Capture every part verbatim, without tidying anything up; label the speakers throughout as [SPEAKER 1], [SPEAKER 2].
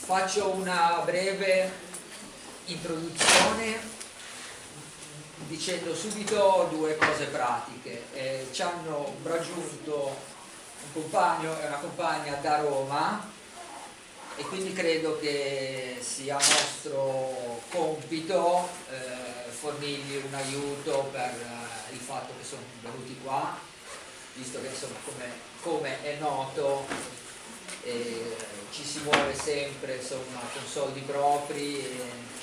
[SPEAKER 1] faccio una breve introduzione dicendo subito due cose pratiche. Eh, ci hanno raggiunto un compagno e una compagna da Roma e quindi credo che sia nostro compito eh, fornirgli un aiuto per eh, il fatto che sono venuti qua, visto che insomma come, come è noto eh, ci si muove sempre insomma con soldi propri e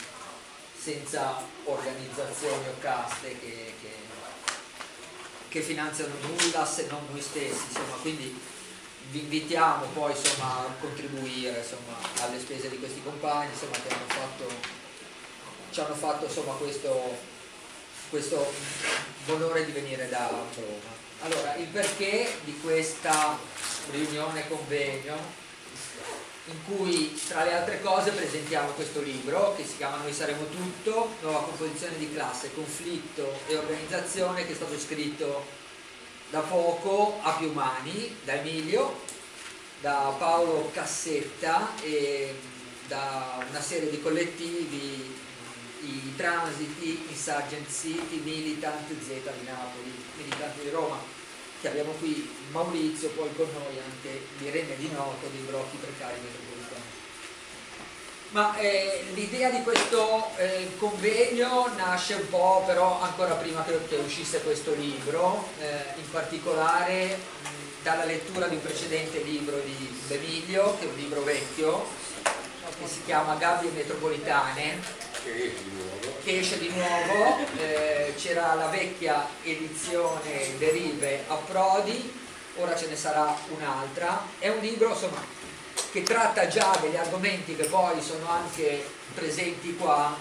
[SPEAKER 1] senza organizzazioni o caste che, che, che finanziano nulla se non noi stessi, insomma, quindi vi invitiamo poi insomma a contribuire insomma alle spese di questi compagni insomma che hanno fatto, ci hanno fatto insomma questo, questo onore di venire da Roma. Allora, il perché di questa riunione convegno in cui tra le altre cose presentiamo questo libro che si chiama Noi saremo tutto, nuova composizione di classe, conflitto e organizzazione, che è stato scritto da poco a più mani da Emilio, da Paolo Cassetta e da una serie di collettivi, i Transiti, Insurgent City, Militant Z di Napoli, Militanti di Roma, che abbiamo qui Maurizio, poi con noi anche Irene Di Noto dei blocchi precari metropolitani. Ma eh, l'idea di questo eh, convegno nasce un po' però ancora prima che, che uscisse questo libro, eh, in particolare mh, dalla lettura di un precedente libro di Emilio, che è un libro vecchio, che si chiama Gabbie metropolitane, che esce di nuovo, eh, c'era la vecchia edizione Derive a Prodi, ora ce ne sarà un'altra. È un libro insomma che tratta già degli argomenti che poi sono anche presenti qua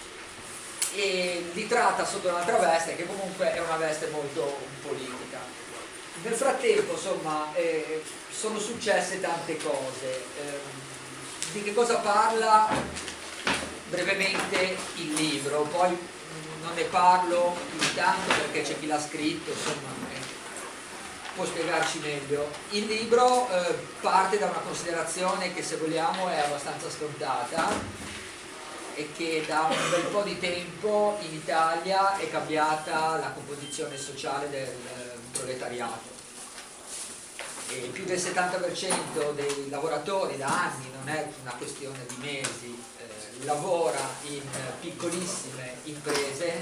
[SPEAKER 1] e li tratta sotto un'altra veste che comunque è una veste molto politica. Nel frattempo insomma eh, sono successe tante cose. Eh, di che cosa parla? Brevemente il libro, poi non ne parlo più di tanto perché c'è chi l'ha scritto, insomma eh, può spiegarci meglio. Il libro eh, parte da una considerazione che se vogliamo è abbastanza scontata e che da un bel po' di tempo in Italia è cambiata la composizione sociale del eh, proletariato. E più del settanta per cento dei lavoratori da anni, non è una questione di mesi, eh, lavora in piccolissime imprese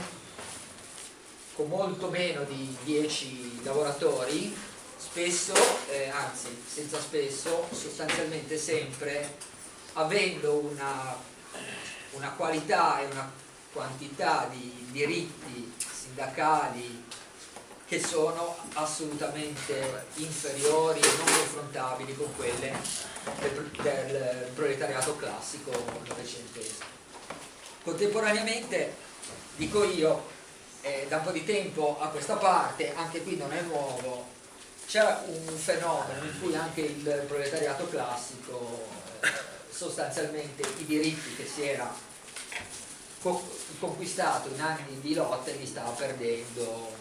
[SPEAKER 1] con molto meno di dieci lavoratori, spesso, eh, anzi senza spesso, sostanzialmente sempre avendo una, una qualità e una quantità di diritti sindacali che sono assolutamente inferiori e non confrontabili con quelle del, del proletariato classico novecentesco. Contemporaneamente, dico io, eh, da un po' di tempo a questa parte, anche qui non è nuovo, c'è un fenomeno in cui anche il proletariato classico eh, sostanzialmente i diritti che si era co conquistato in anni di lotta li stava perdendo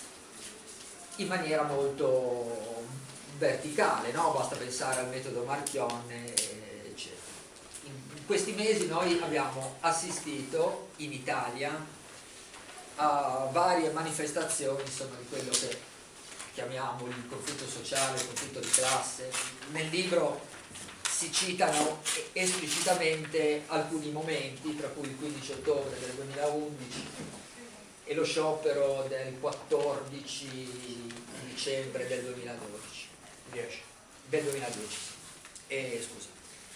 [SPEAKER 1] in maniera molto verticale, no? Basta pensare al metodo Marchionne, eccetera. In questi mesi noi abbiamo assistito in Italia a varie manifestazioni insomma, di quello che chiamiamo il conflitto sociale, il conflitto di classe. Nel libro si citano esplicitamente alcuni momenti, tra cui il quindici ottobre del duemilaundici e lo sciopero del quattordici dicembre del duemiladodici, del duemiladieci, eh, scusa.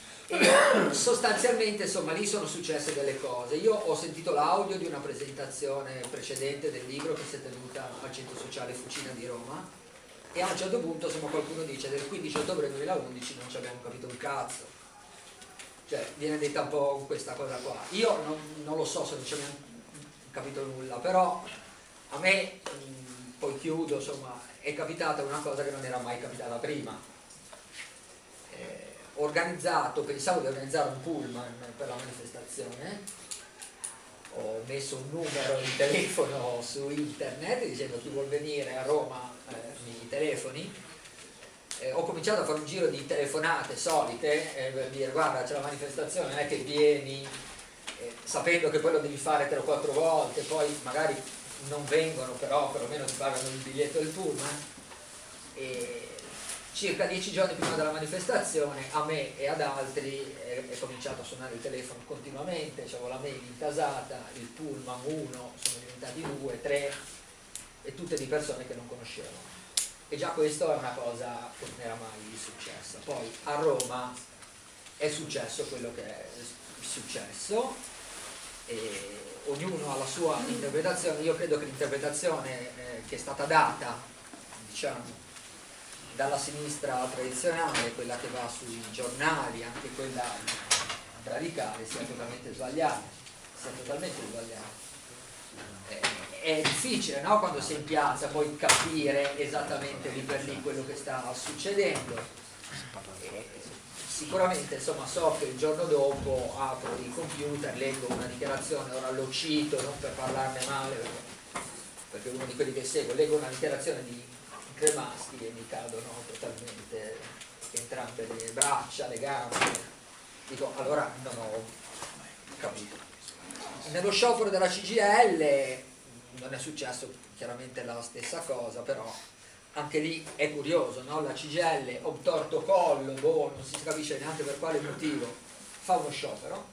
[SPEAKER 1] E sostanzialmente insomma lì sono successe delle cose. Io ho sentito l'audio di una presentazione precedente del libro che si è tenuta al Centro Sociale Fucina di Roma e a un certo punto insomma qualcuno dice del quindici ottobre duemilaundici non ci abbiamo capito un cazzo, cioè viene detta un po' questa cosa qua. Io non, non lo so se non ci abbiamo capito nulla, però a me, mh, poi chiudo, insomma, è capitata una cosa che non era mai capitata prima. Eh, organizzato, pensavo di organizzare un pullman per la manifestazione, ho messo un numero di telefono su internet dicendo chi vuol venire a Roma eh, mi telefoni, eh, ho cominciato a fare un giro di telefonate solite eh, per dire guarda c'è la manifestazione, non è che vieni eh, sapendo che poi lo devi fare tre o quattro volte, poi magari non vengono, però perlomeno ti pagano il biglietto del pullman. E circa dieci giorni prima della manifestazione a me e ad altri è, è cominciato a suonare il telefono continuamente, avevo la mail intasata, il pullman uno, sono diventati due, tre, e tutte di persone che non conoscevo. E già questo è una cosa che non era mai successa. Poi a Roma è successo quello che è successo e ognuno ha la sua interpretazione. Io credo che l'interpretazione eh, che è stata data, diciamo, dalla sinistra tradizionale, quella che va sui giornali, anche quella radicale, sia totalmente sbagliata, sia totalmente sbagliata. È difficile, no? Quando sei in piazza poi capire esattamente lì per lì quello che sta succedendo. E sicuramente insomma so che il giorno dopo apro il computer, leggo una dichiarazione, ora lo cito non per parlarne male perché, perché uno di quelli che seguo, leggo una dichiarazione di Cremaschi e mi cadono totalmente entrambe le braccia, le gambe, dico allora non ho capito. Nello sciopero della C G I L non è successo chiaramente la stessa cosa, però anche lì è curioso, no? La C G I L obtorto collo, boh, non si capisce neanche per quale motivo, fa uno sciopero,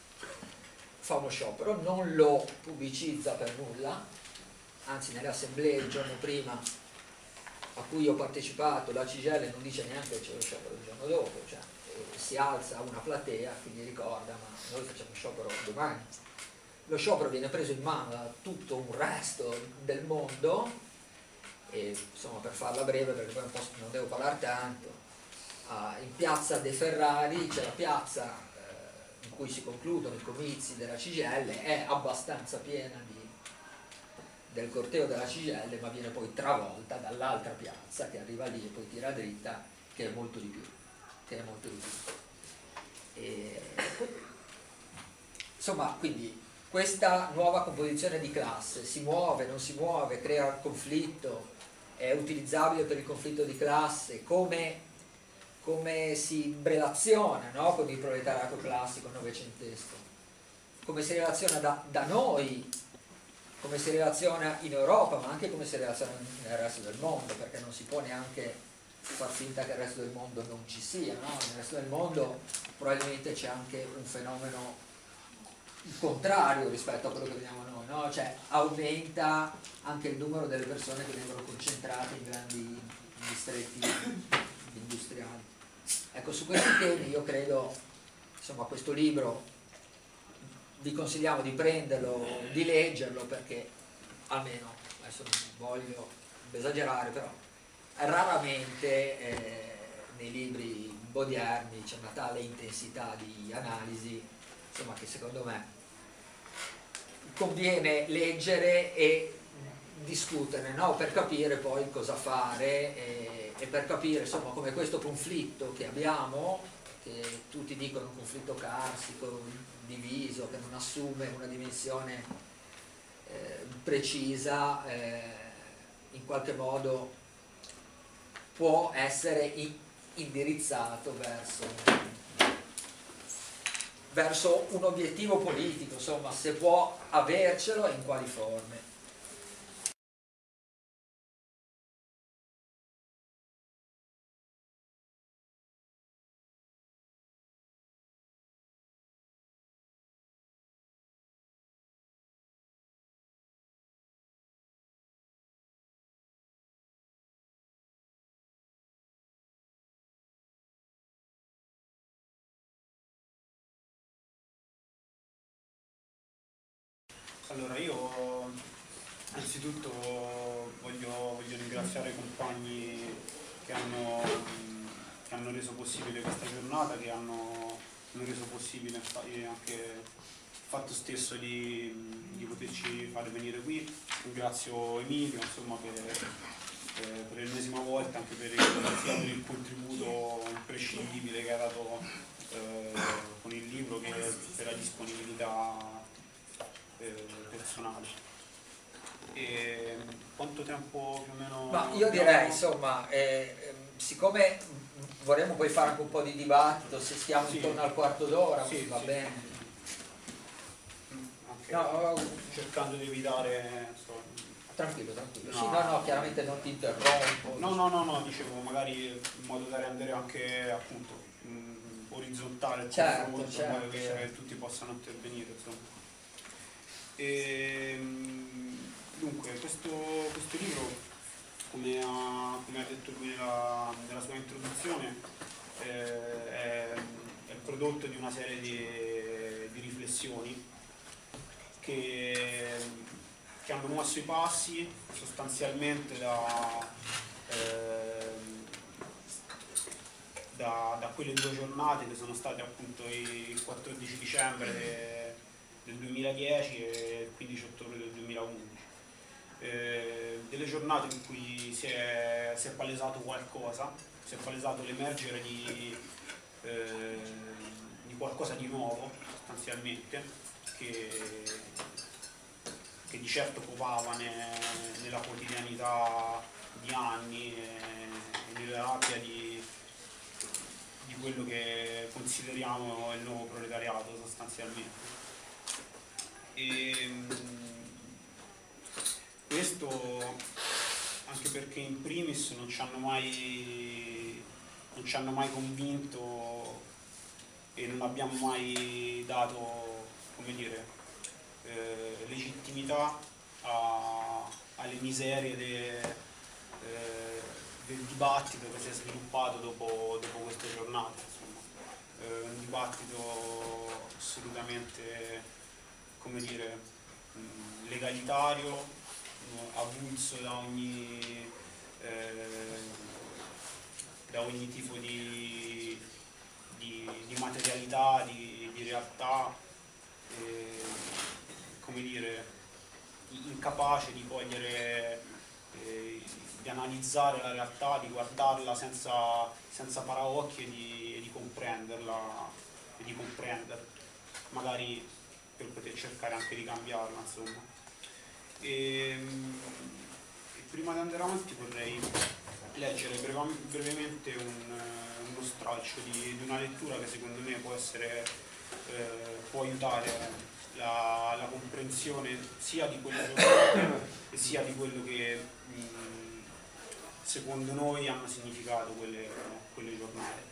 [SPEAKER 1] fa uno sciopero, non lo pubblicizza per nulla, anzi nelle assemblee il giorno prima a cui ho partecipato la C G I L non dice neanche che c'è lo sciopero il giorno dopo, cioè eh, si alza una platea che gli ricorda ma noi facciamo sciopero domani. Lo sciopero viene preso in mano da tutto un resto del mondo e insomma per farla breve perché poi non devo parlare tanto, ah, in piazza De Ferrari c'è la piazza eh, in cui si concludono i comizi della C G I L, è abbastanza piena di, del corteo della C G I L, ma viene poi travolta dall'altra piazza che arriva lì e poi tira dritta, che è molto di più, che è molto di più. E, insomma, quindi questa nuova composizione di classe si muove, non si muove, crea conflitto, è utilizzabile per il conflitto di classe, come, come si relaziona, no? Con il proletariato classico novecentesco, come si relaziona da, da noi, come si relaziona in Europa, ma anche come si relaziona nel resto del mondo, perché non si può neanche far finta che il resto del mondo non ci sia, no? Nel resto del mondo probabilmente c'è anche un fenomeno il contrario rispetto a quello che vediamo noi, no? Cioè aumenta anche il numero delle persone che vengono concentrate in grandi distretti industriali. Ecco, su questi temi io credo, insomma, questo libro vi consigliamo di prenderlo, di leggerlo, perché almeno, adesso non voglio esagerare, però raramente eh, nei libri odierni c'è una tale intensità di analisi, insomma, che secondo me conviene leggere e discutere, no? Per capire poi cosa fare e, e per capire insomma come questo conflitto che abbiamo, che tutti dicono un conflitto carsico, diviso, che non assume una dimensione eh, precisa, eh, in qualche modo può essere in, indirizzato verso verso un obiettivo politico, insomma, se può avercelo e in quali forme.
[SPEAKER 2] Allora, io innanzitutto voglio, voglio ringraziare i compagni che hanno, che hanno reso possibile questa giornata, che hanno, hanno reso possibile anche il fatto stesso di, di poterci fare venire qui. Ringrazio Emilio, insomma, per, per l'ennesima volta, anche per il, sia per il contributo imprescindibile che ha dato eh, con il libro, che per la disponibilità personale. E quanto tempo più o meno?
[SPEAKER 1] Ma io direi insomma eh, siccome vorremmo poi fare anche un po' di dibattito, se stiamo
[SPEAKER 2] sì.
[SPEAKER 1] intorno al quarto d'ora,
[SPEAKER 2] sì,
[SPEAKER 1] va
[SPEAKER 2] sì.
[SPEAKER 1] bene.
[SPEAKER 2] Okay.
[SPEAKER 1] No,
[SPEAKER 2] cercando di evitare... So,
[SPEAKER 1] tranquillo, tranquillo.
[SPEAKER 2] no,
[SPEAKER 1] Sì, no, no, chiaramente non ti interrompo.
[SPEAKER 2] No, no, no, no, dicevo, magari in modo da rendere anche appunto mh, orizzontale il
[SPEAKER 1] certo,
[SPEAKER 2] confronto,
[SPEAKER 1] certo,
[SPEAKER 2] in modo che
[SPEAKER 1] certo.
[SPEAKER 2] tutti possano intervenire, insomma. E, dunque, questo, questo libro, come ha, come ha detto lui nella, nella sua introduzione, eh, è, è il prodotto di una serie di, di riflessioni che, che hanno mosso i passi sostanzialmente da, eh, da, da quelle due giornate che sono state appunto il quattordici dicembre del duemiladieci e il quindici ottobre del duemilaundici. Eh, delle giornate in cui si è, si è palesato qualcosa, si è palesato l'emergere di, eh, di qualcosa di nuovo sostanzialmente, che, che di certo covava ne, nella quotidianità di anni e, e nella rabbia di, di quello che consideriamo il nuovo proletariato sostanzialmente. E, questo anche perché in primis non ci hanno mai, non ci hanno mai convinto e non abbiamo mai dato, come dire, eh, legittimità a, alle miserie de, eh, del dibattito che si è sviluppato dopo, dopo queste giornate. Insomma. Eh, un dibattito assolutamente, come dire, legalitario, avulso da ogni, eh, da ogni tipo di, di, di materialità, di, di realtà, eh, come dire, incapace di cogliere, eh, di analizzare la realtà, di guardarla senza, senza paraocchi e di, e di comprenderla, e di comprenderla, magari per poter cercare anche di cambiarla, insomma. E, e prima di andare avanti vorrei leggere brevemente un, uno stralcio di, di una lettura che secondo me può essere, eh, può aiutare la, la comprensione sia di quelle giornate e sia di quello che mh, secondo noi hanno significato quelle, quelle giornate.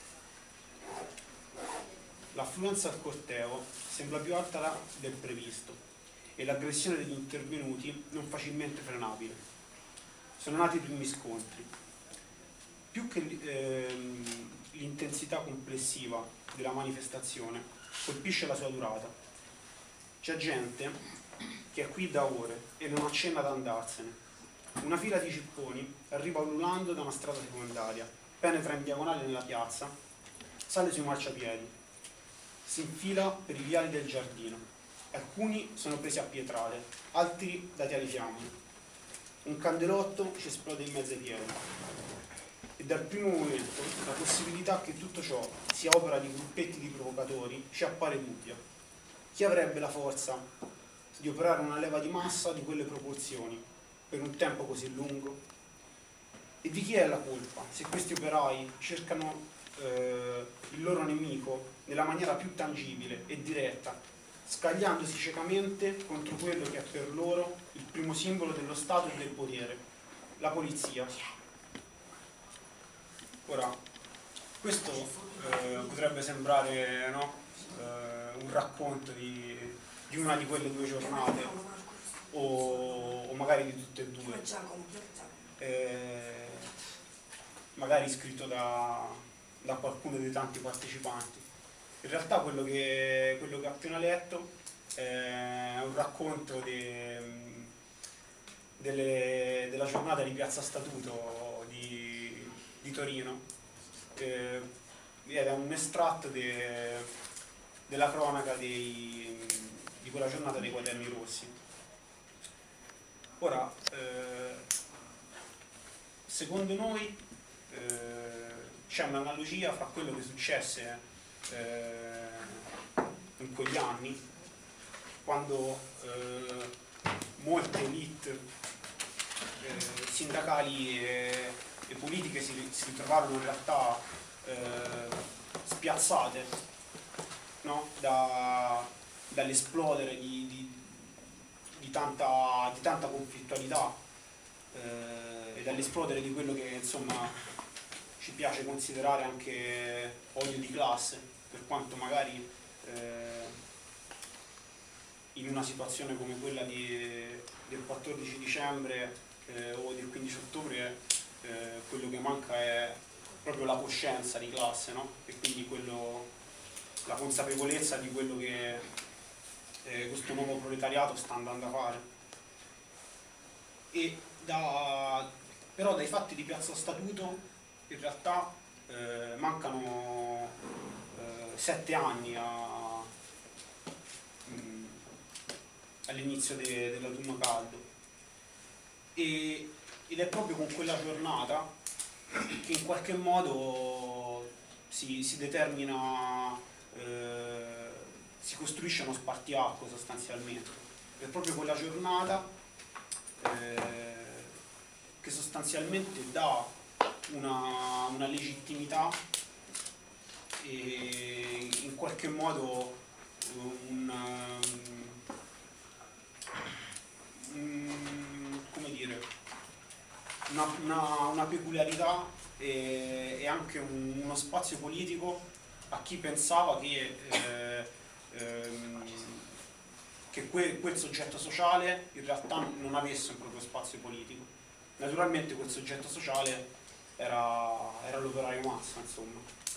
[SPEAKER 2] L'affluenza al corteo sembra più alta del previsto e l'aggressione degli intervenuti non facilmente frenabile. Sono nati i primi scontri. Più che ehm, l'intensità complessiva della manifestazione colpisce la sua durata. C'è gente che è qui da ore e non accenna ad andarsene. Una fila di cipponi arriva ululando da una strada secondaria, penetra in diagonale nella piazza, sale sui marciapiedi, si infila per i viali del giardino. Alcuni sono presi a pietrate, altri dati alle fiamme. Un candelotto ci esplode in mezzo ai piedi. E dal primo momento la possibilità che tutto ciò sia opera di gruppetti di provocatori ci appare dubbia. Chi avrebbe la forza di operare una leva di massa di quelle proporzioni per un tempo così lungo? E di chi è la colpa se questi operai cercano eh, il loro nemico nella maniera più tangibile e diretta, scagliandosi ciecamente contro quello che è per loro il primo simbolo dello Stato e del potere, la polizia. Ora, questo eh, potrebbe sembrare, no, eh, un racconto di, di una di quelle due giornate, o, o magari di tutte e due, eh, magari scritto da, da qualcuno dei tanti partecipanti. In realtà quello che, quello che ho appena letto è un racconto de, delle, della giornata di Piazza Statuto di, di Torino, eh, ed è un estratto de, della cronaca dei, di quella giornata dei Quaderni Rossi. Ora, eh, secondo noi eh, c'è un'analogia fra quello che successe in quegli anni, quando eh, molte elite eh, sindacali e, le politiche si, si ritrovarono in realtà eh, spiazzate, no? da, dall'esplodere di, di, di, tanta, di tanta conflittualità eh, e dall'esplodere di quello che insomma ci piace considerare anche odio di classe, per quanto magari eh, in una situazione come quella di, del quattordici dicembre eh, o del quindici ottobre eh, quello che manca è proprio la coscienza di classe, no? E quindi quello, la consapevolezza di quello che eh, questo nuovo proletariato sta andando a fare. E da, però dai fatti di Piazza Statuto in realtà eh, mancano eh, sette anni a, mh, all'inizio de, dell'autunno caldo e, ed è proprio con quella giornata che in qualche modo si, si determina, eh, si costruisce uno spartiacque sostanzialmente. È proprio quella giornata eh, che sostanzialmente dà una, una legittimità e in qualche modo un, un come dire, una, una, una peculiarità e, e anche un, uno spazio politico a chi pensava che, eh, ehm, che que, quel soggetto sociale in realtà non avesse un proprio spazio politico. Naturalmente quel soggetto sociale era, era l'operaio massa, insomma.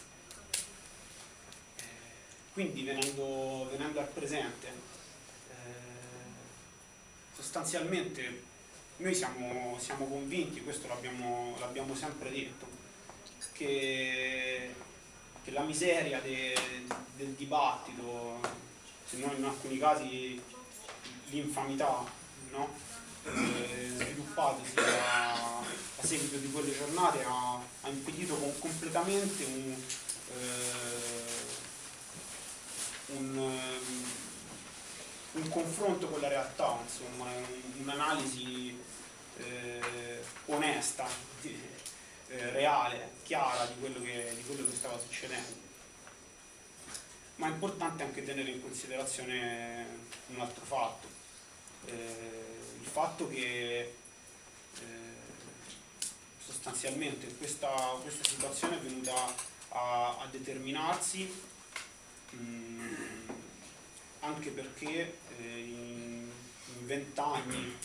[SPEAKER 2] Quindi venendo, venendo al presente, eh, sostanzialmente noi siamo, siamo convinti, questo l'abbiamo, l'abbiamo sempre detto, che, che la miseria de, del dibattito, se non in alcuni casi l'infamità, no? eh, sviluppatasi a, a seguito di quelle giornate ha, ha impedito com- completamente un, eh, un, um, un confronto con la realtà, insomma, un, un'analisi eh, onesta, eh, reale, chiara di quello, che, di quello che stava succedendo. Ma è importante anche tenere in considerazione un altro fatto, eh, il fatto che eh, sostanzialmente questa, questa situazione è venuta a, a determinarsi mh, anche perché eh, in vent'anni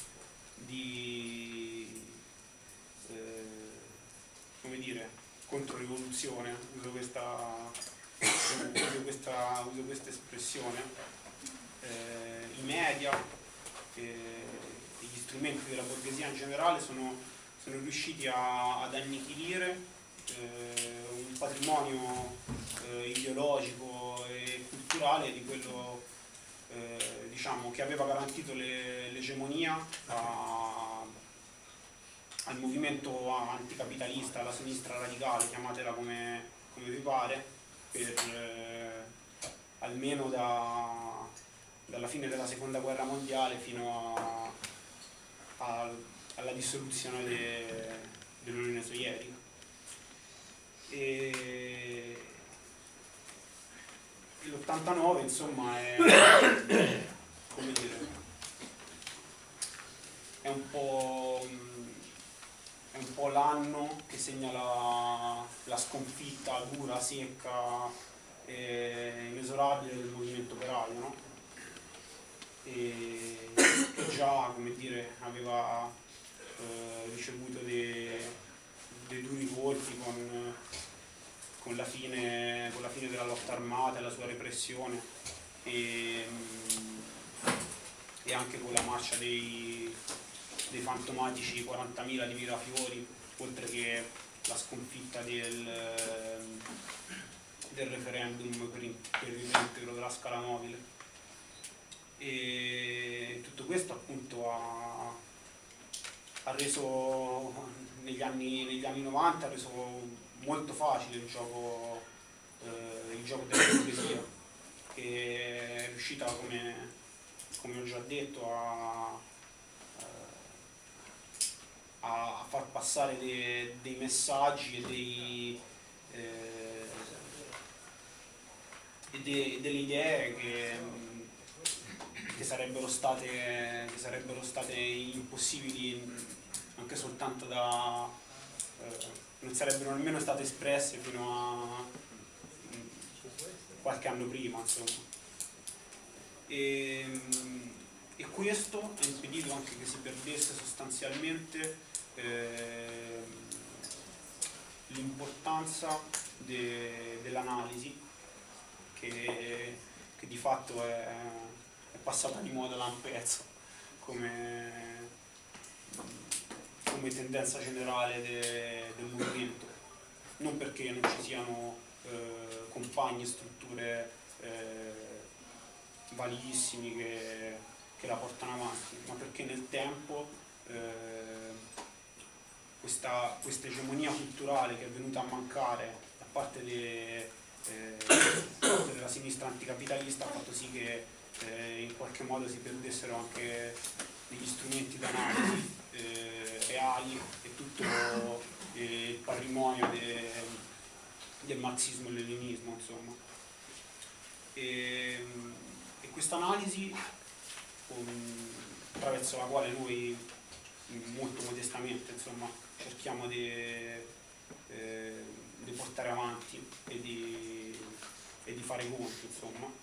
[SPEAKER 2] di eh, come dire, controrivoluzione, uso questa, uso questa, uso questa espressione, eh, i media e gli strumenti della borghesia in generale sono, sono riusciti a, ad annichilire eh, un patrimonio eh, ideologico e culturale di quello eh, diciamo, che aveva garantito le, l'egemonia a, al movimento anticapitalista, alla sinistra radicale, chiamatela come, come vi pare, per eh, almeno da, dalla fine della seconda guerra mondiale fino a, a, alla dissoluzione de, dell'Unione Sovietica. E l'ottantanove insomma è, come dire, è un po', è un po' l'anno che segna la, la sconfitta dura, secca e inesorabile del movimento operaio, no? E che già, come dire, aveva eh, ricevuto dei, dei duri colpi con, con, la fine, con la fine della lotta armata e la sua repressione e, e anche con la marcia dei, dei fantomatici quarantamila di Mirafiori, oltre che la sconfitta del, del referendum per, in, per il reintegro della scala mobile. E tutto questo appunto ha, ha reso negli anni, negli anni novanta ha reso molto facile il gioco, eh, il gioco della borghesia, che è riuscita, come, come ho già detto, a, a, a far passare de, dei messaggi e, dei, eh, e de, delle idee che, che, sarebbero state, che sarebbero state impossibili anche soltanto da... Eh, non sarebbero nemmeno state espresse fino a mh, qualche anno prima, insomma. E, e questo ha impedito anche che si perdesse sostanzialmente eh, l'importanza de, dell'analisi che, che di fatto è, è passata di moda da un pezzo come, come tendenza generale de, del movimento, non perché non ci siano eh, compagni e strutture eh, validissimi che, che la portano avanti, ma perché nel tempo eh, questa, questa egemonia culturale che è venuta a mancare da parte, de, eh, della sinistra anticapitalista ha fatto sì che eh, in qualche modo si perdessero anche degli strumenti d'analisi eh, reali e tutto eh, il patrimonio de, del marxismo e leninismo, insomma. E, e questa analisi attraverso la quale noi molto modestamente, insomma, cerchiamo di, eh, di portare avanti e di, e di fare conti, insomma,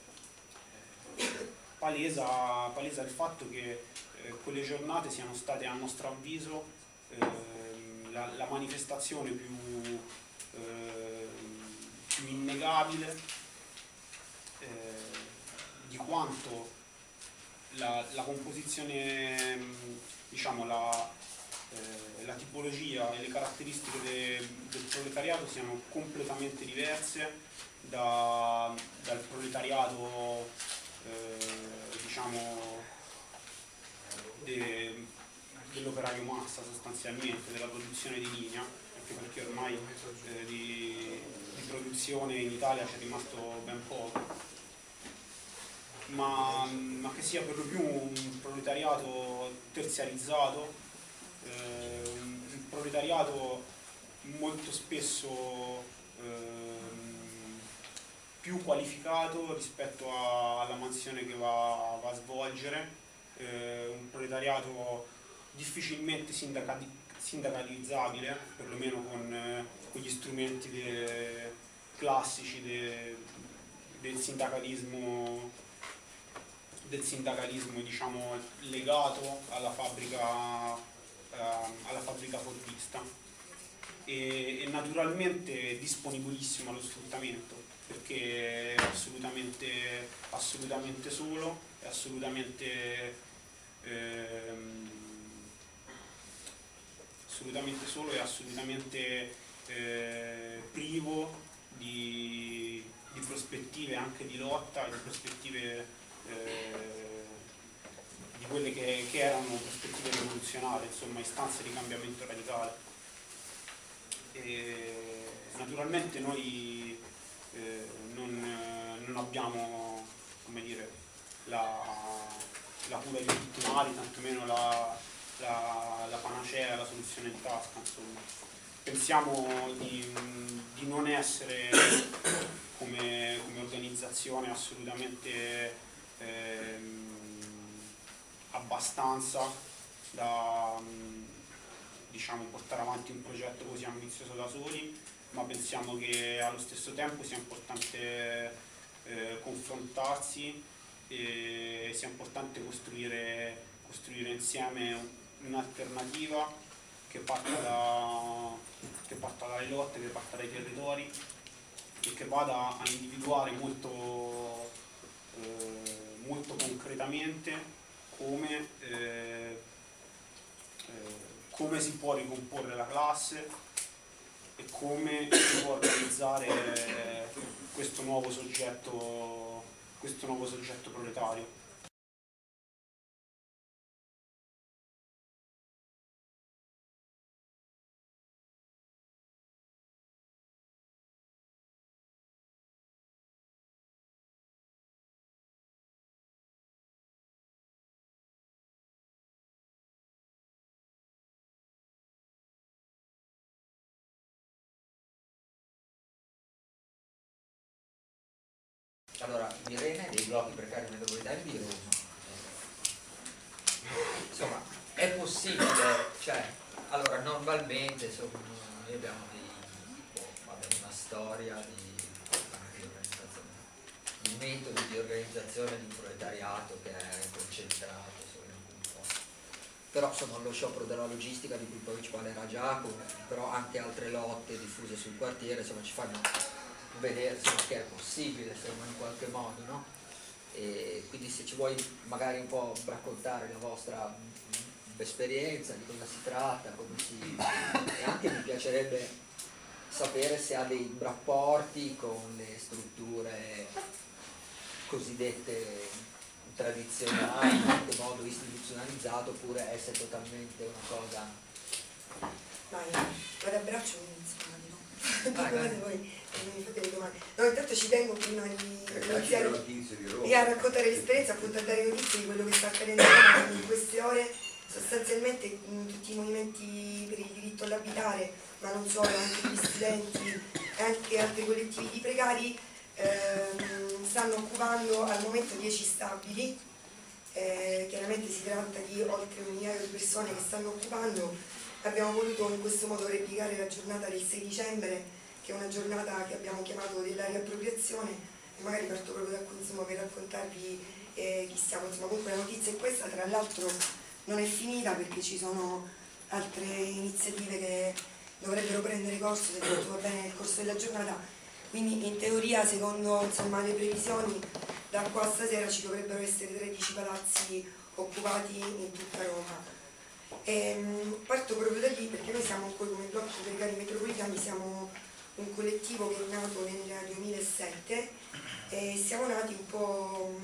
[SPEAKER 2] palesa, palesa il fatto che eh, quelle giornate siano state, a nostro avviso, eh, la, la manifestazione più, eh, più innegabile eh, di quanto la, la composizione, diciamo, la, eh, la tipologia e le caratteristiche de, del proletariato siano completamente diverse da, dal proletariato eh, diciamo de, dell'operario massa, sostanzialmente, della produzione di linea, anche perché ormai eh, di, di produzione in Italia c'è rimasto ben poco. Ma, ma che sia per lo più un proletariato terziarizzato, eh, un proletariato molto spesso eh, più qualificato rispetto a, alla mansione che va, va a svolgere, eh, un proletariato difficilmente sindacati, sindacalizzabile, perlomeno con, eh, con gli strumenti de, classici de, del sindacalismo del sindacalismo, diciamo, legato alla fabbrica, eh, alla fabbrica fordista e, e naturalmente disponibilissimo allo sfruttamento, perché è assolutamente, assolutamente solo, è assolutamente, ehm, assolutamente solo e assolutamente eh, privo di, di prospettive anche di lotta e di prospettive Eh, di quelle che, che erano prospettive rivoluzionarie, insomma, istanze di cambiamento radicale. E naturalmente noi eh, non, non abbiamo, come dire, la, la cura di tutti i mali, tantomeno la, la, la panacea, la soluzione in tasca, insomma. Pensiamo di, di non essere come, come organizzazione assolutamente Ehm, abbastanza da diciamo, portare avanti un progetto così ambizioso da soli, ma pensiamo che allo stesso tempo sia importante eh, confrontarsi e sia importante costruire, costruire insieme un'alternativa che parta, da, che parta dalle lotte, che parta dai territori e che vada a individuare molto eh, molto concretamente come, eh, eh, come si può ricomporre la classe e come si può organizzare eh, questo nuovo soggetto, questo nuovo soggetto proletario.
[SPEAKER 1] allora Irene dei blocchi precari metropolitani di Roma, insomma è possibile, cioè allora normalmente insomma, noi abbiamo dei, oh, vabbè, una storia di, di organizzazione, di metodi di organizzazione di un proletariato che è concentrato solo in alcuni posti, però insomma lo sciopero della logistica di cui poi ci parlerà Giacomo, però anche altre lotte diffuse sul quartiere insomma ci fanno vedere insomma, che è possibile insomma, in qualche modo, no? E quindi se ci vuoi magari un po' raccontare la vostra esperienza, di cosa si tratta, come si... e anche mi piacerebbe sapere se ha dei rapporti con le strutture cosiddette tradizionali, in qualche modo istituzionalizzato, oppure essere totalmente una cosa...
[SPEAKER 3] Vai, vado a braccio e insomma di no.
[SPEAKER 1] Vai, vai.
[SPEAKER 3] Voi mi fate le domande. No, intanto ci tengo prima di iniziare
[SPEAKER 4] di
[SPEAKER 3] a raccontare l'esperienza, appunto a dare notizie di quello che sta accadendo a Roma in queste ore. Sostanzialmente in tutti i movimenti per il diritto all'abitare, ma non solo, anche gli studenti e anche altri collettivi di precari ehm, stanno occupando al momento dieci stabili. Eh, chiaramente si tratta di oltre un migliaio di persone che stanno occupando. Abbiamo voluto in questo modo replicare la giornata del sei dicembre, che è una giornata che abbiamo chiamato della riappropriazione, e magari parto proprio da qui insomma, per raccontarvi eh, chi siamo. Insomma, comunque la notizia è questa, tra l'altro non è finita perché ci sono altre iniziative che dovrebbero prendere corso se tutto va bene nel corso della giornata, quindi in teoria secondo insomma, le previsioni da qua a stasera ci dovrebbero essere tredici palazzi occupati in tutta Roma. E, parto proprio da lì perché noi siamo poi come blocco precari metropolitani, siamo un collettivo che è nato nel duemilasette e siamo nati un po'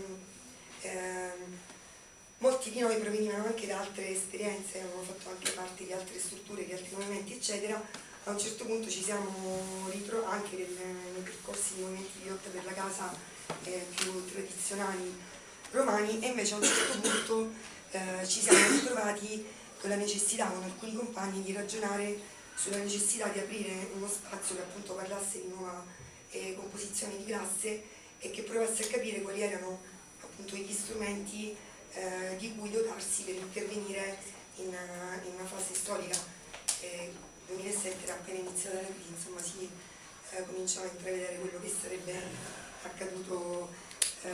[SPEAKER 3] ehm, molti di noi provenivano anche da altre esperienze, avevamo fatto anche parte di altre strutture, di altri movimenti eccetera. A un certo punto ci siamo ritrovati anche nel, nei percorsi di movimenti di lotta per la casa eh, più tradizionali romani, e invece a un certo punto eh, ci siamo ritrovati con la necessità con alcuni compagni di ragionare sulla necessità di aprire uno spazio che appunto parlasse di nuova eh, composizione di classe e che provasse a capire quali erano appunto gli strumenti eh, di cui dotarsi per intervenire in, in una fase storica. Eh, duemilasette era appena iniziata la crisi, insomma si eh, cominciava a intravedere quello che sarebbe accaduto eh,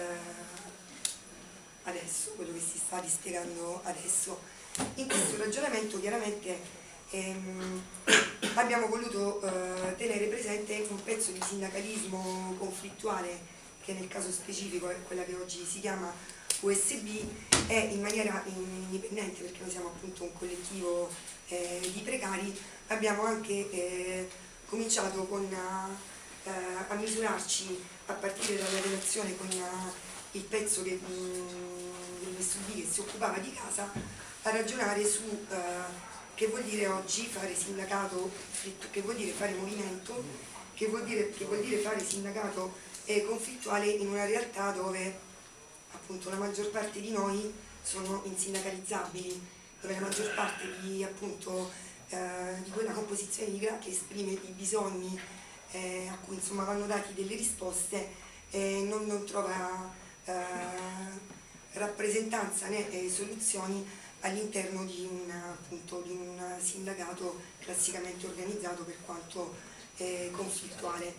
[SPEAKER 3] adesso, quello che si sta dispiegando adesso. In questo ragionamento chiaramente ehm, abbiamo voluto eh, tenere presente un pezzo di sindacalismo conflittuale che nel caso specifico è quella che oggi si chiama U S B, e in maniera indipendente, perché noi siamo appunto un collettivo eh, di precari, abbiamo anche eh, cominciato con, eh, a misurarci a partire dalla relazione con uh, il pezzo che, mh, dell'U S B che si occupava di casa, a ragionare su uh, che vuol dire oggi fare sindacato, che vuol dire fare movimento, che vuol dire, che vuol dire fare sindacato eh, conflittuale in una realtà dove appunto la maggior parte di noi sono insindacalizzabili, dove la maggior parte di, appunto, eh, di quella composizione di gra che esprime i bisogni eh, a cui insomma vanno dati delle risposte eh, non, non trova eh, rappresentanza né eh, soluzioni all'interno di, di un sindacato classicamente organizzato per quanto eh, conflittuale.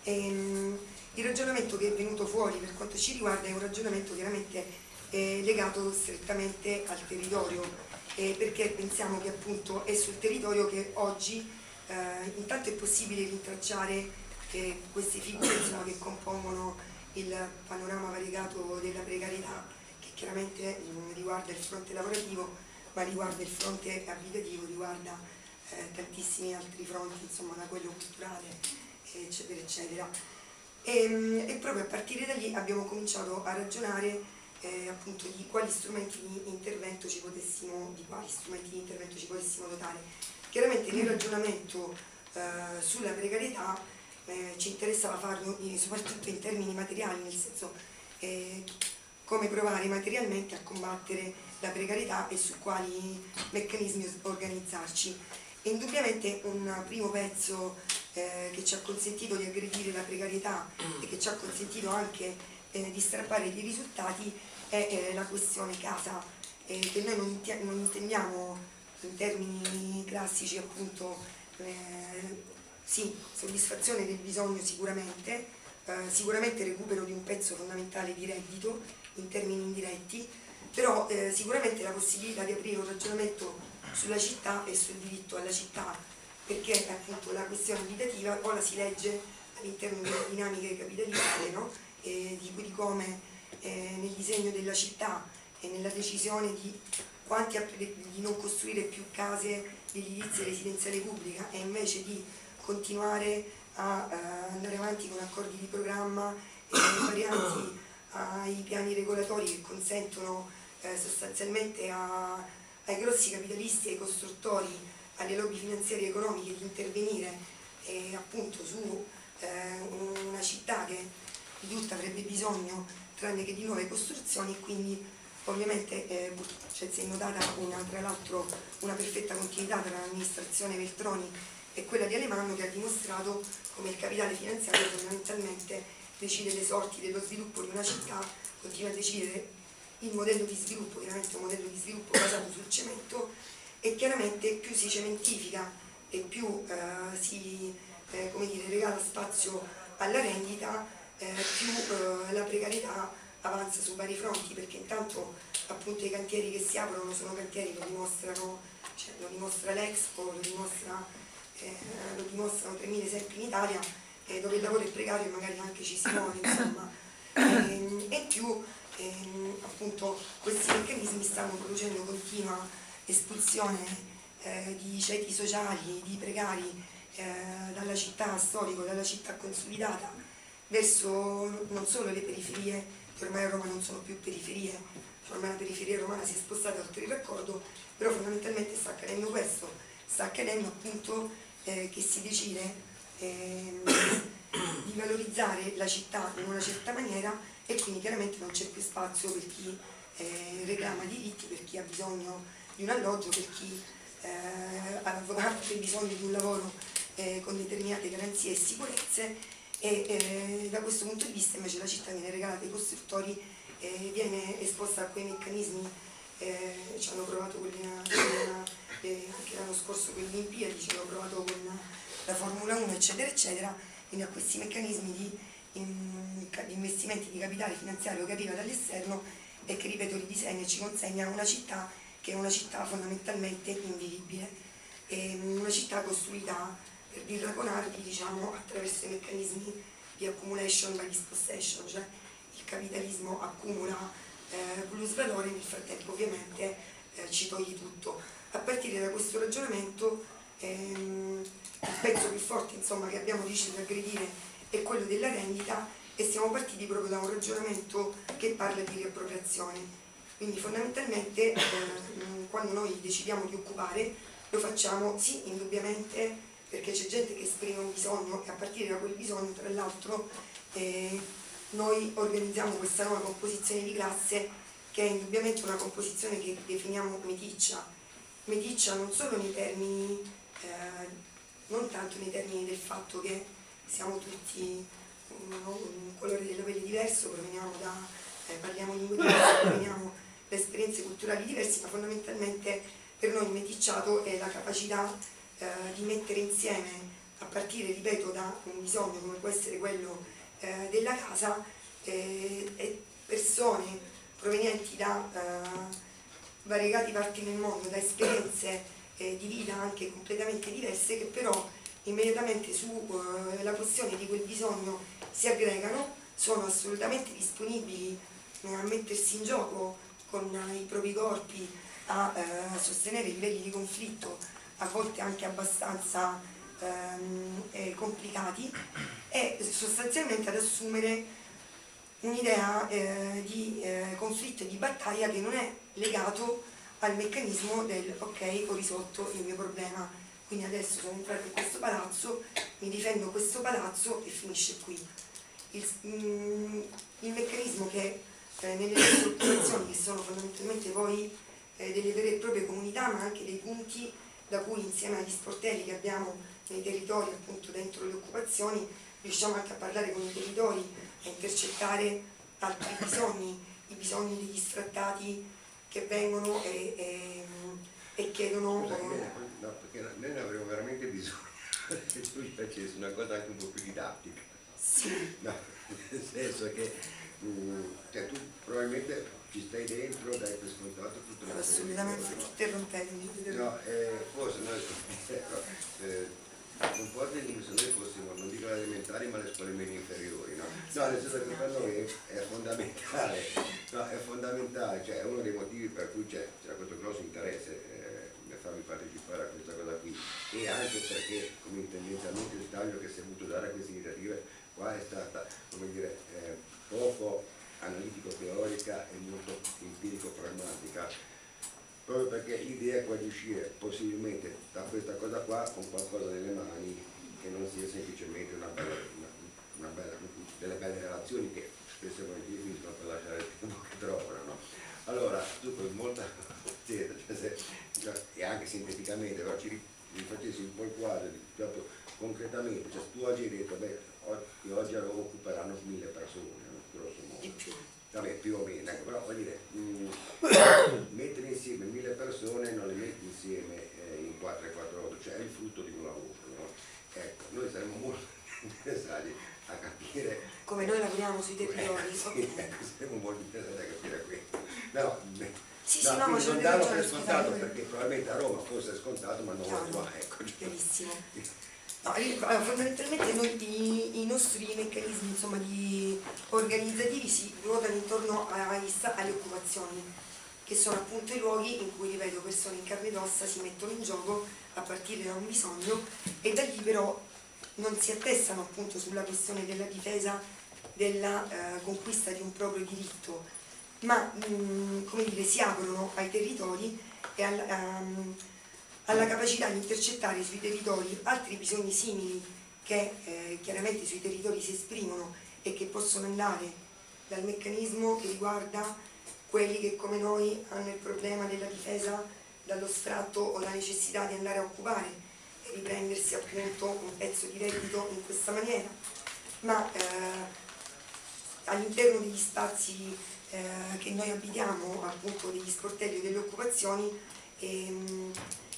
[SPEAKER 3] E, il ragionamento che è venuto fuori per quanto ci riguarda è un ragionamento chiaramente eh, legato strettamente al territorio, eh, perché pensiamo che appunto è sul territorio che oggi eh, intanto è possibile rintracciare eh, queste figure insomma, che compongono il panorama variegato della precarietà, chiaramente riguarda il fronte lavorativo, ma riguarda il fronte abitativo, riguarda eh, tantissimi altri fronti, insomma da quello culturale, eccetera, eccetera. E, e proprio a partire da lì abbiamo cominciato a ragionare eh, appunto di quali strumenti di intervento ci potessimo, di quali strumenti di intervento ci potessimo dotare. Chiaramente nel ragionamento eh, sulla precarietà eh, ci interessava farlo eh, soprattutto in termini materiali, nel senso eh, come provare materialmente a combattere la precarietà e su quali meccanismi organizzarci. E indubbiamente un primo pezzo eh, che ci ha consentito di aggredire la precarietà e che ci ha consentito anche eh, di strappare dei risultati è eh, la questione casa, eh, che noi non, non intendiamo in termini classici appunto, eh, sì, soddisfazione del bisogno sicuramente, eh, sicuramente recupero di un pezzo fondamentale di reddito in termini indiretti, però eh, sicuramente la possibilità di aprire un ragionamento sulla città e sul diritto alla città, perché appunto la questione abitativa poi la si legge all'interno delle dinamiche capitalistiche, no? E di, di come eh, nel disegno della città e nella decisione di, quanti, di non costruire più case di edilizia residenziale pubblica e invece di continuare a uh, andare avanti con accordi di programma e varianti ai piani regolatori che consentono eh, sostanzialmente a, ai grossi capitalisti e ai costruttori, alle lobby finanziarie e economiche di intervenire eh, appunto su eh, una città che di tutta avrebbe bisogno tranne che di nuove costruzioni, e quindi ovviamente eh, cioè, si è notata una, tra l'altro una perfetta continuità tra l'amministrazione Veltroni e quella di Alemanno, che ha dimostrato come il capitale finanziario fondamentalmente decide le sorti dello sviluppo di una città, continua a decidere il modello di sviluppo, chiaramente un modello di sviluppo basato sul cemento, e chiaramente più si cementifica e più eh, si eh, come dire, regala spazio alla rendita, eh, più eh, la precarietà avanza su vari fronti, perché intanto appunto i cantieri che si aprono sono cantieri, lo dimostrano, cioè, lo dimostra l'Expo, lo, dimostra, eh, lo dimostrano tremila esempi in Italia, eh, dove il lavoro è precario e magari anche ci si muove, insomma, e, e più ehm, appunto questi meccanismi stanno producendo continua espulsione eh, di ceti sociali, di precari eh, dalla città storica, dalla città consolidata, verso non solo le periferie, che ormai a Roma non sono più periferie, cioè ormai la periferia romana si è spostata oltre il raccordo, però fondamentalmente sta accadendo questo, sta accadendo appunto eh, che si decide eh, di valorizzare la città in una certa maniera, e quindi chiaramente non c'è più spazio per chi eh, reclama diritti, per chi ha bisogno di un alloggio, per chi eh, ha bisogno di un lavoro eh, con determinate garanzie e sicurezze, e eh, da questo punto di vista invece la città viene regalata ai costruttori, eh, viene esposta a quei meccanismi, eh, ci hanno provato quelli, eh, anche l'anno scorso con le Olimpiadi, ci hanno provato con la Formula uno, eccetera eccetera, quindi a questi meccanismi di, in, di investimenti di capitale finanziario che arriva dall'esterno e che, ripeto, ridisegna e ci consegna una città che è una città fondamentalmente invivibile, e una città costruita, per dirla con Ardi, diciamo, attraverso i meccanismi di accumulation by dispossession, cioè il capitalismo accumula eh, plus valore, nel frattempo ovviamente eh, ci toglie tutto. A partire da questo ragionamento ehm, il pezzo più forte, insomma, che abbiamo deciso di aggredire è quello della rendita, e siamo partiti proprio da un ragionamento che parla di riappropriazione. Quindi fondamentalmente eh, quando noi decidiamo di occupare lo facciamo sì, indubbiamente, perché c'è gente che esprime un bisogno, e a partire da quel bisogno, tra l'altro, eh, noi organizziamo questa nuova composizione di classe, che è indubbiamente una composizione che definiamo meticcia. Meticcia non solo nei termini, eh, non tanto nei termini del fatto che siamo tutti no, un colore della pelle diverso, proveniamo da, eh, parliamo lingue diverse, proveniamo da esperienze culturali diverse, ma fondamentalmente per noi il meticciato è la capacità eh, di mettere insieme, a partire, ripeto, da un bisogno come può essere quello eh, della casa, eh, e persone provenienti da eh, variegati parti del mondo, da esperienze eh, di vita anche completamente diverse, che però immediatamente sulla eh, questione di quel bisogno si aggregano, sono assolutamente disponibili eh, a mettersi in gioco con eh, i propri corpi, a eh, sostenere livelli di conflitto a volte anche abbastanza ehm, eh, complicati, e sostanzialmente ad assumere un'idea eh, di eh, conflitto e di battaglia che non è legato al meccanismo del ok, ho risolto il mio problema, quindi adesso sono entrato in questo palazzo, mi difendo questo palazzo e finisce qui. Il, mm, il meccanismo che eh, nelle nostre occupazioni, che sono fondamentalmente poi eh, delle vere e proprie comunità, ma anche dei punti da cui, insieme agli sportelli che abbiamo nei territori, appunto dentro le occupazioni, riusciamo anche a parlare con i territori, a intercettare altri bisogni, i bisogni degli sfrattati che vengono e, e, e chiedono...
[SPEAKER 4] Scusa, no, perché noi ne avremo veramente bisogno che tu gli facessi una cosa anche un po' più didattica.
[SPEAKER 3] Sì.
[SPEAKER 4] No, nel senso che mh, cioè, tu probabilmente ci stai dentro, dai per scontato tutto il
[SPEAKER 3] Assolutamente, interrompetemi.
[SPEAKER 4] No, eh, forse noi eh, un po' di se noi fossimo, non dico le elementari, ma le scuole medie inferiori, no? No, nel senso che per noi è, è fondamentale, no, è fondamentale, cioè è uno dei motivi per cui c'è questo grosso interesse eh, nel farmi partecipare a questa cosa qui, e anche perché come tendenzialmente il taglio che si è voluto dare a queste iniziative qua è stata, come dire, eh, poco analitico-teorica e molto empirico-pragmatica, proprio perché l'idea è quella di uscire possibilmente da questa cosa qua con qualcosa nelle mani che non sia semplicemente una bella, una, una bella, delle belle relazioni che spesso e volentieri finiscono per lasciare il tempo che trovano, no? Allora, tu con molta cioè, se, cioè, e anche sinteticamente, però ci rifacessi un po' il quadro di, proprio concretamente, cioè tu oggi hai detto, beh, oggi, oggi a Roma occuperanno mille persone, no? Grosso modo.
[SPEAKER 3] Di più.
[SPEAKER 4] Vabbè, più o meno, ecco, però voglio dire, mh, mettere insieme mille persone non le metti insieme eh, in quattro e quattro otto, cioè è il frutto di un lavoro, no? Ecco, noi saremmo molto interessati a capire
[SPEAKER 3] come noi lavoriamo sui territori.
[SPEAKER 4] sì,
[SPEAKER 3] Okay.
[SPEAKER 4] ecco, saremmo molto interessati a capire questo. No,
[SPEAKER 3] Sì,
[SPEAKER 4] no,
[SPEAKER 3] sì, no, ma
[SPEAKER 4] non
[SPEAKER 3] c'è
[SPEAKER 4] darlo
[SPEAKER 3] ragione,
[SPEAKER 4] per scontato
[SPEAKER 3] scusate.
[SPEAKER 4] perché probabilmente a Roma forse è scontato, ma non
[SPEAKER 3] Chiaro,
[SPEAKER 4] lo qua, ecco.
[SPEAKER 3] benissimo. No, allora, fondamentalmente noi, i, i nostri meccanismi insomma, di organizzativi si ruotano intorno ai, alle occupazioni, che sono appunto i luoghi in cui, ripeto, persone in carne ed ossa si mettono in gioco a partire da un bisogno, e da lì però non si attestano appunto sulla questione della difesa della eh, conquista di un proprio diritto, ma mh, come dire, si aprono ai territori e al, um, alla capacità di intercettare sui territori altri bisogni simili che eh, chiaramente sui territori si esprimono e che possono andare dal meccanismo che riguarda quelli che come noi hanno il problema della difesa dallo sfratto o la necessità di andare a occupare e riprendersi appunto un pezzo di reddito in questa maniera, ma eh, all'interno degli spazi eh, che noi abitiamo, appunto degli sportelli o delle occupazioni, ehm,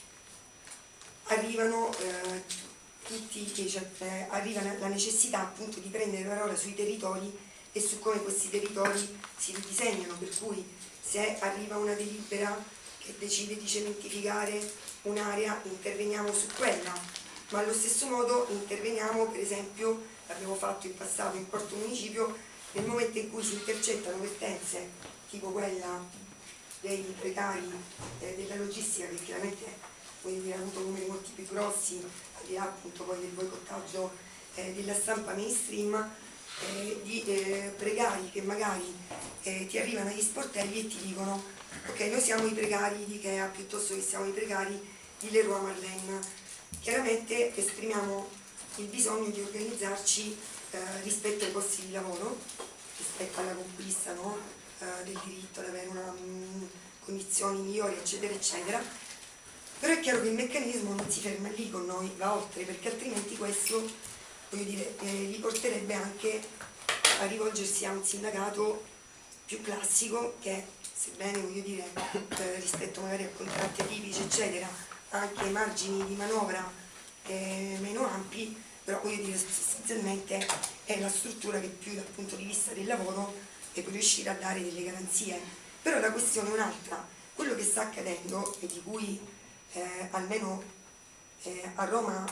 [SPEAKER 3] arrivano eh, tutti, cioè, eh, arriva la necessità appunto di prendere parola sui territori e su come questi territori si ridisegnano, per cui se arriva una delibera che decide di cementificare un'area interveniamo su quella, ma allo stesso modo interveniamo, per esempio, l'abbiamo fatto in passato in Porto Municipio, nel momento in cui si intercettano vertenze tipo quella dei precari eh, della logistica, che chiaramente quindi ha avuto numeri molti più grossi, al di là appunto poi del boicottaggio eh, della stampa mainstream, eh, di eh, precari che magari eh, ti arrivano agli sportelli e ti dicono ok, noi siamo i precari di Ikea piuttosto che siamo i precari di Leroy Merlin. Chiaramente esprimiamo il bisogno di organizzarci eh, rispetto ai posti di lavoro, rispetto alla conquista, no? eh, del diritto ad avere una, mh, condizioni migliori, eccetera, eccetera. Però è chiaro che il meccanismo non si ferma lì con noi, va oltre, perché altrimenti questo, voglio dire, eh, li porterebbe anche a rivolgersi a un sindacato più classico che, sebbene, voglio dire, eh, rispetto magari a contratti atipici, eccetera, ha anche margini di manovra eh, meno ampi, però voglio dire, sostanzialmente è la struttura che più dal punto di vista del lavoro è può riuscire a dare delle garanzie. Però la questione è un'altra, quello che sta accadendo e di cui Eh, almeno eh, a Roma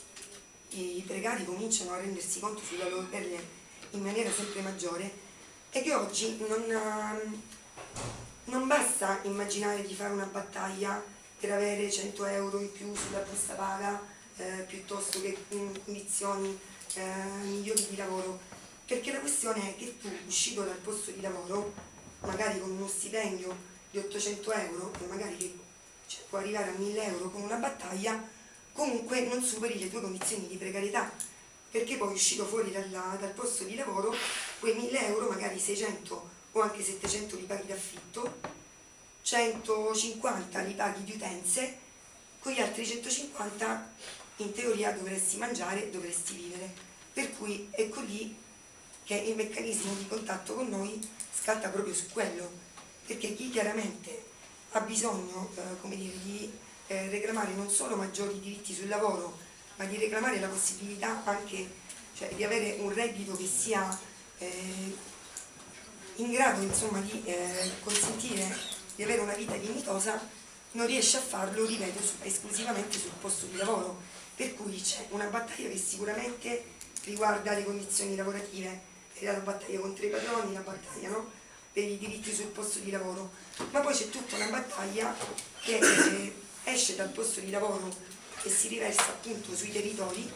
[SPEAKER 3] i precari cominciano a rendersi conto sulla loro pelle in maniera sempre maggiore, è che oggi non, uh, non basta immaginare di fare una battaglia per avere cento euro in più sulla busta paga eh, piuttosto che in condizioni eh, migliori di lavoro, perché la questione è che tu, uscito dal posto di lavoro, magari con uno stipendio di ottocento euro e magari che cioè, può arrivare a mille euro con una battaglia, comunque non superi le tue condizioni di precarietà, perché poi uscito fuori dalla, dal posto di lavoro, quei mille euro magari seicento o anche settecento li paghi d'affitto, centocinquanta li paghi di utenze, con gli altri centocinquanta in teoria dovresti mangiare, dovresti vivere, per cui ecco lì che il meccanismo di contatto con noi scatta proprio su quello, perché chi chiaramente ha bisogno eh, come dire, di eh, reclamare non solo maggiori diritti sul lavoro, ma di reclamare la possibilità anche, cioè, di avere un reddito che sia eh, in grado, insomma, di eh, consentire di avere una vita dignitosa, non riesce a farlo, ripeto, su, esclusivamente sul posto di lavoro. Per cui c'è una battaglia che sicuramente riguarda le condizioni lavorative, è la battaglia contro i padroni, la battaglia, no? Per i diritti sul posto di lavoro, ma poi c'è tutta una battaglia che eh, esce dal posto di lavoro e si riversa appunto sui territori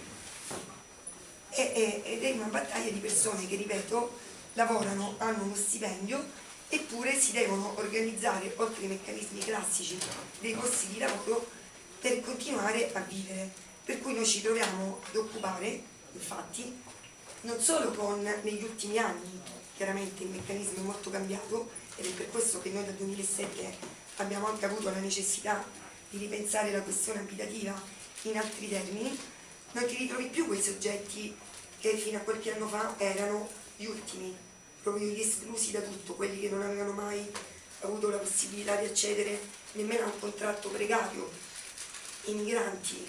[SPEAKER 3] e, e, ed è una battaglia di persone che, ripeto, lavorano, hanno uno stipendio, eppure si devono organizzare oltre ai meccanismi classici dei posti di lavoro per continuare a vivere. Per cui noi ci troviamo ad occupare, infatti, non solo con negli ultimi anni, chiaramente il meccanismo è molto cambiato ed è per questo che noi dal duemilasette abbiamo anche avuto la necessità di ripensare la questione abitativa in altri termini, non ti ritrovi più quei soggetti che fino a qualche anno fa erano gli ultimi, proprio gli esclusi da tutto, quelli che non avevano mai avuto la possibilità di accedere nemmeno a un contratto precario, i migranti,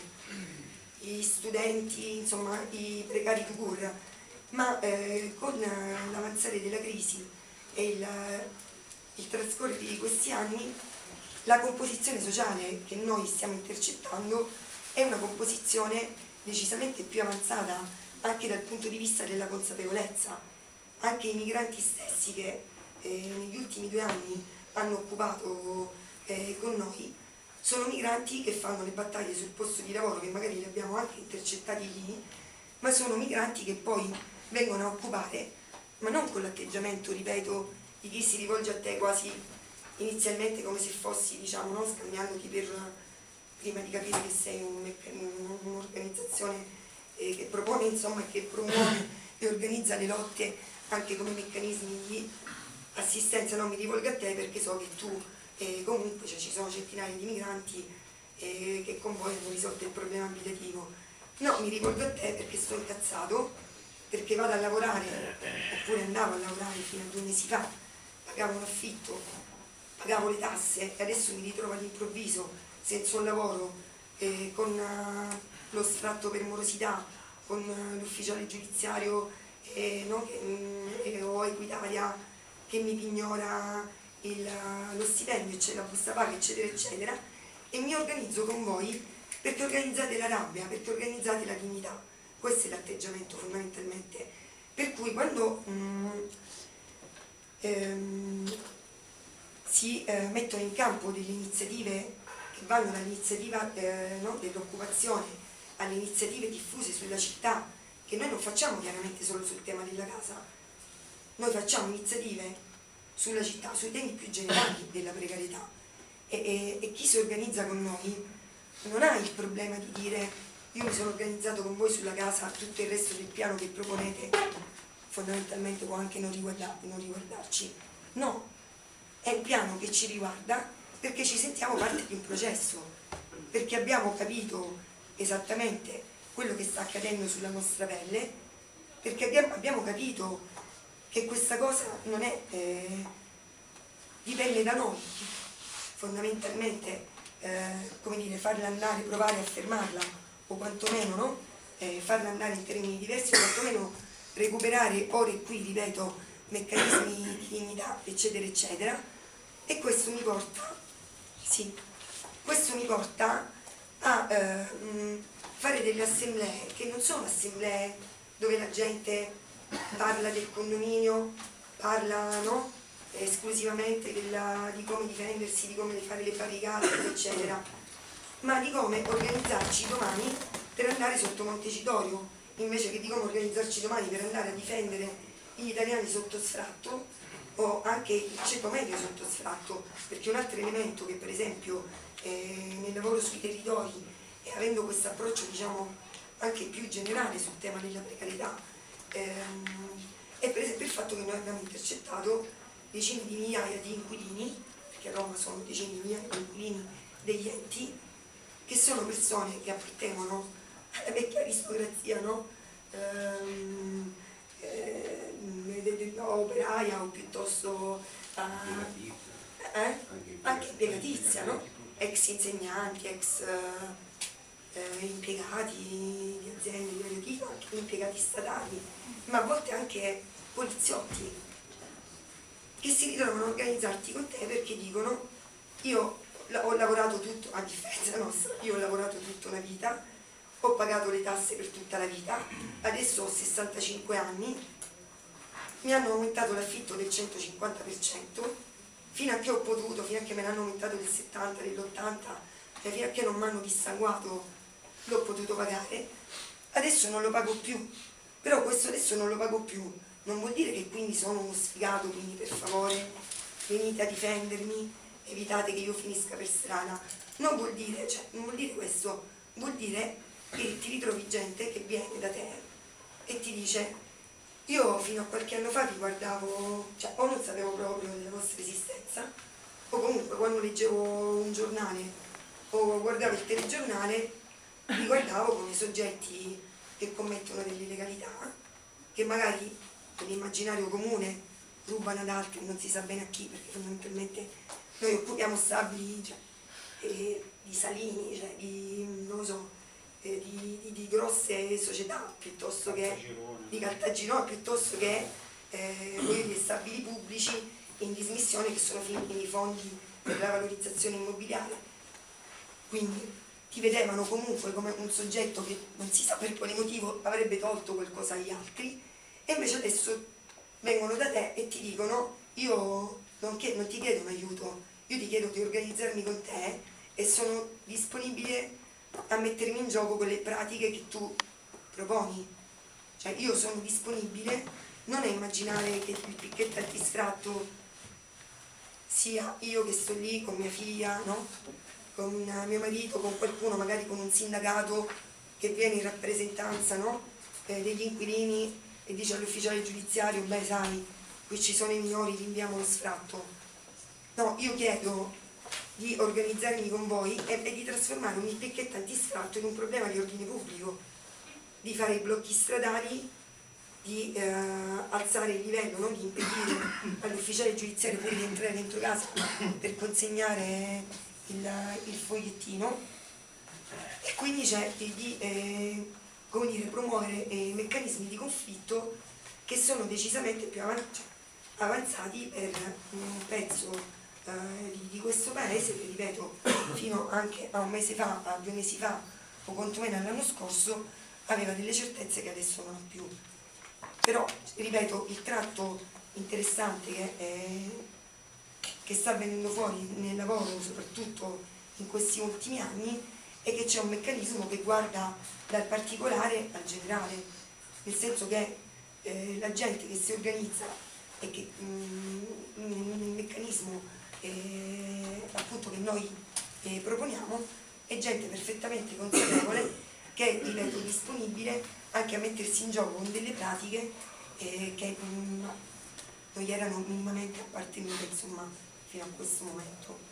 [SPEAKER 3] gli studenti, insomma i precari di cura, ma eh, con l'avanzare della crisi e il, il trascorrere di questi anni, la composizione sociale che noi stiamo intercettando è una composizione decisamente più avanzata anche dal punto di vista della consapevolezza. Anche i migranti stessi che eh, negli ultimi due anni hanno occupato eh, con noi sono migranti che fanno le battaglie sul posto di lavoro, che magari li abbiamo anche intercettati lì, ma sono migranti che poi vengono a occupare, ma non con l'atteggiamento, ripeto, di chi si rivolge a te quasi inizialmente come se fossi, diciamo, no, scambiandoti per, prima di capire che sei un'organizzazione eh, che propone, insomma, che promuove e organizza le lotte anche come meccanismi di assistenza. Non mi rivolgo a te perché so che tu eh, comunque, cioè, ci sono centinaia di migranti eh, che con voi hanno risolto il problema abitativo. No, mi rivolgo a te perché sto incazzato, perché vado a lavorare, oppure andavo a lavorare fino a due mesi fa, pagavo un affitto, pagavo le tasse e adesso mi ritrovo all'improvviso senza un lavoro, eh, con uh, lo sfratto per morosità, con uh, l'ufficiale giudiziario eh, no, che, mm, eh, o Equitalia che mi pignora il, uh, lo stipendio, eccetera, la busta paga, eccetera, eccetera, e mi organizzo con voi perché organizzate la rabbia, perché organizzate la dignità. Questo è l'atteggiamento fondamentalmente. Per cui quando mm, ehm, si eh, mettono in campo delle iniziative che vanno dall'iniziativa eh, no, dell'occupazione alle iniziative diffuse sulla città, che noi non facciamo chiaramente solo sul tema della casa, noi facciamo iniziative sulla città, sui temi più generali della precarietà, e, e, e chi si organizza con noi non ha il problema di dire io mi sono organizzato con voi sulla casa, tutto il resto del piano che proponete fondamentalmente può anche non, riguarda, non riguardarci. No, è un piano che ci riguarda perché ci sentiamo parte di un processo, perché abbiamo capito esattamente quello che sta accadendo sulla nostra pelle, perché abbiamo, abbiamo capito che questa cosa non è, eh, dipende da noi, fondamentalmente, eh, come dire, farla andare, provare a fermarla, o quantomeno no? eh, farla andare in termini diversi, o quantomeno recuperare ora e qui, ripeto, meccanismi di dignità, eccetera, eccetera. E questo mi porta, sì, questo mi porta a eh, mh, fare delle assemblee che non sono assemblee dove la gente parla del condominio, parla no? esclusivamente della, di come difendersi, di come fare le barricate, eccetera, ma di come organizzarci domani per andare sotto Montecitorio, invece che di come organizzarci domani per andare a difendere gli italiani sotto sfratto o anche il ceto medio sotto sfratto, perché un altro elemento che per esempio eh, nel lavoro sui territori e avendo questo approccio diciamo anche più generale sul tema della precarietà ehm, è per esempio il fatto che noi abbiamo intercettato decine di migliaia di inquilini, perché a Roma sono decine di migliaia di inquilini degli enti, che sono persone che appartengono alla vecchia aristocrazia, no? ehm, ehm, eh, operaia o piuttosto eh, eh? anche impiegatizia, no? Ex insegnanti, ex eh, impiegati di aziende di vario tipo, anche impiegati statali, ma a volte anche poliziotti che si ritrovano a organizzarti con te perché dicono: io ho lavorato tutto, a differenza nostra, io ho lavorato tutta una vita, ho pagato le tasse per tutta la vita, adesso ho sessantacinque anni, mi hanno aumentato l'affitto del centocinquanta per cento, fino a che ho potuto, fino a che me l'hanno aumentato del settanta, dell'ottanta, cioè fino a che non mi hanno dissanguato l'ho potuto pagare, adesso non lo pago più. Però questo adesso non lo pago più non vuol dire che quindi sono uno sfigato, quindi per favore venite a difendermi, evitate che io finisca per strada. Non vuol dire, cioè, non vuol dire questo, vuol dire che ti ritrovi gente che viene da te e ti dice: io fino a qualche anno fa vi guardavo, cioè o non sapevo proprio della vostra esistenza, o comunque quando leggevo un giornale o guardavo il telegiornale vi guardavo come soggetti che commettono delle illegalità, che magari nell'immaginario comune rubano ad altri, non si sa bene a chi, perché fondamentalmente noi occupiamo stabili, cioè, eh, di salini, cioè, di, non lo so, eh, di, di, di grosse società, piuttosto che di Caltagirone, piuttosto che eh, di stabili pubblici in dismissione che sono finiti nei fondi per la valorizzazione immobiliare. Quindi ti vedevano comunque come un soggetto che non si sa per quale motivo avrebbe tolto qualcosa agli altri, e invece adesso vengono da te e ti dicono: io non, chiedo, non ti chiedo un aiuto, io ti chiedo di organizzarmi con te e sono disponibile a mettermi in gioco con le pratiche che tu proponi. Cioè io sono disponibile non a immaginare che il picchetto al distratto sia io che sto lì con mia figlia, no? Con mio marito, con qualcuno, magari con un sindacato che viene in rappresentanza, no? eh, degli inquilini e dice all'ufficiale giudiziario: beh sai, qui ci sono i minori, vi inviamo lo sfratto. No, io chiedo di organizzarmi con voi e, e di trasformare un picchetto antisfratto in un problema di ordine pubblico, di fare i blocchi stradali, di eh, alzare il livello, no? Di impedire all'ufficiale giudiziario pure di entrare dentro casa per consegnare il, il fogliettino, e quindi c'è di eh, come dire, promuovere eh, meccanismi di conflitto che sono decisamente più avanzati, avanzati per un pezzo eh, di, di questo paese che, ripeto, fino anche a un mese fa, a due mesi fa o quantomeno all'anno scorso aveva delle certezze che adesso non ha più. Però, ripeto, il tratto interessante che, è, che sta venendo fuori nel lavoro, soprattutto in questi ultimi anni, è che c'è un meccanismo che guarda dal particolare al generale, nel senso che eh, la gente che si organizza e che mh, nel meccanismo eh, appunto che noi eh, proponiamo è gente perfettamente consapevole che è, ripeto, disponibile anche a mettersi in gioco con delle pratiche eh, che mh, non gli erano minimamente appartenute, insomma, fino a questo momento.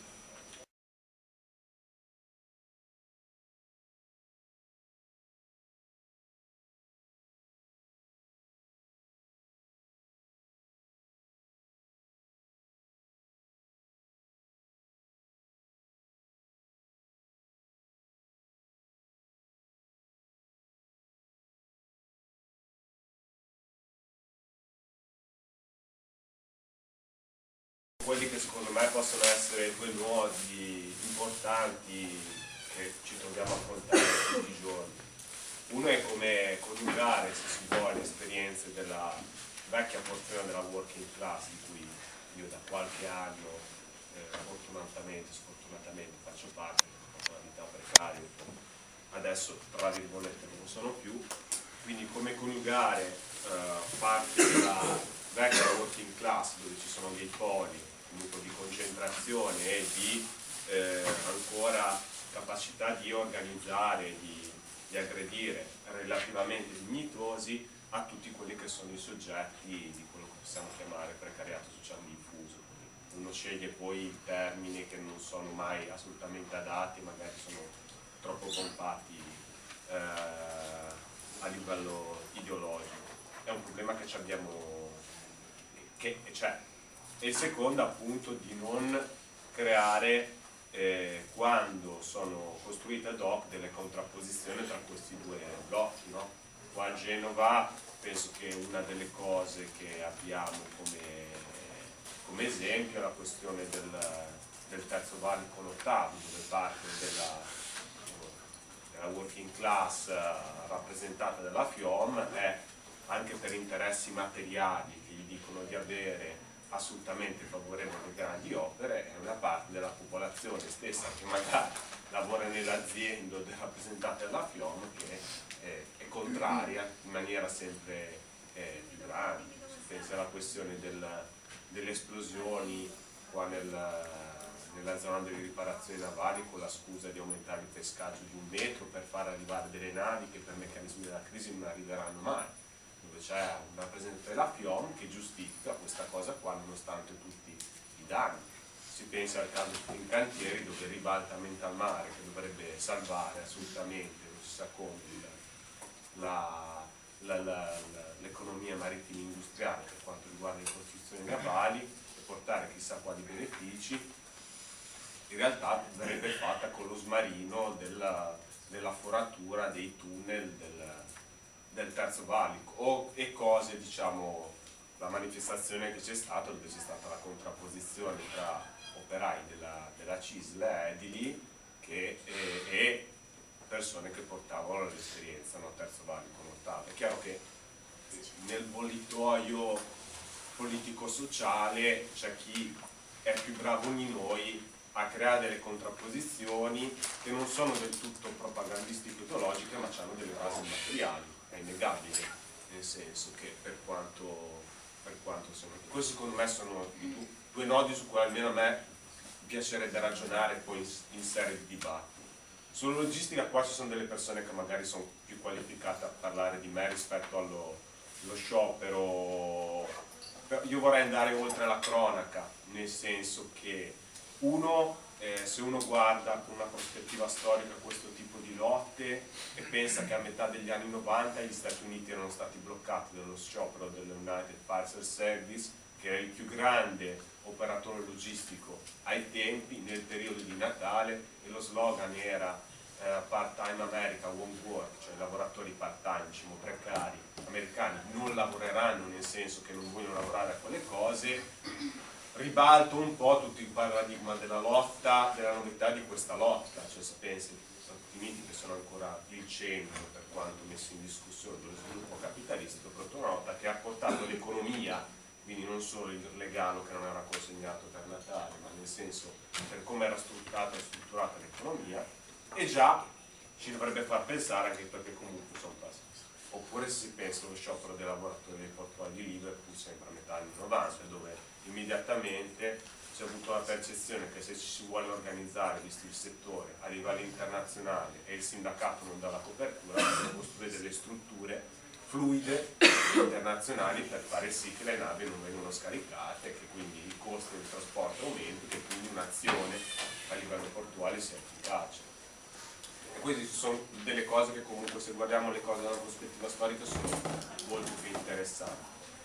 [SPEAKER 5] Quelli che secondo me possono essere due nodi importanti che ci troviamo a affrontare tutti i giorni. Uno è come coniugare, se si vuole, le esperienze della vecchia porzione della working class, di cui io da qualche anno, eh, fortunatamente, sfortunatamente, faccio parte, ho una vita precaria, adesso tra virgolette non lo sono più, quindi come coniugare eh, parte della vecchia working class, dove ci sono dei poli comunque di concentrazione e di eh, ancora capacità di organizzare, di, di aggredire relativamente dignitosi, a tutti quelli che sono i soggetti di quello che possiamo chiamare precariato sociale diffuso. Uno sceglie poi termini che non sono mai assolutamente adatti, magari sono troppo compatti eh, a livello ideologico. È un problema che ci abbiamo che c'è. E il secondo appunto di non creare, eh, quando sono costruite ad hoc, delle contrapposizioni tra questi due blocchi, no? Qua a Genova penso che una delle cose che abbiamo come, come esempio è la questione del, del terzo valico notabile, dove parte della, della working class rappresentata dalla F I O M è anche per interessi materiali che gli dicono di avere assolutamente favorevole alle grandi opere, è una parte della popolazione stessa che magari lavora nelle aziende rappresentate dalla F I O M che è, è contraria in maniera sempre eh, più grande. Si pensa alla questione del, delle esplosioni qua nel, nella zona delle riparazioni navali con la scusa di aumentare il pescaggio di un metro per far arrivare delle navi che per meccanismi della crisi non arriveranno mai, dove c'è un rappresentante della F I O M che giustifica questa cosa qua nonostante tutti i danni. Si pensa al caso in cantieri dove ribalta mente al mare, che dovrebbe salvare assolutamente, non si sa come, l'economia marittima industriale per quanto riguarda le costruzioni navali e portare chissà quali benefici, in realtà verrebbe fatta con lo smarino della, della foratura dei tunnel del, del terzo valico o, e cose, diciamo, la manifestazione che c'è stata, dove c'è stata la contrapposizione tra operai della, della C I S L e edili che, e, e persone che portavano l'esperienza no, terzo valico notabile. È chiaro che nel volitoio politico-sociale c'è chi è più bravo di noi a creare delle contrapposizioni che non sono del tutto propagandistiche ideologiche, ma hanno delle basi materiali, è innegabile, nel senso che per quanto, per quanto sono... Questi secondo me sono i due nodi su cui almeno a me piacerebbe ragionare poi in, in serie di dibattiti. Sulla logistica qua ci sono delle persone che magari sono più qualificate a parlare di me rispetto allo, allo sciopero. Io vorrei andare oltre la cronaca, nel senso che uno, eh, se uno guarda con una prospettiva storica questo tipo di lotte e pensa che a metà degli anni novanta gli Stati Uniti erano stati bloccati dallo sciopero dell'United Parcel Service, che era il più grande operatore logistico ai tempi, nel periodo di Natale, e lo slogan era eh, part-time America won't work, cioè lavoratori part-time, diciamo precari, americani non lavoreranno, nel senso che non vogliono lavorare a quelle cose. Ribalto un po' tutto il paradigma della lotta, della novità di questa lotta, cioè se pensi agli Stati Uniti che sono ancora il centro per quanto messo in discussione dello sviluppo capitalistico, proprio una lotta che ha portato l'economia, quindi non solo il regalo che non era consegnato per Natale, ma nel senso per come era strutturata e strutturata l'economia, e già ci dovrebbe far pensare anche perché comunque sono passati. Oppure se si pensa allo sciopero dei lavoratori dei portuali di Liverpool sempre a metà anni novanta, dove immediatamente si è avuto la percezione che se ci si vuole organizzare, visto il settore, a livello internazionale e il sindacato non dà la copertura, bisogna costruire delle strutture fluide internazionali per fare sì che le navi non vengano scaricate, che quindi i costi del trasporto aumentino, che quindi un'azione a livello portuale sia efficace. E queste sono delle cose che comunque, se guardiamo le cose da una prospettiva storica, sono molto più interessanti.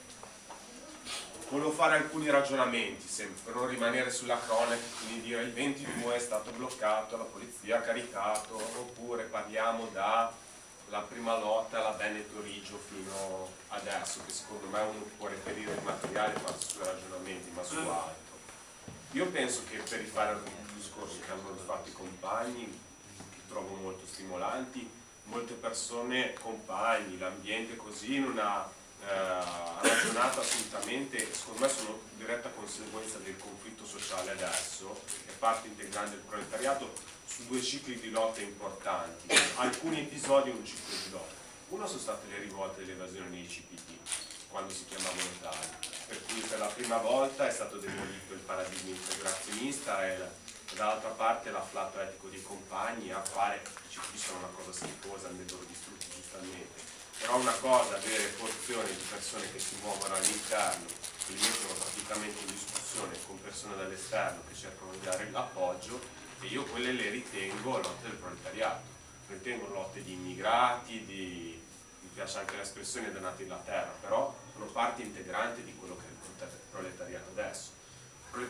[SPEAKER 5] Volevo fare alcuni ragionamenti, sempre, per non rimanere sulla cronaca, quindi dire il ventidue è stato bloccato, la polizia ha caricato, oppure parliamo dalla prima lotta alla Veneto Riggio fino adesso, che secondo me uno può reperire il materiale e farsi sui ragionamenti, ma su altro. Io penso che, per rifare il discorso che hanno fatto i compagni, che trovo molto stimolanti, molte persone, compagni, l'ambiente così non ha eh, ragionato assolutamente, secondo me sono diretta conseguenza del conflitto sociale adesso, è parte integrante del proletariato, su due cicli di lotte importanti, alcuni episodi in un ciclo di lotta. Uno sono state le rivolte e le evasioni dei C P T, quando si chiamavano tali, per cui per la prima volta è stato demolito il paradigma integrazionista e dall'altra parte l'afflato etico dei compagni a fare i C P T sono una cosa schifosa nei loro distrutti giustamente, però una cosa avere porzioni di persone che si muovono all'interno e li mettono praticamente in discussione con persone dall'esterno che cercano di dare l'appoggio, e io quelle le ritengo lotte del proletariato, ritengo lotte di immigrati, di, mi piace anche l'espressione dei nati della terra, però sono parte integrante di quello che è il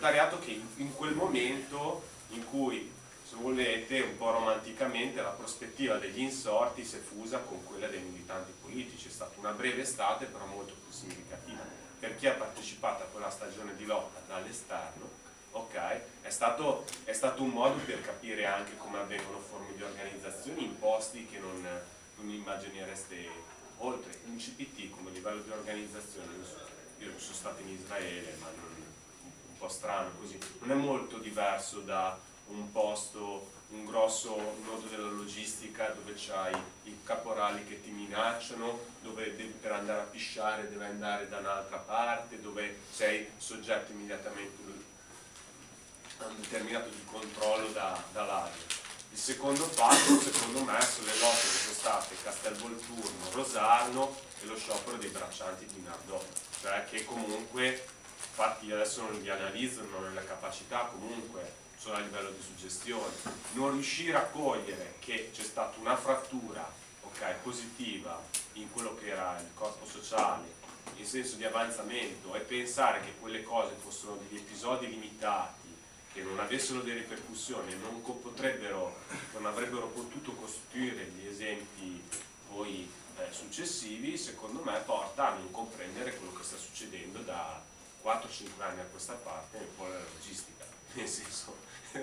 [SPEAKER 5] volontariato che in, in quel momento in cui, se volete, un po' romanticamente, la prospettiva degli insorti si è fusa con quella dei militanti politici. È stata una breve estate, però molto più significativa. Per chi ha partecipato a quella stagione di lotta dall'esterno, okay, è, stato, è stato un modo per capire anche come avvengono forme di organizzazione in posti che non, non immaginereste oltre. Un C P T come livello di organizzazione, io sono stato in Israele, ma non, un po' strano così, non è molto diverso da un posto, un grosso nodo della logistica dove c'hai i caporali che ti minacciano, dove devi, per andare a pisciare devi andare da un'altra parte, dove sei soggetto immediatamente a un determinato di controllo da, dall'aria. Il secondo fatto, secondo me, sono le lotte che sono state Castelvolturno, Rosarno e lo sciopero dei braccianti di Nardò, cioè che comunque, infatti adesso non li analizzo, non ho la capacità, comunque sono a livello di suggestione, non riuscire a cogliere che c'è stata una frattura, okay, positiva in quello che era il corpo sociale, in senso di avanzamento, e pensare che quelle cose fossero degli episodi limitati, che non avessero delle ripercussioni, non potrebbero, non avrebbero potuto costituire gli esempi poi eh, successivi, secondo me porta a non comprendere quello che sta succedendo da quattro cinque anni a questa parte nel polo della logistica, nel senso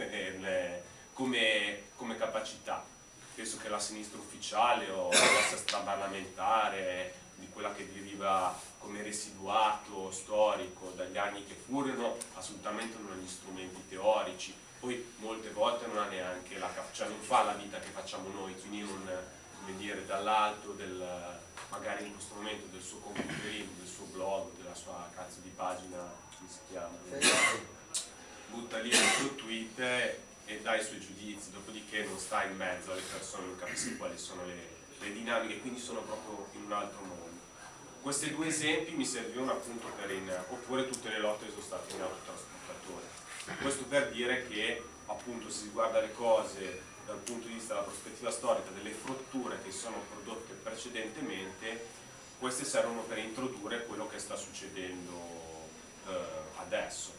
[SPEAKER 5] come, come capacità. Penso che la sinistra ufficiale o la destra straparlamentare, di quella che deriva come residuato storico dagli anni che furono, assolutamente non ha gli strumenti teorici, poi molte volte non ha neanche la cioè non fa la vita che facciamo noi, quindi non, come dire, dall'alto del, magari in questo momento del suo computerino, del suo blog, della sua cazzo di pagina, come si chiama? Butta lì il suo tweet e dà i suoi giudizi, dopodiché non sta in mezzo alle persone, non capisce quali sono le, le dinamiche, quindi sono proprio in un altro mondo. Questi due esempi mi servivano appunto per in, oppure tutte le lotte che sono state in autotrasportatore. Questo per dire che appunto se si guarda le cose dal punto di vista della prospettiva storica delle fratture che sono prodotte precedentemente, queste servono per introdurre quello che sta succedendo eh, adesso.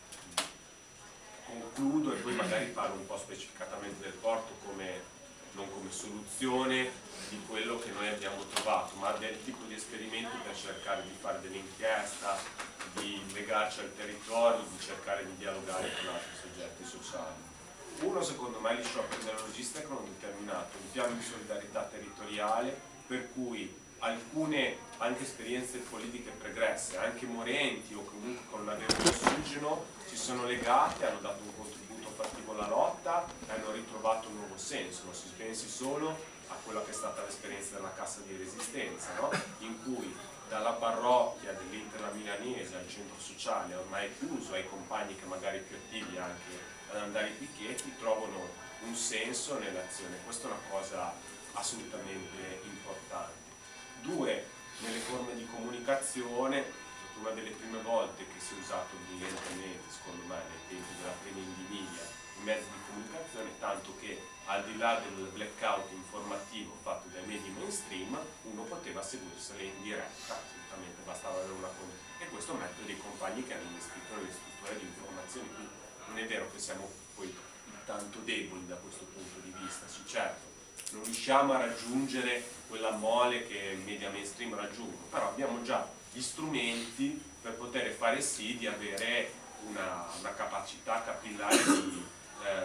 [SPEAKER 5] Concludo e poi magari parlo un po' specificatamente del porto come, non come soluzione di quello che noi abbiamo trovato, ma del tipo di esperimento per cercare di fare dell'inchiesta, di legarci al territorio, di cercare di dialogare con altri soggetti sociali. Uno, secondo me, gli scioperi della logistica hanno determinato un piano di solidarietà territoriale per cui alcune anche esperienze politiche pregresse, anche morenti o comunque con una vena d'ossigeno, si sono legate, hanno dato un contributo fattivo alla lotta e hanno ritrovato un nuovo senso. Non si pensi solo a quella che è stata l'esperienza della Cassa di Resistenza, no? In cui dalla parrocchia dell'Interla milanese al centro sociale ormai chiuso, ai compagni che magari più attivi anche ad andare ai picchetti, trovano un senso nell'azione. Questa è una cosa assolutamente importante. Due, nelle forme di comunicazione, una delle prime volte che si è usato brillantemente, secondo me, nei tempi della prima Indimilia, i mezzi di comunicazione, tanto che al di là del blackout informativo fatto dai media mainstream, uno poteva seguirsele in diretta, assolutamente, bastava avere una comunicazione. E questo mette dei compagni che hanno investito nelle strutture di informazione, quindi non è vero che siamo poi tanto deboli da questo punto di vista, sì, certo. Non riusciamo a raggiungere quella mole che i media mainstream raggiungono, però abbiamo già gli strumenti per poter fare sì di avere una, una capacità capillare di, eh,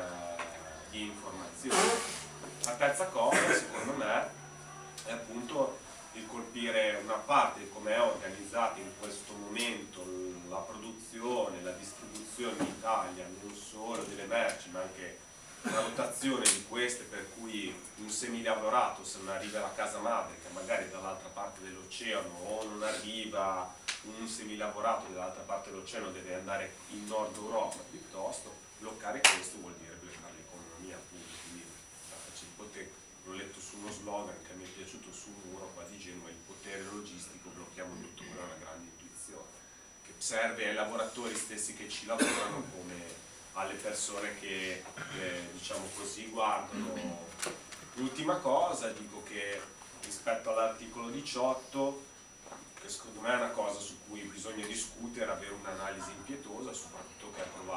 [SPEAKER 5] di informazione. La terza cosa, secondo me, è appunto il colpire una parte di come è organizzata in questo momento la produzione, la distribuzione in Italia, non solo delle merci, ma anche una rotazione di queste, per cui un semilavorato, se non arriva alla casa madre, che magari è dall'altra parte dell'oceano, o non arriva un semilavorato dall'altra parte dell'oceano, deve andare in Nord Europa piuttosto, bloccare questo vuol dire bloccare l'economia, appunto. Quindi il potere, l'ho letto su uno slogan che mi è piaciuto sul muro qua di Genova, il potere logistico, blocchiamo tutto, quella è una grande intuizione, che serve ai lavoratori stessi che ci lavorano come alle persone che, eh, diciamo così, guardano. L'ultima cosa, dico che rispetto all'articolo diciotto, che secondo me è una cosa su cui bisogna discutere, avere un'analisi impietosa, soprattutto che è approvato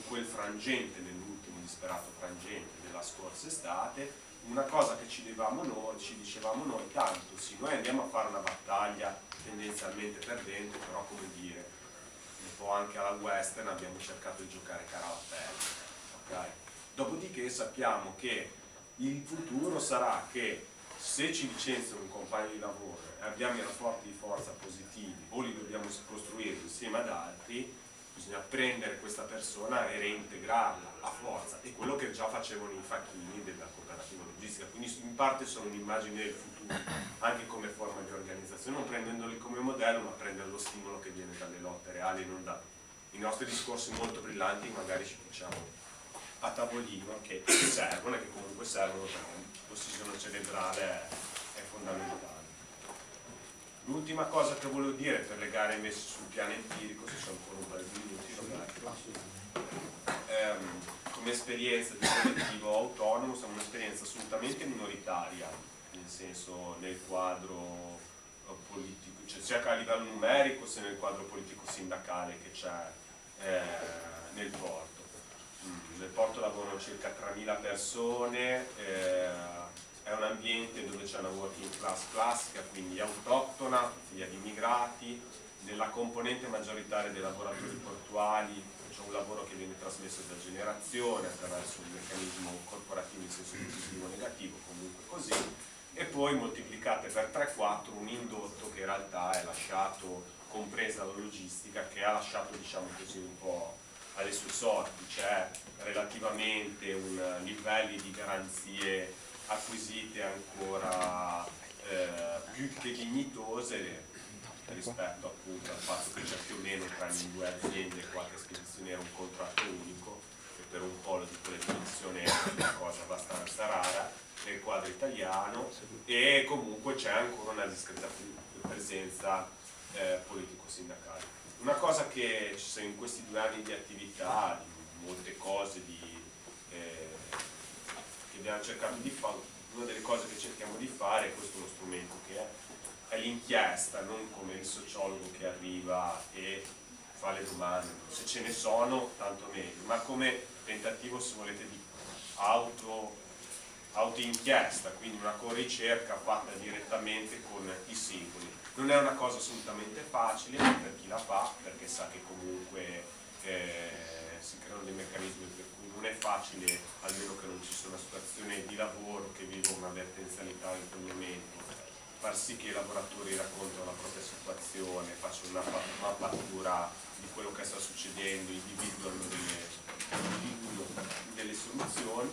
[SPEAKER 5] quel frangente, nell'ultimo disperato frangente della scorsa estate, una cosa che ci dicevamo noi, ci dicevamo noi, tanto sì, noi andiamo a fare una battaglia tendenzialmente perdente, però come dire, un po' anche alla western abbiamo cercato di giocare cara alla pelle, ok? Dopodiché sappiamo che il futuro sarà che se ci licenziano un compagno di lavoro e abbiamo i rapporti di forza positivi o li dobbiamo costruire insieme ad altri, bisogna prendere questa persona e reintegrarla a forza, è quello che già facevano i facchini della cooperativa logistica, quindi in parte sono un'immagine del futuro, anche come forma di organizzazione, non prendendoli come modello, ma prendere lo stimolo che viene dalle lotte reali, non da i nostri discorsi molto brillanti, magari ci facciamo a tavolino, che servono e che comunque servono perché l'ossigeno cerebrale è, è fondamentale. L'ultima cosa che volevo dire per le gare messe sul piano empirico, se sono ancora un paio di minuti, ehm, come esperienza di collettivo autonomo, siamo un'esperienza assolutamente minoritaria, nel senso nel quadro politico, cioè sia che a livello numerico sia nel quadro politico-sindacale che c'è eh, nel porto. Mm, nel porto lavorano circa tremila persone, eh, è un ambiente dove c'è una working class classica, quindi autoctona, figlia di immigrati, nella componente maggioritaria dei lavoratori portuali c'è un lavoro che viene trasmesso da generazione attraverso un meccanismo corporativo in senso positivo o negativo, comunque così, e poi moltiplicate per tre quattro un indotto che in realtà è lasciato, compresa la logistica, che ha lasciato, diciamo così, un po' alle sue sorti, c'è relativamente un livelli di garanzie acquisite ancora eh, più che dignitose rispetto appunto al fatto che c'è più o meno tra le due aziende qualche spedizioniera un contratto unico, che per un polo di quelle dimensioni è una cosa abbastanza rara nel quadro italiano, e comunque c'è ancora una discreta presenza eh, politico-sindacale. Una cosa che ci sono in questi due anni di attività, di molte cose di eh, che abbiamo cercato di fare, una delle cose che cerchiamo di fare, questo è uno strumento che è, è l'inchiesta, non come il sociologo che arriva e fa le domande, se ce ne sono tanto meglio, ma come tentativo, se volete, di auto, auto-inchiesta, quindi una corricerca fatta direttamente con i singoli. Non è una cosa assolutamente facile per chi la fa, perché sa che comunque eh, si creano dei meccanismi per cui non è facile, almeno che non ci sia una situazione di lavoro che viva una vertenzialità in quel momento, far sì che i lavoratori raccontano la propria situazione, facciano una mappatura di quello che sta succedendo, individuano delle, individuano delle soluzioni.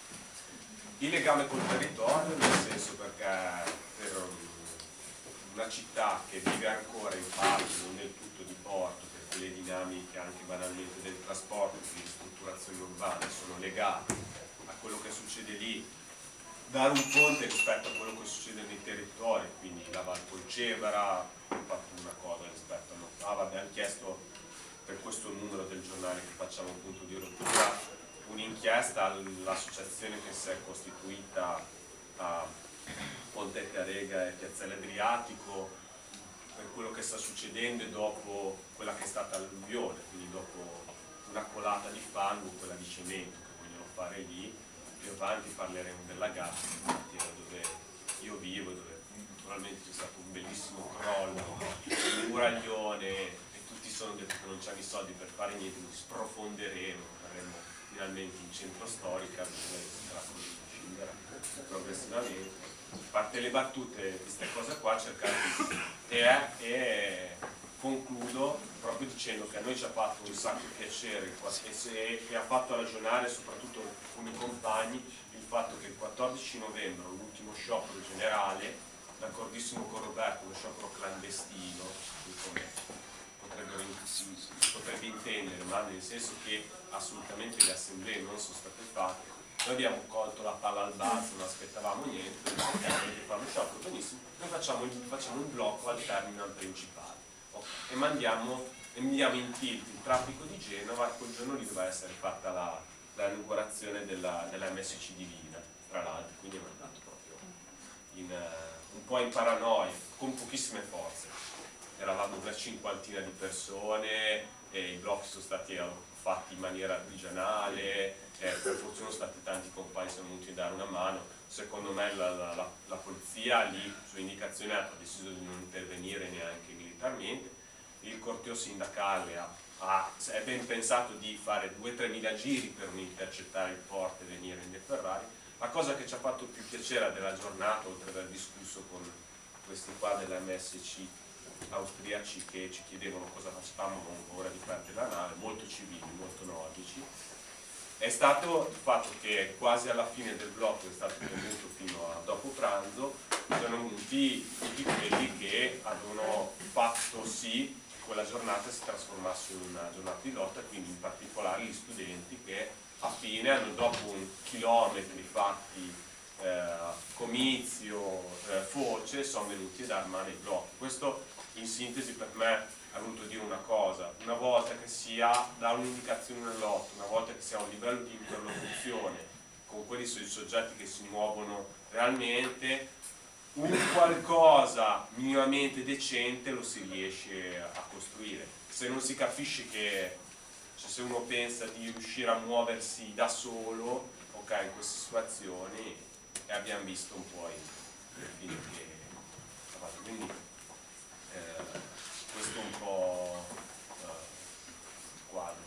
[SPEAKER 5] Il legame col territorio, nel senso perché per una città che vive ancora in parte, non del tutto di porto, perché le dinamiche anche banalmente del trasporto, delle strutturazioni urbane sono legate a quello che succede lì, dare un ponte rispetto a quello che succede nei territori, quindi la Val Polcevera ha fatto una cosa rispetto a Nottava, abbiamo chiesto per questo numero del giornale che facciamo un punto di rottura un'inchiesta all'associazione che si è costituita a Ponte Carega e Piazzale Adriatico per quello che sta succedendo dopo quella che è stata l'alluvione, quindi dopo una colata di fango, quella di cemento che vogliono fare lì. Più avanti parleremo della Gatti, dove io vivo, dove naturalmente c'è stato un bellissimo crollo, un muraglione e tutti sono detto che non c'hanno i soldi per fare niente, quindi sprofonderemo, faremo finalmente in centro storica, dove sarà come scendere progressivamente. A parte le battute, queste cose qua, cercare di... E, e concludo proprio dicendo che a noi ci ha fatto un sacco di piacere e, se, e ha fatto ragionare soprattutto con i compagni il fatto che il quattordici novembre, l'ultimo sciopero generale, d'accordissimo con Roberto, uno sciopero clandestino, come potrebbero, potrebbe intendere, ma nel senso che assolutamente le assemblee non sono state fatte. Noi abbiamo colto la palla al balzo, non aspettavamo niente, ok, volete fare uno sciopero, benissimo, noi facciamo, facciamo un blocco al terminal principale, okay, e mandiamo, mandiamo in tilt il traffico di Genova, e quel giorno lì doveva essere fatta la, l'inaugurazione della, dell'M S C di Vina, tra l'altro, quindi è mandato proprio in, uh, un po' in paranoia, con pochissime forze. eravamo una cinquantina di persone e i blocchi sono stati fatti in maniera artigianale, eh, per fortuna sono stati tanti compagni che sono venuti a dare una mano. Secondo me la, la, la, la polizia lì su indicazione ha deciso di non intervenire neanche militarmente. Il corteo sindacale ha, ha, è ben pensato di fare due tre mila giri per non intercettare il porto e venire in deferrari. La cosa che ci ha fatto più piacere della giornata, oltre ad aver discusso con questi qua dell'M S C austriaci che ci chiedevano cosa facevamo, non paura di perdere la nave, molto civili, molto nordici, è stato il fatto che quasi alla fine del blocco, è stato tenuto fino a dopo pranzo, sono venuti tutti quelli che avevano fatto sì che quella giornata si trasformasse in una giornata di lotta, quindi in particolare gli studenti che a fine hanno, dopo un chilometri fatti eh, comizio, eh, foce, sono venuti a dar mano ai blocchi. Questo in sintesi per me ha voluto dire una cosa: una volta che si ha, dà un'indicazione nel lotto, una volta che si ha un livello di interlocuzione con quelli sui soggetti che si muovono realmente, un qualcosa minimamente decente lo si riesce a costruire. Se non si capisce che, cioè, se uno pensa di riuscire a muoversi da solo, ok, in queste situazioni, e abbiamo visto un po' il film che ha fatto. Quindi eh, questo è un po' eh, il quadro.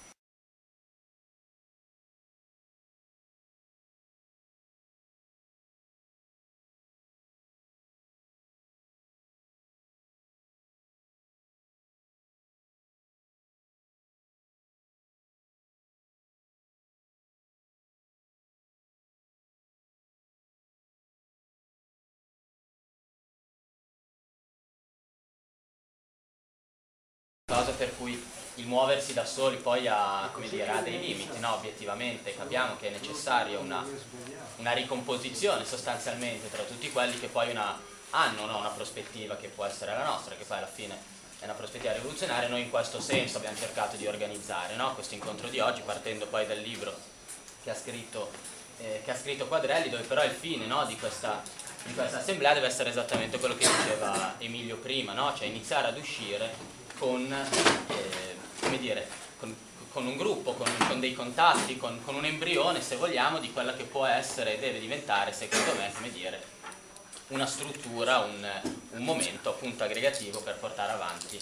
[SPEAKER 6] Cosa per cui il muoversi da soli poi ha, come dire, ha dei limiti, no? Obiettivamente capiamo che è necessaria una, una ricomposizione sostanzialmente tra tutti quelli che poi una, hanno no? una prospettiva che può essere la nostra, che poi alla fine è una prospettiva rivoluzionaria. Noi in questo senso abbiamo cercato di organizzare no? questo incontro di oggi, partendo poi dal libro che ha scritto, eh, che ha scritto Quadrelli, dove però il fine no? di questa di questa assemblea deve essere esattamente quello che diceva Emilio prima, no? Cioè iniziare ad uscire con, eh, come dire, con, con un gruppo, con, con dei contatti, con, con un embrione, se vogliamo, di quella che può essere e deve diventare, secondo me, come dire, una struttura, un, un momento appunto aggregativo per portare avanti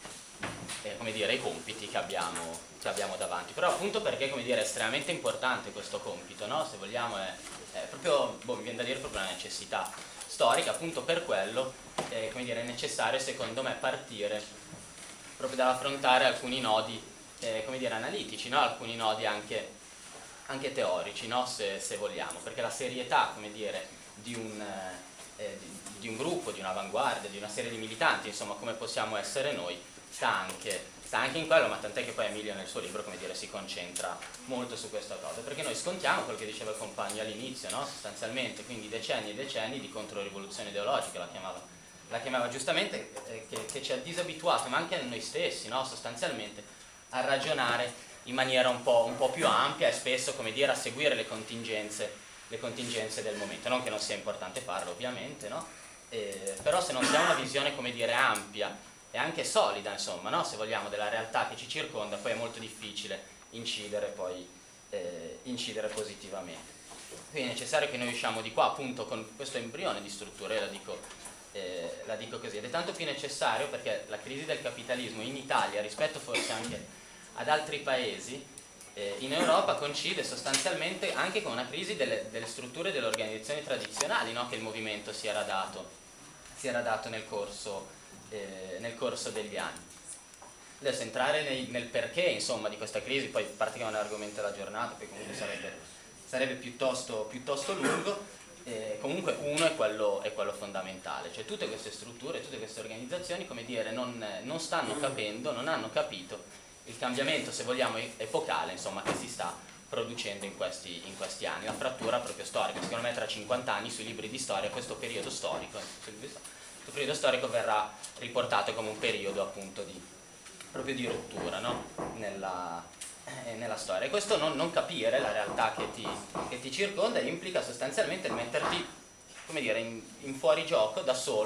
[SPEAKER 6] eh, come dire, i compiti che abbiamo, che abbiamo davanti. Però appunto perché, come dire, è estremamente importante questo compito, no? Se vogliamo è, è proprio, boh, mi viene da dire proprio una necessità storica, appunto per quello eh, come dire, è necessario secondo me partire proprio dall'affrontare alcuni nodi eh, come dire, analitici, no? Alcuni nodi anche, anche teorici, no? se, se vogliamo, perché la serietà come dire, di, un, eh, di, di un gruppo, di un'avanguardia, di una serie di militanti, insomma come possiamo essere noi, sta anche, sta anche in quello, ma tant'è che poi Emilio nel suo libro come dire, si concentra molto su questa cosa, perché noi scontiamo quello che diceva il compagno all'inizio, no? Sostanzialmente, quindi decenni e decenni di controrivoluzione ideologica, la chiamava la chiamava giustamente, eh, che, che ci ha disabituato, ma anche a noi stessi, no? Sostanzialmente, a ragionare in maniera un po', un po' più ampia e spesso, come dire, a seguire le contingenze, le contingenze del momento. Non che non sia importante farlo, ovviamente, no? Eh, però se non si ha una visione, come dire, ampia e anche solida, insomma, no? Se vogliamo, della realtà che ci circonda, poi è molto difficile incidere, poi, eh, incidere positivamente. Quindi è necessario che noi usciamo di qua, appunto, con questo embrione di struttura, e la dico... Eh, la dico così, ed è tanto più necessario perché la crisi del capitalismo in Italia, rispetto forse anche ad altri paesi eh, in Europa, coincide sostanzialmente anche con una crisi delle, delle strutture e delle organizzazioni tradizionali, no? Che il movimento si era dato, si era dato nel, corso, eh, nel corso degli anni. Adesso entrare nei, nel perché insomma di questa crisi, poi partiamo dall'argomento della giornata, poi comunque sarebbe, sarebbe piuttosto, piuttosto lungo. Eh, comunque uno è quello, è quello fondamentale, cioè tutte queste strutture, tutte queste organizzazioni come dire, non, non stanno capendo, non hanno capito il cambiamento, se vogliamo, epocale insomma, che si sta producendo in questi, in questi anni, la frattura proprio storica. Secondo me tra cinquanta anni sui libri di storia questo periodo storico, questo periodo storico verrà riportato come un periodo appunto di, proprio di rottura, no? nella, eh, nella storia. E questo non, non capire la realtà che ti, che ti circonda implica sostanzialmente il metterti, come dire, in, in fuorigioco da solo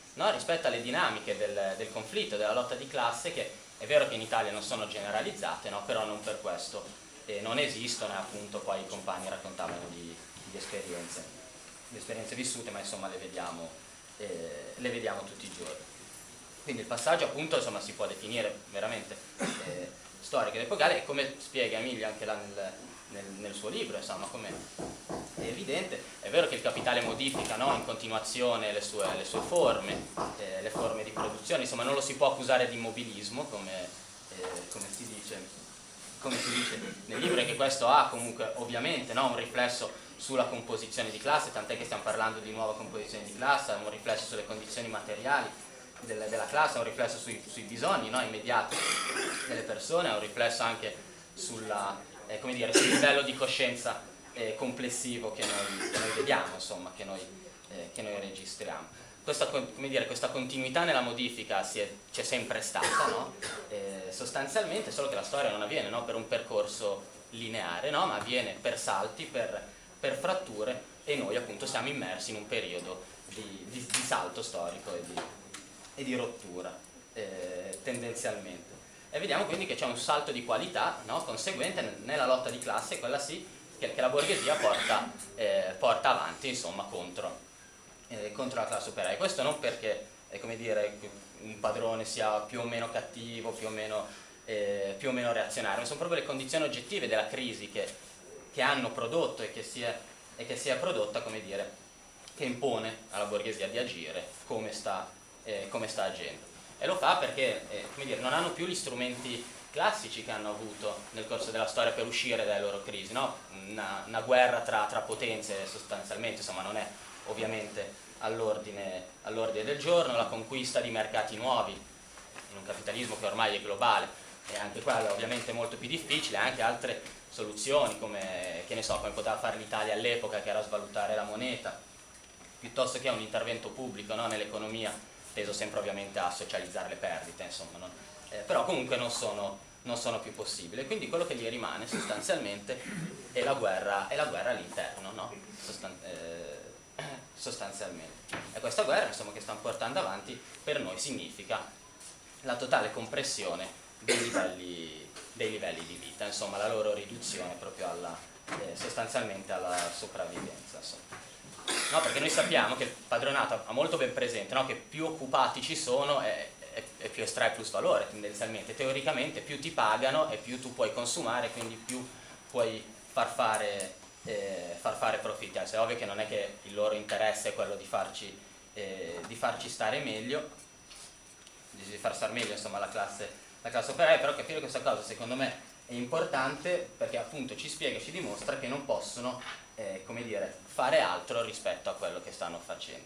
[SPEAKER 6] no? Rispetto alle dinamiche del, del conflitto, della lotta di classe, che è vero che in Italia non sono generalizzate, no? Però non per questo eh, non esistono, e appunto poi i compagni raccontavano di, di esperienze, di esperienze vissute, ma insomma le vediamo, eh, le vediamo tutti i giorni. Quindi il passaggio appunto insomma si può definire veramente eh, storico ed epocale, e come spiega Emilio anche là nel, nel, nel suo libro, insomma, come è evidente, è vero che il capitale modifica, no, in continuazione le sue, le sue forme, eh, le forme di produzione, insomma non lo si può accusare di immobilismo, come, eh, come, si dice, come si dice nel libro, e che questo ha comunque ovviamente, no, un riflesso sulla composizione di classe, tant'è che stiamo parlando di nuova composizione di classe, un riflesso sulle condizioni materiali della, della classe, un riflesso sui, sui bisogni, no, immediati delle persone, un riflesso anche sulla, eh, come dire, sul livello di coscienza eh, complessivo che noi, che noi vediamo, insomma, che noi, eh, che noi registriamo. Questa, come dire, questa continuità nella modifica c'è sempre stata, no? eh, sostanzialmente, solo che la storia non avviene, no, per un percorso lineare, no, ma avviene per salti, per, per fratture, e noi appunto siamo immersi in un periodo di, di, di salto storico e di, e di rottura, eh, tendenzialmente. E vediamo quindi che c'è un salto di qualità, no, conseguente nella lotta di classe, quella sì, che, che la borghesia porta, eh, porta avanti, insomma, contro, eh, contro la classe operaia. Questo non perché, eh, come dire, un padrone sia più o meno cattivo, più o meno, eh, più o meno reazionario, ma sono proprio le condizioni oggettive della crisi che, che hanno prodotto e che si è, e che si è prodotta, come dire, che impone alla borghesia di agire come sta, eh, come sta agendo. E lo fa perché, eh, come dire, non hanno più gli strumenti classici che hanno avuto nel corso della storia per uscire dalle loro crisi, no? Una, una guerra tra, tra potenze sostanzialmente, insomma, non è ovviamente all'ordine all'ordine del giorno, la conquista di mercati nuovi in un capitalismo che ormai è globale, e anche quello ovviamente molto più difficile, anche altre soluzioni come, che ne so, come poteva fare l'Italia all'epoca, che era svalutare la moneta, piuttosto che un intervento pubblico, no, nell'economia, teso sempre ovviamente a socializzare le perdite, insomma, no? eh, però comunque non sono, non sono più possibili, quindi quello che gli rimane sostanzialmente è la guerra, è la guerra all'interno, no? Sostan eh, sostanzialmente. E questa guerra, insomma, che stanno portando avanti, per noi significa la totale compressione dei livelli, dei livelli di vita, insomma, la loro riduzione proprio alla, eh, sostanzialmente alla sopravvivenza, insomma. No, perché noi sappiamo che il padronato ha molto ben presente, no, che più occupati ci sono e, e, e più estrai plus valore tendenzialmente. Teoricamente più ti pagano e più tu puoi consumare, quindi più puoi far fare, eh, far fare profitti. È ovvio che non è che il loro interesse è quello di farci, eh, di farci stare meglio, di far stare meglio, insomma, la classe, la classe operaia, però capire questa cosa secondo me è importante, perché appunto ci spiega e ci dimostra che non possono, eh, come dire, fare altro rispetto a quello che stanno facendo.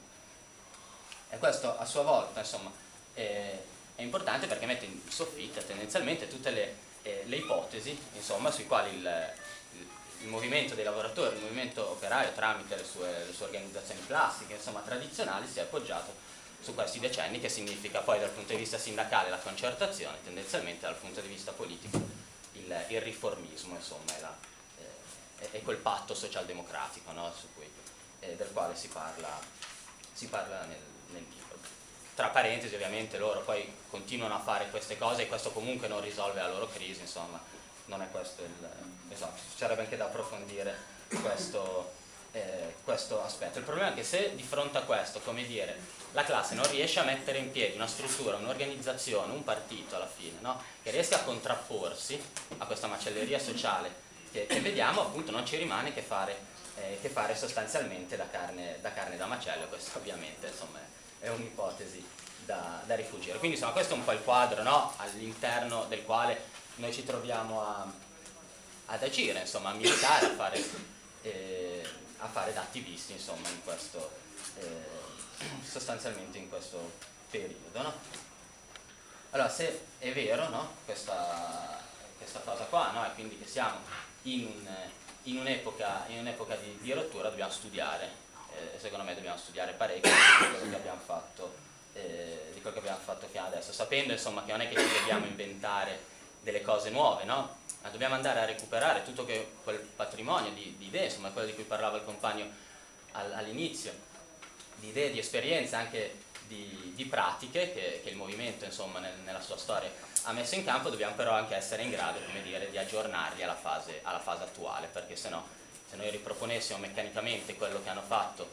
[SPEAKER 6] E questo a sua volta, insomma, eh, è importante perché mette in soffitta tendenzialmente tutte le, eh, le ipotesi, insomma, sui quali il, il, il movimento dei lavoratori, il movimento operaio, tramite le sue, le sue organizzazioni classiche, insomma, tradizionali, si è appoggiato su questi decenni, che significa poi dal punto di vista sindacale la concertazione, tendenzialmente dal punto di vista politico il, il riformismo, insomma, è, la, eh, è quel patto socialdemocratico, no, su cui, eh, del quale si parla, si parla nel, nel libro. Tra parentesi, ovviamente loro poi continuano a fare queste cose e questo comunque non risolve la loro crisi, insomma, non è questo il... esatto, c'era anche da approfondire questo... Eh, questo aspetto. Il problema è che se di fronte a questo, come dire, la classe non riesce a mettere in piedi una struttura, un'organizzazione, un partito alla fine, no? Che riesca a contrapporsi a questa macelleria sociale che, che vediamo, appunto non ci rimane che fare, eh, che fare sostanzialmente da carne, da carne da macello. Questo ovviamente, insomma, è un'ipotesi da, da rifuggire. Quindi insomma questo è un po' il quadro, no? All'interno del quale noi ci troviamo a, ad agire, insomma, a militare, a fare... Eh, a fare da attivisti, insomma, in questo, eh, sostanzialmente in questo periodo, no? Allora, se è vero, no, questa, questa cosa qua, no, e quindi che siamo in, un, in un'epoca in un'epoca di, di rottura, dobbiamo studiare, eh, secondo me dobbiamo studiare parecchio di quello che abbiamo fatto, eh, di quello che abbiamo fatto fino adesso, sapendo, insomma, che non è che ci dobbiamo inventare delle cose nuove, no? Ma dobbiamo andare a recuperare tutto che, quel patrimonio di, di idee, insomma, quello di cui parlava il compagno al, all'inizio, di idee, di esperienze, anche di, di pratiche che, che il movimento, insomma, nel, nella sua storia ha messo in campo, dobbiamo però anche essere in grado, come dire, di aggiornarli alla fase, alla fase attuale, perché se no, se noi riproponessimo meccanicamente quello che hanno fatto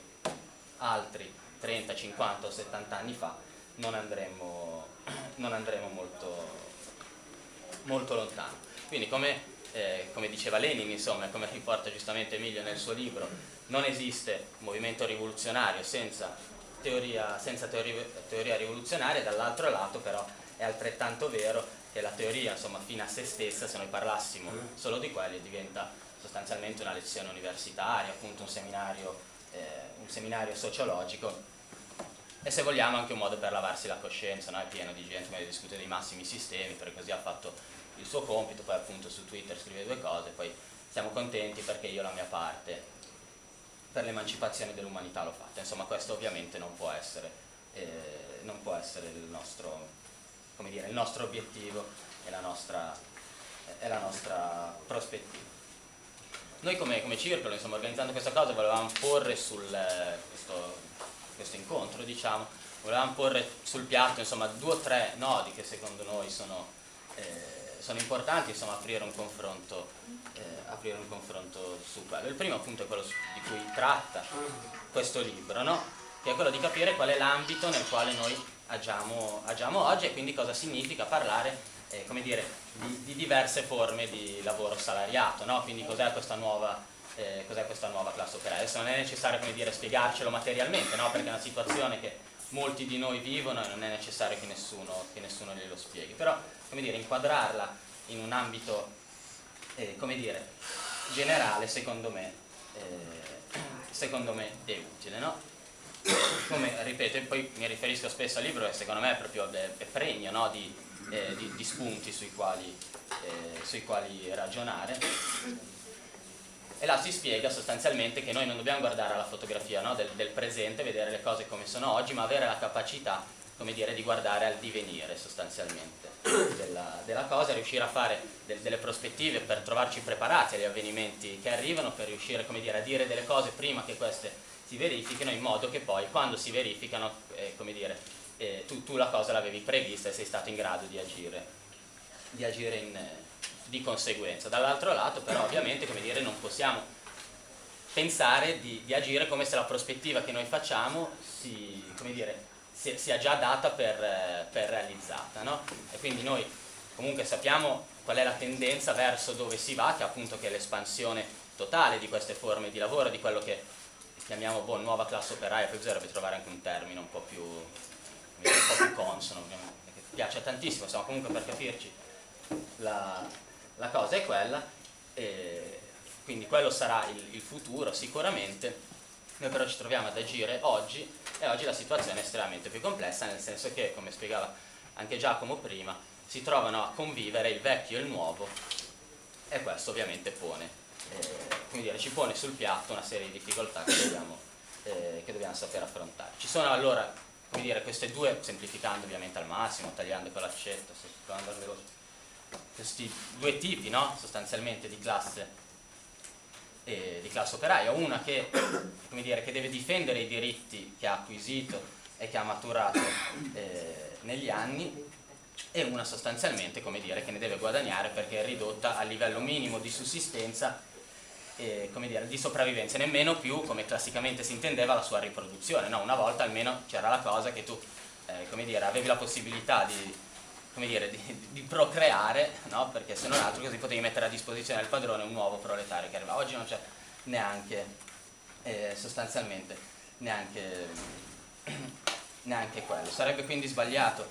[SPEAKER 6] altri trenta, cinquanta o settanta anni fa, non andremo, non andremo molto, molto lontano. Quindi come, eh, come diceva Lenin, insomma, come riporta giustamente Emilio nel suo libro, non esiste movimento rivoluzionario senza teoria, senza teoria, teoria rivoluzionaria, dall'altro lato però è altrettanto vero che la teoria, insomma, fine a se stessa, se noi parlassimo solo di quelli, diventa sostanzialmente una lezione universitaria, appunto un seminario, eh, un seminario sociologico, e se vogliamo anche un modo per lavarsi la coscienza, no? È pieno di gente che discute dei massimi sistemi, perché così ha fatto il suo compito, poi appunto su Twitter scrive due cose, poi siamo contenti perché io la mia parte per l'emancipazione dell'umanità l'ho fatta. Insomma, questo ovviamente non può essere, eh, non può essere il nostro, come dire, il nostro obiettivo e la nostra, è la nostra prospettiva. Noi come, come circolo, insomma, organizzando questa cosa, volevamo porre sul questo, questo incontro, diciamo, volevamo porre sul piatto, insomma, due o tre nodi che secondo noi sono, eh, sono importanti, insomma, aprire un confronto, eh, aprire un confronto su quello. Il primo appunto è quello di cui tratta questo libro, no? Che è quello di capire qual è l'ambito nel quale noi agiamo, agiamo oggi e quindi cosa significa parlare, Eh, come dire, di, di diverse forme di lavoro salariato, no? Quindi cos'è questa nuova, eh, cos'è questa nuova classe operaia? Adesso non è necessario, come dire, spiegarcelo materialmente, no? Perché è una situazione che molti di noi vivono e non è necessario che nessuno, che nessuno glielo spieghi, però, come dire, inquadrarla in un ambito, eh, come dire, generale, secondo me, eh, secondo me è utile, no? Come ripeto, e poi mi riferisco spesso al libro e secondo me è proprio è, è pregno, no? di Eh, di, di spunti sui quali, eh, sui quali ragionare, e là si spiega sostanzialmente che noi non dobbiamo guardare alla fotografia, no? del, del presente, vedere le cose come sono oggi, ma avere la capacità, come dire, di guardare al divenire sostanzialmente della, della cosa, riuscire a fare del, delle prospettive per trovarci preparati agli avvenimenti che arrivano, per riuscire, come dire, a dire delle cose prima che queste si verifichino, in modo che poi quando si verificano, eh, come dire, Eh, tu, tu la cosa l'avevi prevista e sei stato in grado di agire, di, agire in, eh, di conseguenza. Dall'altro lato però ovviamente, come dire, non possiamo pensare di, di agire come se la prospettiva che noi facciamo si, come dire, sia, sia già data per, eh, per realizzata, no? E quindi noi comunque sappiamo qual è la tendenza verso dove si va, che appunto che è l'espansione totale di queste forme di lavoro, di quello che chiamiamo boh, nuova classe operaia, poi bisognerebbe trovare anche un termine un po' più un po' più consono, che piace tantissimo, insomma, comunque per capirci la, la cosa è quella, e quindi quello sarà il, il futuro sicuramente. Noi però ci troviamo ad agire oggi e oggi la situazione è estremamente più complessa, nel senso che, come spiegava anche Giacomo prima, si trovano a convivere il vecchio e il nuovo, e questo ovviamente pone, eh, come dire, ci pone sul piatto una serie di difficoltà che dobbiamo, eh, che dobbiamo saper affrontare. Ci sono allora, come dire, queste due, semplificando ovviamente al massimo, tagliando con l'accetta, questi due tipi, no? Sostanzialmente di classe, eh, di classe operaia, una che, come dire, che deve difendere i diritti che ha acquisito e che ha maturato eh, negli anni, e una sostanzialmente, come dire, che ne deve guadagnare perché è ridotta a livello minimo di sussistenza, Eh, come dire, di sopravvivenza, nemmeno più come classicamente si intendeva la sua riproduzione, no? Una volta almeno c'era la cosa che tu, eh, come dire, avevi la possibilità di, come dire, di, di procreare, no? Perché se non altro così potevi mettere a disposizione del padrone un nuovo proletario che arriva. Oggi non c'è neanche, eh, sostanzialmente, neanche, neanche quello. Sarebbe quindi sbagliato,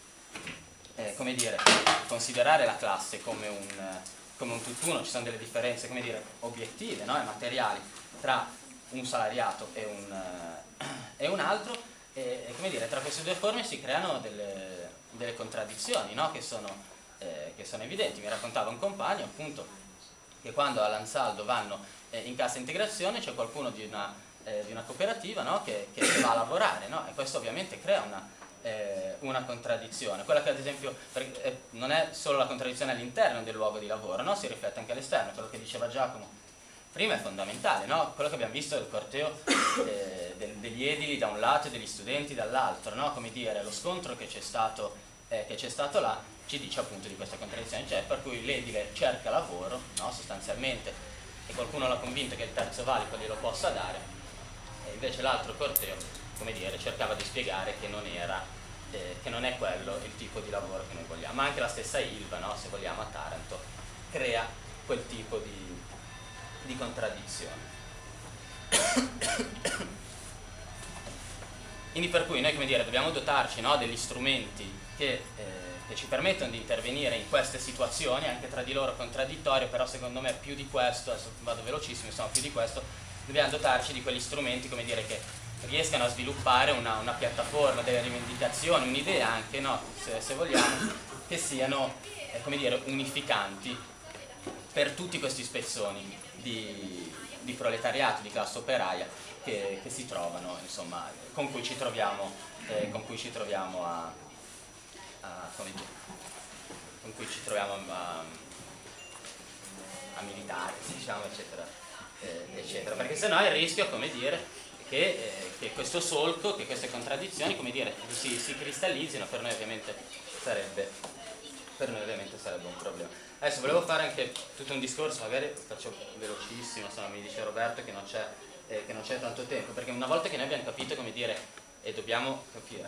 [SPEAKER 6] eh, come dire, considerare la classe come un come un tutt'uno. Ci sono delle differenze, come dire, obiettive, no? E materiali tra un salariato e un, uh, e un altro, e, e come dire, tra queste due forme si creano delle, delle contraddizioni, no? Che sono, eh, che sono evidenti. Mi raccontava un compagno appunto che quando all'Ansaldo vanno eh, in cassa integrazione c'è qualcuno di una, eh, di una cooperativa, no? che, che va a lavorare, no? E questo ovviamente crea una Eh, una contraddizione, quella che ad esempio per, eh, non è solo la contraddizione all'interno del luogo di lavoro, no? Si riflette anche all'esterno, quello che diceva Giacomo prima è fondamentale, no? Quello che abbiamo visto del corteo eh, del, degli edili da un lato e degli studenti dall'altro, no? Come dire, lo scontro che c'è stato, eh, che c'è stato là ci dice appunto di questa contraddizione, cioè per cui l'edile cerca lavoro, no? Sostanzialmente, e qualcuno l'ha convinto che il terzo valico glielo possa dare, e invece l'altro corteo, come dire, cercava di spiegare che non era, eh, che non è quello il tipo di lavoro che noi vogliamo. Ma anche la stessa Ilva, no? Se vogliamo, a Taranto, crea quel tipo di, di contraddizione. Quindi per cui noi, come dire, dobbiamo dotarci, no? Degli strumenti che, eh, che ci permettono di intervenire in queste situazioni, anche tra di loro contraddittorie, però secondo me più di questo, adesso vado velocissimo, insomma più di questo, dobbiamo dotarci di quegli strumenti, come dire, che riescano a sviluppare una, una piattaforma, delle rivendicazioni, un'idea anche, no? se, se vogliamo, che siano, eh, come dire, unificanti per tutti questi spezzoni di, di proletariato, di classe operaia che, che si trovano, insomma, con cui ci troviamo, eh, con cui ci troviamo a, a come dire, con cui ci troviamo a, a militare, diciamo, eccetera, eh, eccetera, perché sennò il rischio, come dire, che, eh, che questo solco, che queste contraddizioni, come dire, si, si cristallizzino, per noi ovviamente sarebbe, per noi ovviamente sarebbe un problema. Adesso volevo fare anche tutto un discorso, magari faccio velocissimo, insomma, mi dice Roberto che non c'è eh, che non c'è tanto tempo, perché una volta che noi abbiamo capito, come dire, e dobbiamo capire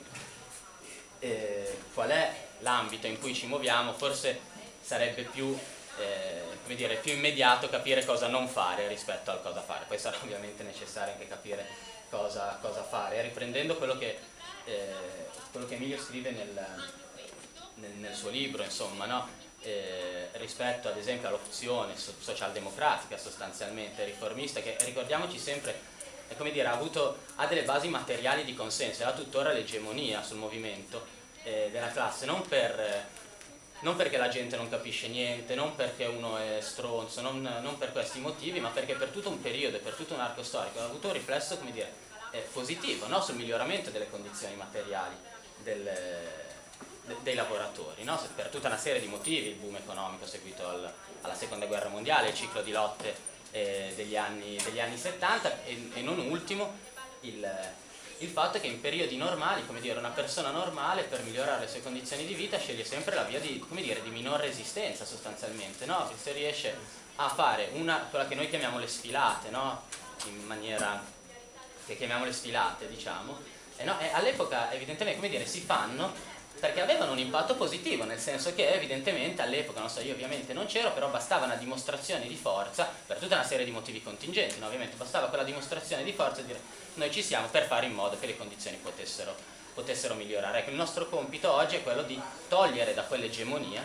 [SPEAKER 6] eh, qual è l'ambito in cui ci muoviamo, forse sarebbe più, eh, come dire, più immediato capire cosa non fare rispetto al cosa fare. Poi sarà ovviamente necessario anche capire cosa, cosa fare, riprendendo quello che, eh, quello che Emilio scrive nel, nel, nel suo libro, insomma, no? Eh, rispetto ad esempio all'opzione so socialdemocratica, sostanzialmente riformista, che ricordiamoci sempre, è come dire, ha, avuto, ha delle basi materiali di consenso e ha tuttora l'egemonia sul movimento eh, della classe, non, per, eh, non perché la gente non capisce niente, non perché uno è stronzo, non, non per questi motivi, ma perché per tutto un periodo e per tutto un arco storico ha avuto un riflesso, come dire, eh, positivo, no? Sul miglioramento delle condizioni materiali del dei lavoratori, no? Per tutta una serie di motivi, il boom economico seguito al, alla seconda guerra mondiale, il ciclo di lotte eh, degli, anni, degli anni settanta e, e non ultimo il, il fatto che in periodi normali, come dire, una persona normale per migliorare le sue condizioni di vita sceglie sempre la via di, come dire, di minor resistenza sostanzialmente, no? Che se riesce a fare una, quella che noi chiamiamo le sfilate, no? In maniera che chiamiamo le sfilate, diciamo, e no? E all'epoca evidentemente, come dire, si fanno perché avevano un impatto positivo, nel senso che evidentemente all'epoca, non so, io ovviamente non c'ero, però bastava una dimostrazione di forza per tutta una serie di motivi contingenti, no? Ovviamente bastava quella dimostrazione di forza e dire noi ci siamo per fare in modo che le condizioni potessero, potessero migliorare. Ecco, il nostro compito oggi è quello di togliere da quell'egemonia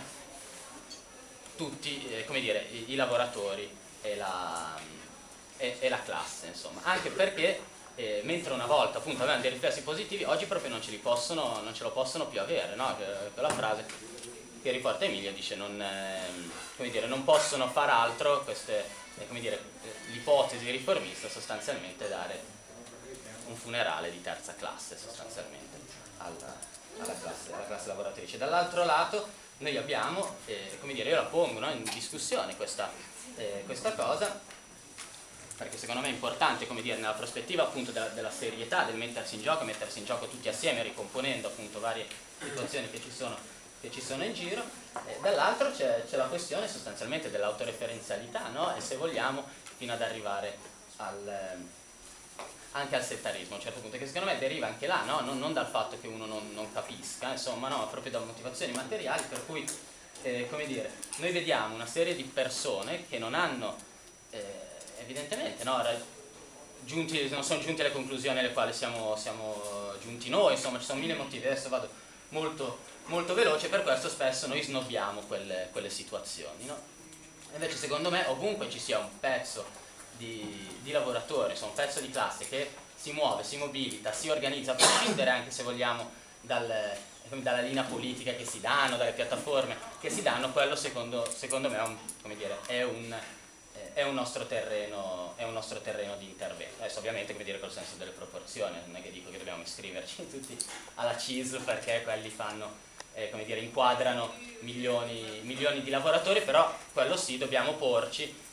[SPEAKER 6] tutti, eh, come dire, i, i lavoratori e la, e, e la classe, insomma, anche perché Eh, mentre una volta appunto avevano dei riflessi positivi, oggi proprio non ce li possono, non ce lo possono più avere, no? Quella frase che riporta Emilio dice non, eh, come dire, non possono far altro queste, eh, come dire, l'ipotesi riformista sostanzialmente dare un funerale di terza classe sostanzialmente alla, alla, classe, alla classe lavoratrice. Dall'altro lato noi abbiamo, eh, come dire, io la pongo, no, in discussione questa, eh, questa cosa, perché secondo me è importante, come dire, nella prospettiva appunto della, della serietà, del mettersi in gioco, mettersi in gioco tutti assieme, ricomponendo appunto varie situazioni che ci sono, che ci sono in giro. Eh, dall'altro c'è la questione sostanzialmente dell'autoreferenzialità, no? E se vogliamo fino ad arrivare al, eh, anche al settarismo a un certo punto, che secondo me deriva anche là, no? non, non dal fatto che uno non, non capisca, insomma, no, proprio da motivazioni materiali, per cui, eh, come dire, noi vediamo una serie di persone che non hanno... Eh, evidentemente no, giunti, non sono giunti alle conclusioni alle quali siamo, siamo giunti noi, insomma ci sono mille motivi, adesso vado molto, molto veloce, per questo spesso noi snobbiamo quelle, quelle situazioni, no? Invece secondo me ovunque ci sia un pezzo di, di lavoratori, insomma un pezzo di classe che si muove, si mobilita, si organizza, a prescindere anche se vogliamo dal, dalla linea politica che si danno, dalle piattaforme che si danno, quello secondo, secondo me è un, come dire, è un È un, nostro terreno, è un nostro terreno di intervento. Adesso ovviamente, come dire, col senso delle proporzioni, non è che dico che dobbiamo iscriverci tutti alla C I S perché quelli fanno, eh, come dire, inquadrano milioni, milioni di lavoratori, però quello sì, dobbiamo porci,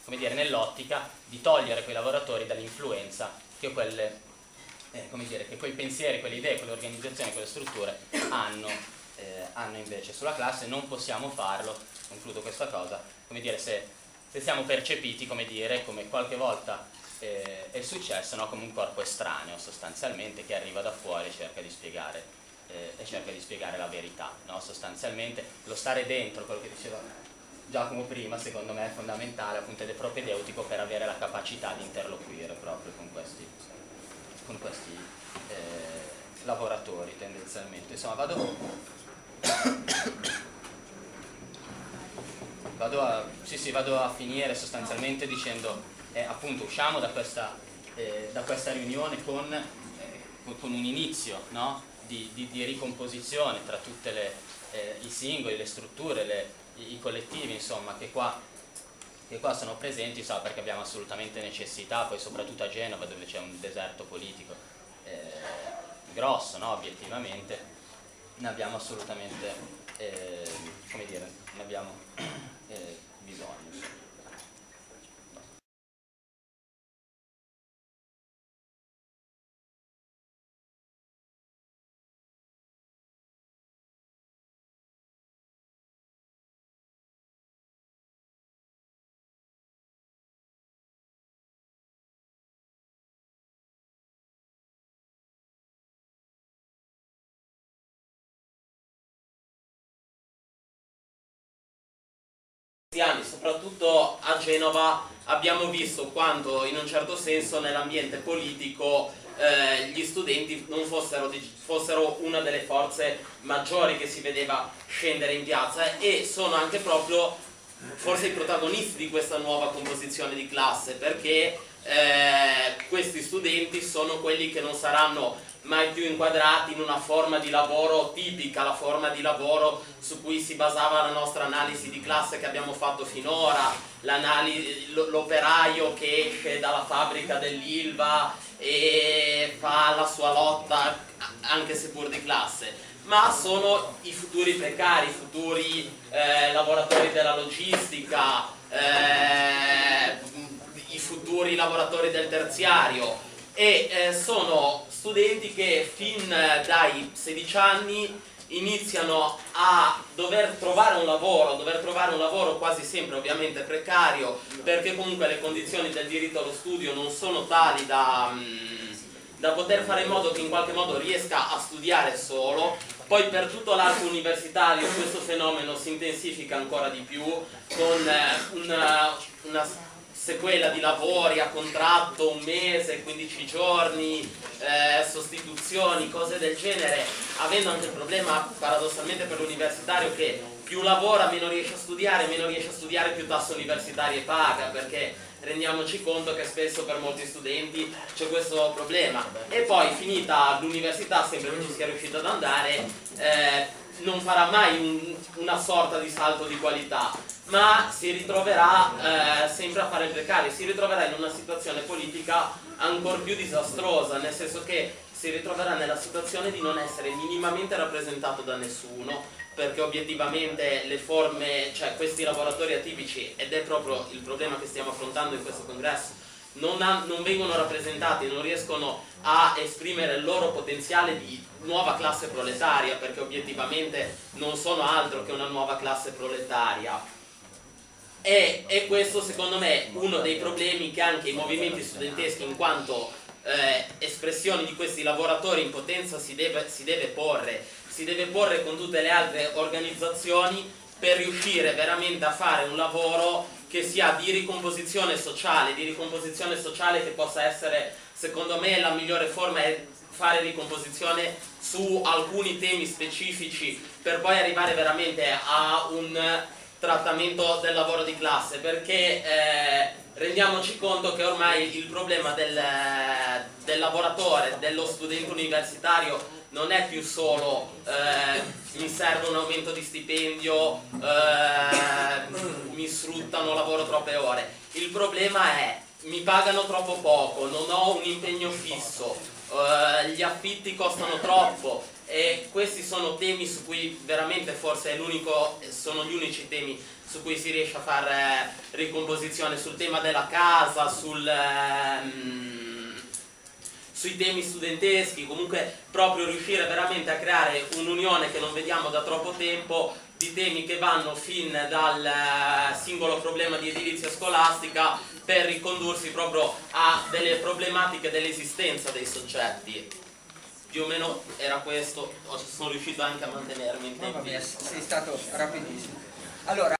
[SPEAKER 6] come dire, nell'ottica di togliere quei lavoratori dall'influenza che quelle, eh, come dire, che quei pensieri, quelle idee, quelle organizzazioni, quelle strutture hanno, eh, hanno invece sulla classe. Non possiamo farlo, concludo questa cosa, come dire, se, se siamo percepiti, come dire, come qualche volta eh, è successo, no? Come un corpo estraneo sostanzialmente che arriva da fuori e cerca di spiegare, eh, e cerca di spiegare la verità, no? Sostanzialmente lo stare dentro, quello che diceva Giacomo prima, secondo me è fondamentale, appunto, ed è propedeutico per avere la capacità di interloquire proprio con questi, con questi eh, lavoratori tendenzialmente. Insomma, vado, vado, a, sì, sì, vado a finire sostanzialmente dicendo, eh, appunto, usciamo da questa, eh, da questa riunione con, eh, con un inizio, no? di, di, di ricomposizione tra tutte le, eh, i singoli, le strutture, le i collettivi, insomma, che qua, che qua sono presenti, so, perché abbiamo assolutamente necessità, poi soprattutto a Genova, dove c'è un deserto politico eh, grosso, no, obiettivamente, ne abbiamo assolutamente, eh, come dire, ne abbiamo eh, bisogno.
[SPEAKER 7] Anni, soprattutto a Genova, abbiamo visto quanto in un certo senso nell'ambiente politico eh, gli studenti non fossero, fossero una delle forze maggiori che si vedeva scendere in piazza, e sono anche proprio forse i protagonisti di questa nuova composizione di classe, perché eh, questi studenti sono quelli che non saranno mai più inquadrati in una forma di lavoro tipica, la forma di lavoro su cui si basava la nostra analisi di classe che abbiamo fatto finora, l'operaio che esce dalla fabbrica dell'Ilva e fa la sua lotta anche seppur di classe, ma sono i futuri precari, i futuri eh, lavoratori della logistica, eh, i futuri lavoratori del terziario, e eh, sono studenti che fin dai sedici anni iniziano a dover trovare un lavoro, dover trovare un lavoro quasi sempre ovviamente precario, perché comunque le condizioni del diritto allo studio non sono tali da, da poter fare in modo che in qualche modo riesca a studiare solo. Poi per tutto l'arco universitario questo fenomeno si intensifica ancora di più, con una, una sequela di lavori a contratto, un mese, quindici giorni, eh, sostituzioni, cose del genere, avendo anche il problema paradossalmente per l'universitario che più lavora meno riesce a studiare, meno riesce a studiare più tasse universitarie paga, perché rendiamoci conto che spesso per molti studenti c'è questo problema. E poi finita l'università, sempre che ci sia riuscito ad andare, eh, non farà mai un, una sorta di salto di qualità, ma si ritroverà eh, sempre a fare il precario, si ritroverà in una situazione politica ancor più disastrosa, nel senso che si ritroverà nella situazione di non essere minimamente rappresentato da nessuno, perché obiettivamente le forme, cioè questi lavoratori atipici, ed è proprio il problema che stiamo affrontando in questo congresso, non, ha, non vengono rappresentati, non riescono a esprimere il loro potenziale di nuova classe proletaria, perché obiettivamente non sono altro che una nuova classe proletaria. E, e questo secondo me è uno dei problemi che anche i movimenti studenteschi, in quanto eh, espressioni di questi lavoratori in potenza, si deve, si deve porre, si deve porre con tutte le altre organizzazioni, per riuscire veramente a fare un lavoro che sia di ricomposizione sociale, di ricomposizione sociale che possa essere, secondo me, la migliore forma è fare ricomposizione su alcuni temi specifici, per poi arrivare veramente a un trattamento del lavoro di classe, perché eh, rendiamoci conto che ormai il problema del, del lavoratore, dello studente universitario, non è più solo eh, mi serve un aumento di stipendio, eh, mi sfruttano, lavoro troppe ore. Il problema è mi pagano troppo poco, non ho un impegno fisso, uh, gli affitti costano troppo, e questi sono temi su cui veramente forse è l'unico, sono gli unici temi su cui si riesce a fare ricomposizione, sul tema della casa, sul, um, sui temi studenteschi, comunque proprio riuscire veramente a creare un'unione che non vediamo da troppo tempo di temi che vanno fin dal singolo problema di edilizia scolastica per ricondursi proprio a delle problematiche dell'esistenza dei soggetti. Più o meno era questo, sono riuscito anche a mantenermi in tempi.
[SPEAKER 1] Mamma mia, sei stato rapidissimo. Allora,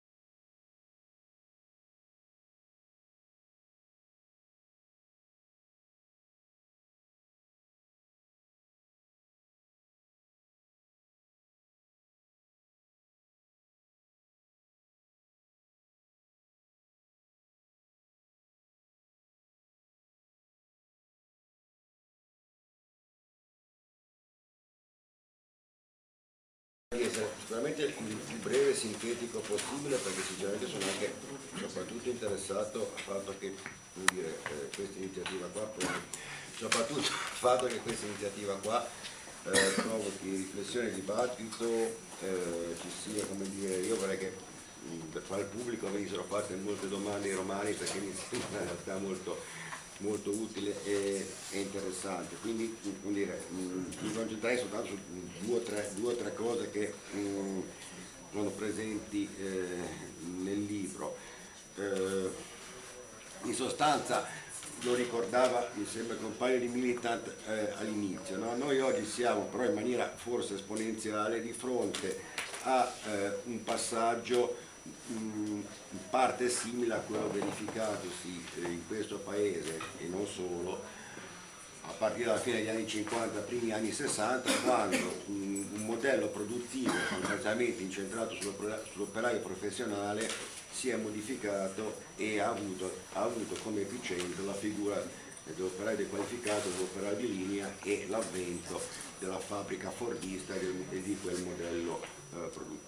[SPEAKER 4] sicuramente il più breve e sintetico possibile, perché sinceramente sono anche soprattutto interessato al fatto che, come dire, eh, questa iniziativa qua, poi, soprattutto il fatto che questa iniziativa qua eh, provochi riflessione e dibattito, eh, ci sia, come dire, io vorrei che mh, fra il pubblico venissero fatte molte domande ai romani, perché mi sembra una realtà molto molto utile e, e interessante, quindi come dire, mh, mi concentrerei soltanto su due o tre, due o tre cose che mh, sono presenti eh, nel libro. Eh, in sostanza lo ricordava, mi sembra, il compagno di Militant eh, all'inizio, no? Noi oggi siamo però in maniera forse esponenziale di fronte a eh, un passaggio in parte simile a quello verificatosi in questo paese e non solo a partire dalla fine degli anni cinquanta, primi anni sessanta, quando un, un modello produttivo sostanzialmente incentrato sull'operaio professionale si è modificato e ha avuto, ha avuto come epicentro la figura dell'operaio dequalificato, dell'operaio di linea e l'avvento della fabbrica fordista e di quel modello eh, produttivo.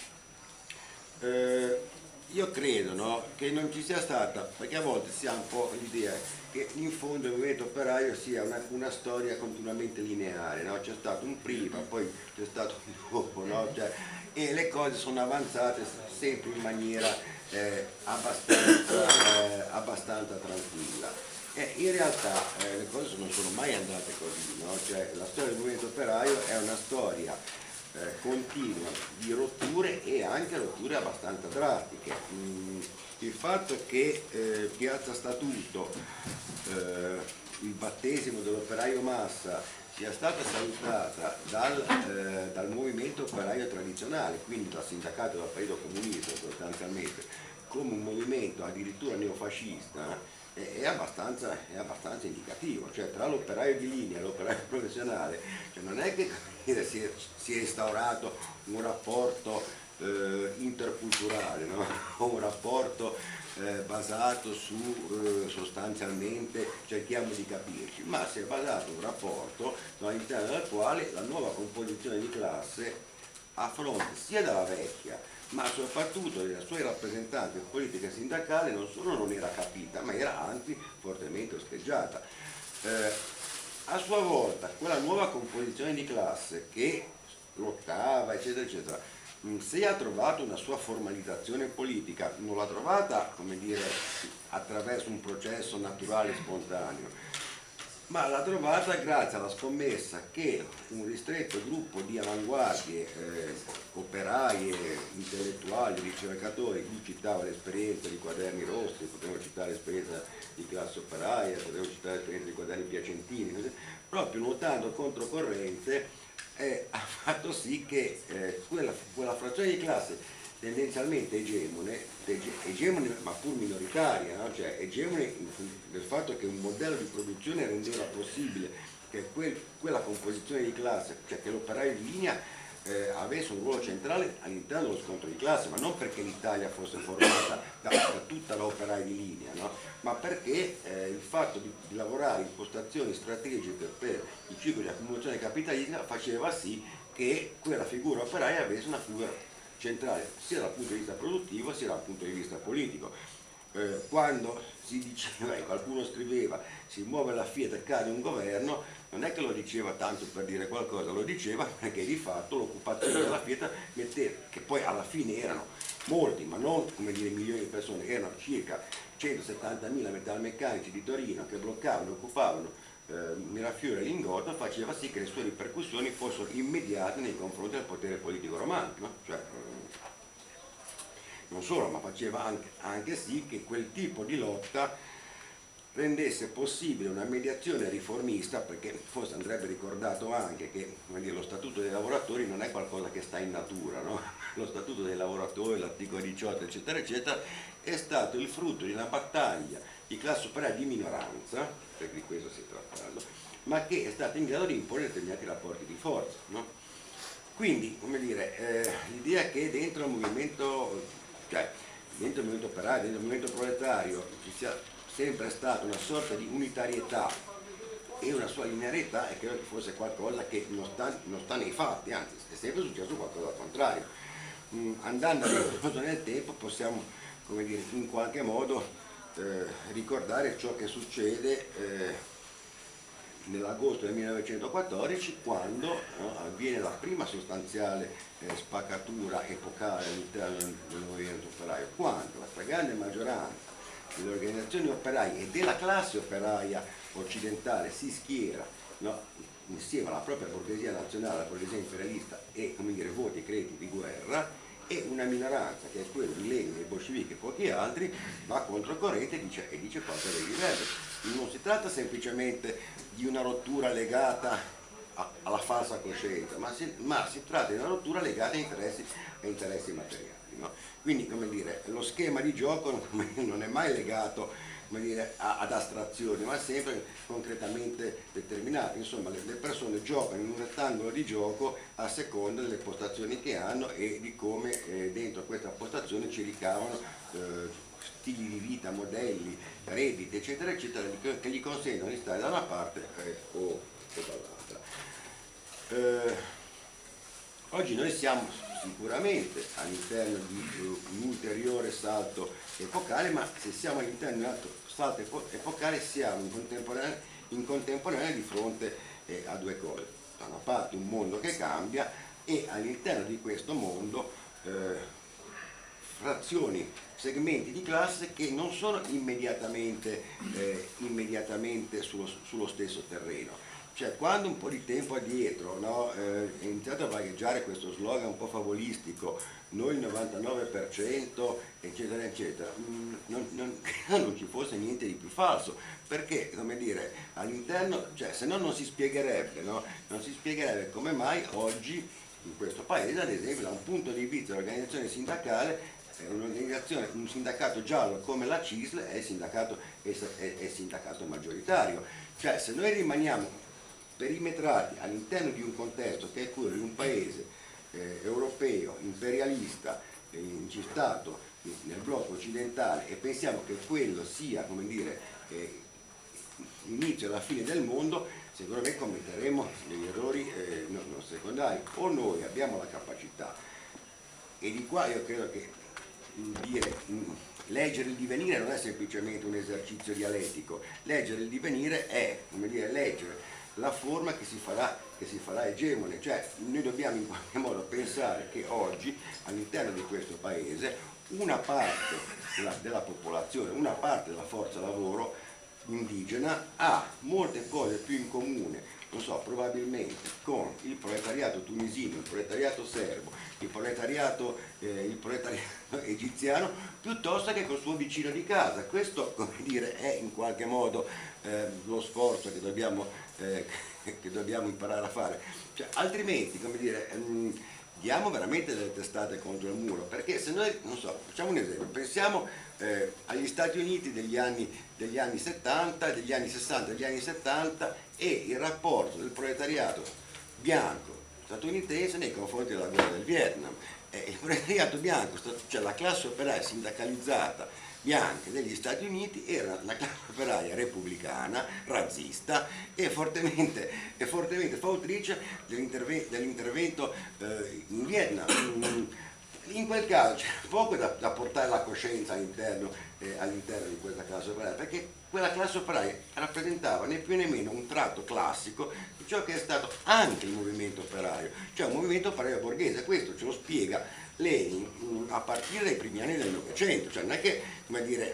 [SPEAKER 4] Eh, io credo, no, che non ci sia stata, perché a volte si ha un po' l'idea che in fondo il movimento operaio sia una, una storia continuamente lineare, no? C'è stato un prima, poi c'è stato un dopo, no? Cioè, e le cose sono avanzate sempre in maniera eh, abbastanza, eh, abbastanza tranquilla. E in realtà eh, le cose non sono mai andate così, no? Cioè, la storia del movimento operaio è una storia Eh, continua di rotture e anche rotture abbastanza drastiche. Mm, il fatto che eh, Piazza Statuto, eh, il battesimo dell'operaio massa, sia stata salutata dal, eh, dal movimento operaio tradizionale, quindi dal sindacato e dal partito comunista sostanzialmente, come un movimento addirittura neofascista, è abbastanza, è abbastanza indicativo, cioè tra l'operaio di linea e l'operaio professionale, cioè non è che si è, si è instaurato un rapporto eh, interculturale, no? Un rapporto eh, basato su eh, sostanzialmente cerchiamo di capirci, ma si è basato un rapporto all'interno del quale la nuova composizione di classe a fronte sia della vecchia ma soprattutto della sua rappresentante politica e sindacale non solo non era capita, ma era anzi fortemente osteggiata. Eh, a sua volta quella nuova composizione di classe che lottava eccetera eccetera, se ha trovato una sua formalizzazione politica, non l'ha trovata, come dire, attraverso un processo naturale e spontaneo, ma l'ha trovata grazie alla scommessa che un ristretto gruppo di avanguardie, eh, operaie, intellettuali, ricercatori, qui citava l'esperienza di Quaderni Rossi, potremmo citare l'esperienza di Classe Operaia, potremmo citare l'esperienza di Quaderni Piacentini, proprio nuotando controcorrente eh, ha fatto sì che eh, quella, quella frazione di classe tendenzialmente egemone, egemone ma pur minoritaria, no? Cioè egemone del fatto che un modello di produzione rendeva possibile che quel, quella composizione di classe, cioè che l'operaio di linea eh, avesse un ruolo centrale all'interno dello scontro di classe, ma non perché l'Italia fosse formata da, da tutta l'operaio di linea, no? Ma perché eh, il fatto di, di lavorare in postazioni strategiche per il ciclo di accumulazione capitalistica faceva sì che quella figura operaia avesse una figura centrale sia dal punto di vista produttivo sia dal punto di vista politico. eh, quando si diceva, e qualcuno scriveva, si muove la Fiat, cade un governo, non è che lo diceva tanto per dire qualcosa, lo diceva perché di fatto l'occupazione della Fiat metteva, che poi alla fine erano molti, ma non come dire milioni di persone, erano circa centosettantamila metalmeccanici di Torino che bloccavano, occupavano eh, Mirafiori e Lingotto, faceva sì che le sue ripercussioni fossero immediate nei confronti del potere politico romano, no? Cioè, eh, non solo, ma faceva anche, anche sì che quel tipo di lotta rendesse possibile una mediazione riformista, perché forse andrebbe ricordato anche che, come dire, lo statuto dei lavoratori non è qualcosa che sta in natura, no? Lo statuto dei lavoratori, l'articolo diciotto eccetera eccetera, è stato il frutto di una battaglia di classe operaia di minoranza, perché di questo si tratta, ma che è stata in grado di imporre determinati rapporti di forza, no? Quindi, come dire, eh, l'idea che dentro il movimento, cioè dentro il movimento operaio, dentro il movimento proletario ci sia sempre stata una sorta di unitarietà e una sua linearità, e credo che fosse qualcosa che non sta, non sta nei fatti, anzi è sempre successo qualcosa al contrario. Mm, andando nel tempo possiamo, come dire, in qualche modo eh, ricordare ciò che succede eh, nell'agosto del millenovecentoquattordici, quando no, avviene la prima sostanziale eh, spaccatura epocale all'interno del movimento operaio, quando la stragrande maggioranza delle organizzazioni operaie e della classe operaia occidentale si schiera, no, insieme alla propria borghesia nazionale, alla borghesia imperialista, e, come dire, voti e crediti di guerra, e una minoranza, che è quella di Lenin, dei bolscevichi e pochi altri, va controcorrente e dice, e dice qualcosa di diverso. Non si tratta semplicemente di una rottura legata a, alla falsa coscienza, ma si, ma si tratta di una rottura legata a interessi, a interessi materiali. No? Quindi, come dire, lo schema di gioco non è mai legato, come dire, a, ad astrazioni, ma sempre concretamente determinato. Insomma, le, le persone giocano in un rettangolo di gioco a seconda delle postazioni che hanno e di come eh, dentro questa postazione ci ricavano eh, stili di vita, modelli, redditi, eccetera, eccetera, che gli consentono di stare da una parte eh, o, o dall'altra. Eh, oggi noi siamo sicuramente all'interno di un ulteriore salto epocale, ma se siamo all'interno di un altro salto epocale siamo in contemporanea, in contemporanea di fronte eh, a due cose. Da una parte un mondo che cambia e all'interno di questo mondo eh, frazioni, segmenti di classe che non sono immediatamente, eh, immediatamente sullo, sullo stesso terreno. Cioè, quando un po' di tempo addietro, no, eh, è iniziato a vagheggiare questo slogan un po' favolistico, noi il novantanove per cento, eccetera, eccetera, mh, non, non, non ci fosse niente di più falso, perché, come dire, all'interno, cioè, se no non si spiegherebbe, no? Non si spiegherebbe come mai oggi in questo paese, ad esempio, da un punto di vista dell'organizzazione sindacale, un'organizzazione, un sindacato giallo come la C I S L è sindacato, è, è, è sindacato maggioritario. Cioè, se noi rimaniamo perimetrati all'interno di un contesto che è quello di un paese eh, europeo, imperialista, eh, incistato nel blocco occidentale, e pensiamo che quello sia, come dire, eh, l'inizio e la fine del mondo, secondo me commetteremo degli errori eh, non, non secondari. O noi abbiamo la capacità, e di qua io credo che dire, leggere il divenire non è semplicemente un esercizio dialettico, leggere il divenire è, come dire, leggere la forma che si farà, che si farà egemone, cioè noi dobbiamo in qualche modo pensare che oggi all'interno di questo paese una parte della, della popolazione, una parte della forza lavoro indigena ha molte cose più in comune, non so, probabilmente con il proletariato tunisino, il proletariato serbo, il proletariato, eh, il proletariato egiziano, piuttosto che col suo vicino di casa. Questo, come dire, è in qualche modo eh, lo sforzo che dobbiamo, eh, che dobbiamo imparare a fare. Cioè, altrimenti, come dire, mh, diamo veramente delle testate contro il muro, perché se noi, non so, facciamo un esempio, pensiamo eh, agli Stati Uniti degli anni, degli anni settanta, degli anni sessanta, degli anni settanta, e il rapporto del proletariato bianco statunitense nei confronti della guerra del Vietnam. Eh, il proletariato bianco, cioè la classe operaia sindacalizzata bianca degli Stati Uniti, era una classe operaia repubblicana, razzista e fortemente, e fortemente fautrice dell'intervento, dell'intervento eh, in Vietnam. in quel caso c'è poco da, da portare la coscienza all'interno eh, all'interno di questa classe operaia, perché quella classe operaia rappresentava né più né meno un tratto classico di ciò che è stato anche il movimento operaio, cioè un movimento operaio borghese. Questo ce lo spiega Lenin mh, a partire dai primi anni del Novecento, cioè non è che, come dire,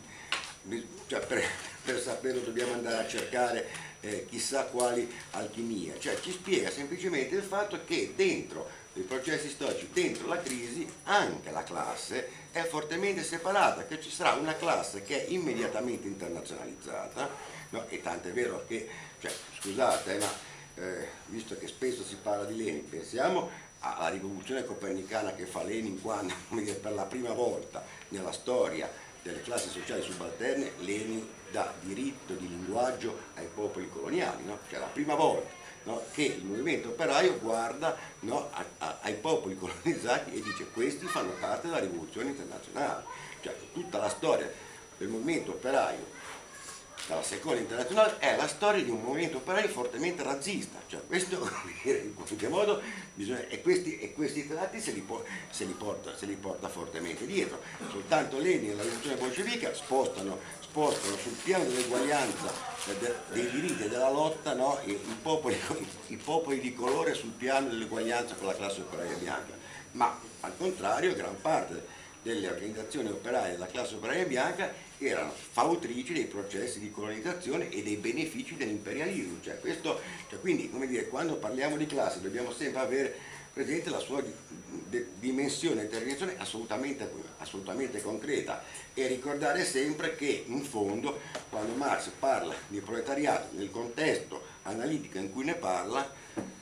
[SPEAKER 4] mh, cioè per, per saperlo dobbiamo andare a cercare eh, chissà quali alchimie, cioè ci spiega semplicemente il fatto che dentro i processi storici, dentro la crisi, anche la classe è fortemente separata, che ci sarà una classe che è immediatamente internazionalizzata, no? E tanto è vero che, cioè, scusate, ma eh, visto che spesso si parla di Lenin, pensiamo alla rivoluzione copernicana che fa Lenin quando, come dire, per la prima volta nella storia delle classi sociali subalterne, Lenin dà diritto di linguaggio ai popoli coloniali, no? Cioè la prima volta, no, che il movimento operaio guarda, no, a, a, ai popoli colonizzati e dice: questi fanno parte della rivoluzione internazionale. Cioè tutta la storia del movimento operaio dalla seconda internazionale è la storia di un movimento operaio fortemente razzista, cioè questo, come dire, in qualche modo bisogna, e questi, e questi tratti se li, se, li porta, se li porta fortemente dietro. Soltanto Lenin e la rivoluzione bolscevica spostano, spostano sul piano dell'eguaglianza de, dei diritti e della lotta, no, i, i, popoli, i, i popoli di colore sul piano dell'eguaglianza con la classe operaia bianca, ma al contrario gran parte delle organizzazioni operaie della classe operaia bianca erano fautrici dei processi di colonizzazione e dei benefici dell'imperialismo. Cioè questo, cioè quindi, come dire, quando parliamo di classe dobbiamo sempre avere presente la sua dimensione e intervenzione assolutamente, assolutamente concreta, e ricordare sempre che in fondo quando Marx parla di proletariato nel contesto analitico in cui ne parla,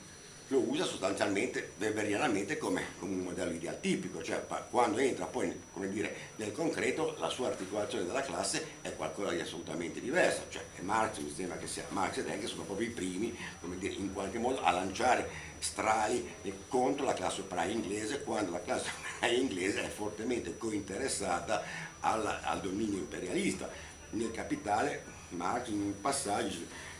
[SPEAKER 4] lo usa sostanzialmente, weberianamente, come, come un modello ideal tipico, cioè quando entra poi, come dire, nel concreto la sua articolazione della classe è qualcosa di assolutamente diverso. Cioè Marx, mi sembra che sia Marx ed Engels sono proprio i primi, come dire, in qualche modo a lanciare strali contro la classe operaia inglese, quando la classe operaia inglese è fortemente cointeressata al, al dominio imperialista. Nel Capitale Marx in un passaggio,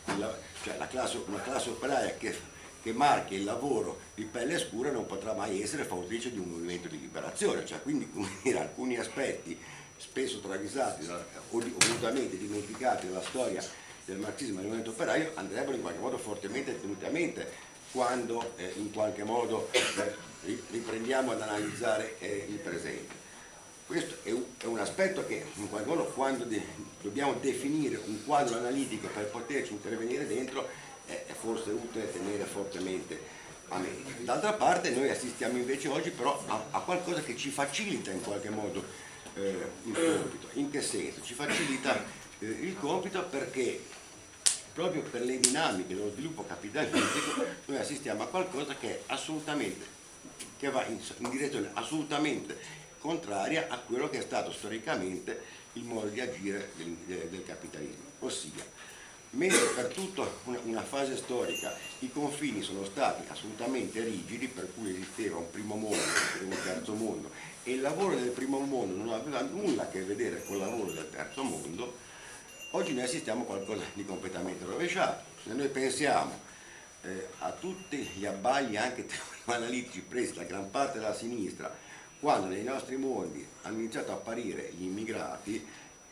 [SPEAKER 4] cioè la classe, una classe operaia che che marchi il lavoro di pelle scura non potrà mai essere fautrice di un movimento di liberazione, cioè quindi, come dire, alcuni aspetti spesso travisati o volutamente dimenticati nella storia del marxismo e del movimento operaio andrebbero in qualche modo fortemente tenuti a mente quando eh, in qualche modo eh, riprendiamo ad analizzare eh, il presente. Questo è un, è un aspetto che in qualche modo quando de dobbiamo definire un quadro analitico per poterci intervenire dentro è forse utile tenere fortemente a mente. D'altra parte noi assistiamo invece oggi però a, a qualcosa che ci facilita in qualche modo eh, il compito. In che senso? Ci facilita eh, il compito perché proprio per le dinamiche dello sviluppo capitalistico noi assistiamo a qualcosa che è assolutamente, che va in, in direzione assolutamente contraria a quello che è stato storicamente il modo di agire del, del, del capitalismo, ossia mentre per tutta una, una fase storica i confini sono stati assolutamente rigidi, per cui esisteva un primo mondo e un terzo mondo, e il lavoro del primo mondo non aveva nulla a che vedere con il lavoro del terzo mondo, oggi noi assistiamo a qualcosa di completamente rovesciato. Se noi pensiamo eh, a tutti gli abbagli anche analitici presi da gran parte della sinistra, quando nei nostri mondi hanno iniziato a apparire gli immigrati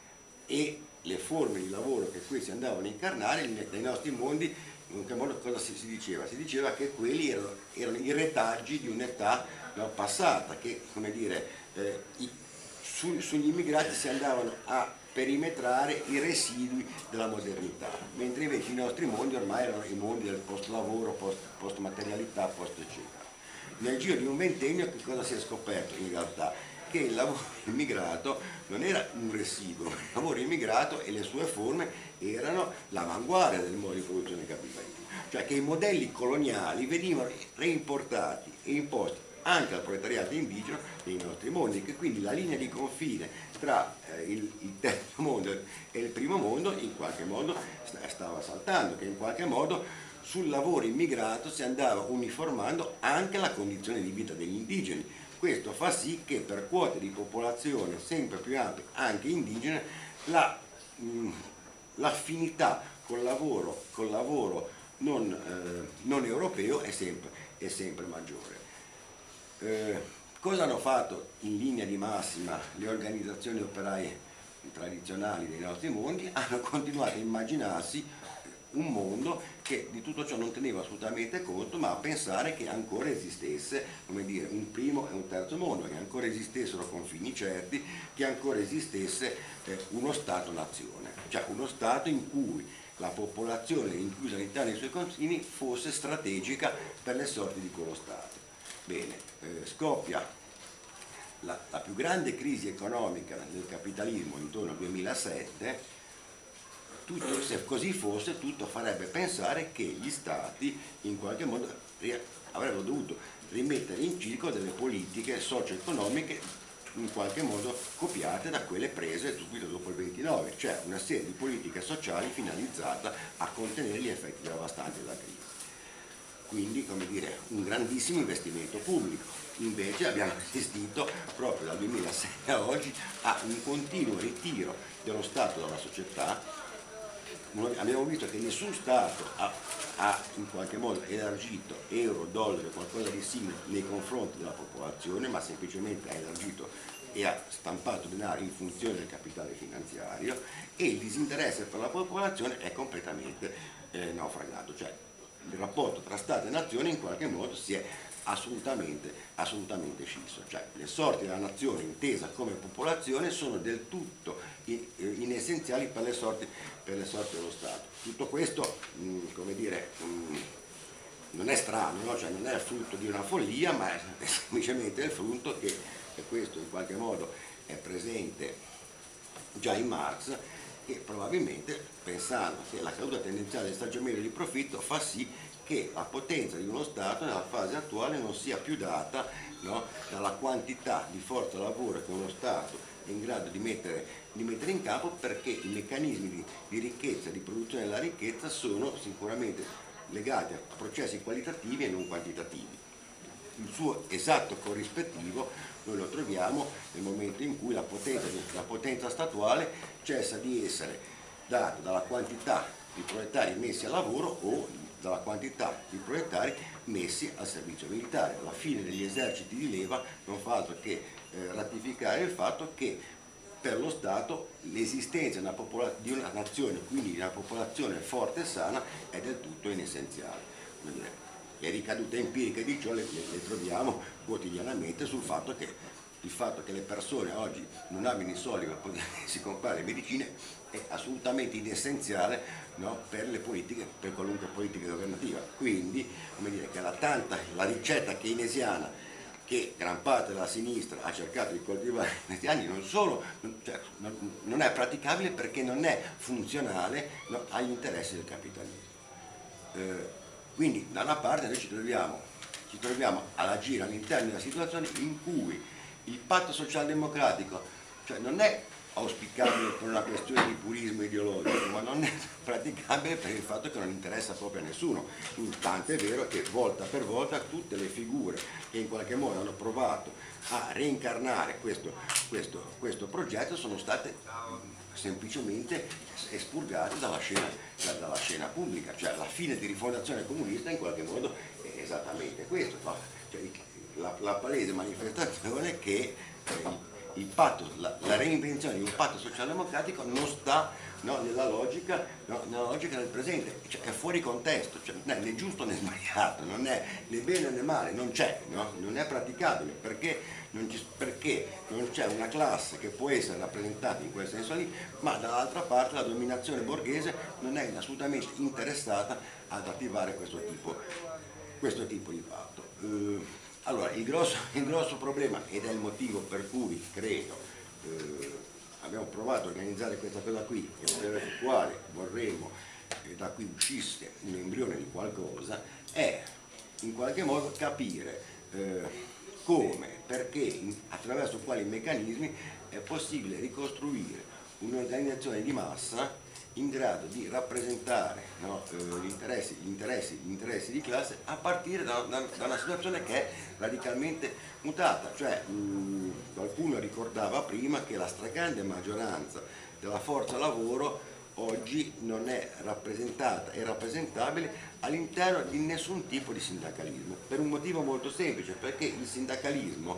[SPEAKER 4] e le forme di lavoro che questi andavano a incarnare nei nostri mondi, in che modo cosa si, si diceva? Si diceva che quelli erano, erano i retaggi di un'età no, passata, che come dire, eh, i, su, sugli immigrati si andavano a perimetrare i residui della modernità, mentre invece i nostri mondi ormai erano i mondi del post lavoro, post, post materialità, post eccetera. Nel giro di un ventennio che cosa si è scoperto in realtà? Che il lavoro immigrato non era un residuo, il lavoro immigrato e le sue forme erano l'avanguardia del modo di produzione capitalistica, cioè che i modelli coloniali venivano reimportati e imposti anche al proletariato indigeno nei nostri mondi, che quindi la linea di confine tra eh, il, il terzo mondo e il primo mondo in qualche modo stava saltando, che in qualche modo sul lavoro immigrato si andava uniformando anche la condizione di vita degli indigeni. Questo fa sì che per quote di popolazione sempre più ampie, anche indigene, l'affinità la, col lavoro, col lavoro non, eh, non europeo è sempre, è sempre maggiore. Eh, Cosa hanno fatto in linea di massima le organizzazioni operaie tradizionali dei nostri mondi? Hanno continuato a immaginarsi un mondo che di tutto ciò non teneva assolutamente conto, ma a pensare che ancora esistesse, come dire, un primo e un terzo mondo, che ancora esistessero confini certi, che ancora esistesse eh, uno Stato-nazione, cioè uno Stato in cui la popolazione rinchiusa all'interno dei suoi confini fosse strategica per le sorti di quello Stato. Bene, eh, scoppia la, la più grande crisi economica del capitalismo intorno al duemilasette. Tutto, se così fosse, tutto farebbe pensare che gli Stati in qualche modo avrebbero dovuto rimettere in circolo delle politiche socio-economiche in qualche modo copiate da quelle prese subito dopo il ventinove, cioè una serie di politiche sociali finalizzate a contenere gli effetti devastanti della crisi. Quindi, come dire, un grandissimo investimento pubblico. Invece abbiamo assistito proprio dal duemilasette a oggi a un continuo ritiro dello Stato dalla società. Abbiamo visto che nessun Stato ha, ha in qualche modo elargito euro, dollaro, qualcosa di simile nei confronti della popolazione, ma semplicemente ha elargito e ha stampato denaro in funzione del capitale finanziario, e il disinteresse per la popolazione è completamente eh, naufragato, cioè il rapporto tra Stato e nazione in qualche modo si è assolutamente, assolutamente scisso, cioè le sorti della nazione intesa come popolazione sono del tutto inessenziali per le sorti, per le sorti dello Stato. Tutto questo, mh, come dire, mh, non è strano, no? Cioè non è il frutto di una follia, ma è semplicemente il frutto che, e questo in qualche modo è presente già in Marx, che probabilmente, pensando che la caduta tendenziale del stagionamento di profitto fa sì che la potenza di uno Stato nella fase attuale non sia più data, no, dalla quantità di forza lavoro che uno Stato è in grado di mettere, di mettere in campo, perché i meccanismi di, di ricchezza, di produzione della ricchezza sono sicuramente legati a processi qualitativi e non quantitativi. Il suo esatto corrispettivo noi lo troviamo nel momento in cui la potenza, la potenza statuale cessa di essere data dalla quantità di proletari messi al lavoro o dalla quantità di proletari messi al servizio militare. La fine degli eserciti di leva non fa altro che eh, ratificare il fatto che per lo Stato l'esistenza di una, di una nazione, quindi di una popolazione forte e sana, è del tutto inessenziale. Le ricadute empiriche di ciò le, le, le troviamo quotidianamente sul fatto che il fatto che le persone oggi non abbiano i soldi per potersi comprare le medicine è assolutamente inessenziale, no, per le politiche, per qualunque politica governativa. Quindi, come dire, che la, tanta, la ricetta keynesiana che gran parte della sinistra ha cercato di coltivare in questi anni non solo cioè, non, non è praticabile, perché non è funzionale, no, agli interessi del capitalismo. Eh, quindi da una parte noi ci troviamo, ci troviamo ad agire all'interno di una situazione in cui il patto socialdemocratico, cioè, non è auspicabile per una questione di purismo ideologico, ma non è praticabile per il fatto che non interessa proprio a nessuno. Tanto è vero che volta per volta tutte le figure che in qualche modo hanno provato a reincarnare questo, questo, questo progetto sono state semplicemente espurgate dalla scena, dalla scena pubblica. Cioè la fine di Rifondazione Comunista in qualche modo è esattamente questo, no? Cioè, la, la palese manifestazione che eh, il patto, la, la reinvenzione di un patto socialdemocratico non sta, no, nella, logica, no, nella logica del presente, cioè, è fuori contesto, cioè, non è né giusto né sbagliato, non è né bene né male, non c'è, no? Non è praticabile, perché non, ci, perché non c'è una classe che può essere rappresentata in quel senso lì, ma dall'altra parte la dominazione borghese non è assolutamente interessata ad attivare questo tipo, questo tipo di patto. Uh, Allora, il grosso, il grosso problema, ed è il motivo per cui credo eh, abbiamo provato a organizzare questa cosa qui, e per il quale vorremmo che da qui uscisse un embrione di qualcosa, è in qualche modo capire eh, come, perché, in, attraverso quali meccanismi è possibile ricostruire un'organizzazione di massa in grado di rappresentare, no, eh, gli, interessi, gli, interessi, gli interessi di classe a partire da, da, da una situazione che è radicalmente mutata. Cioè, mh, qualcuno ricordava prima che la stragrande maggioranza della forza lavoro oggi non è rappresentata e rappresentabile all'interno di nessun tipo di sindacalismo, per un motivo molto semplice, perché il sindacalismo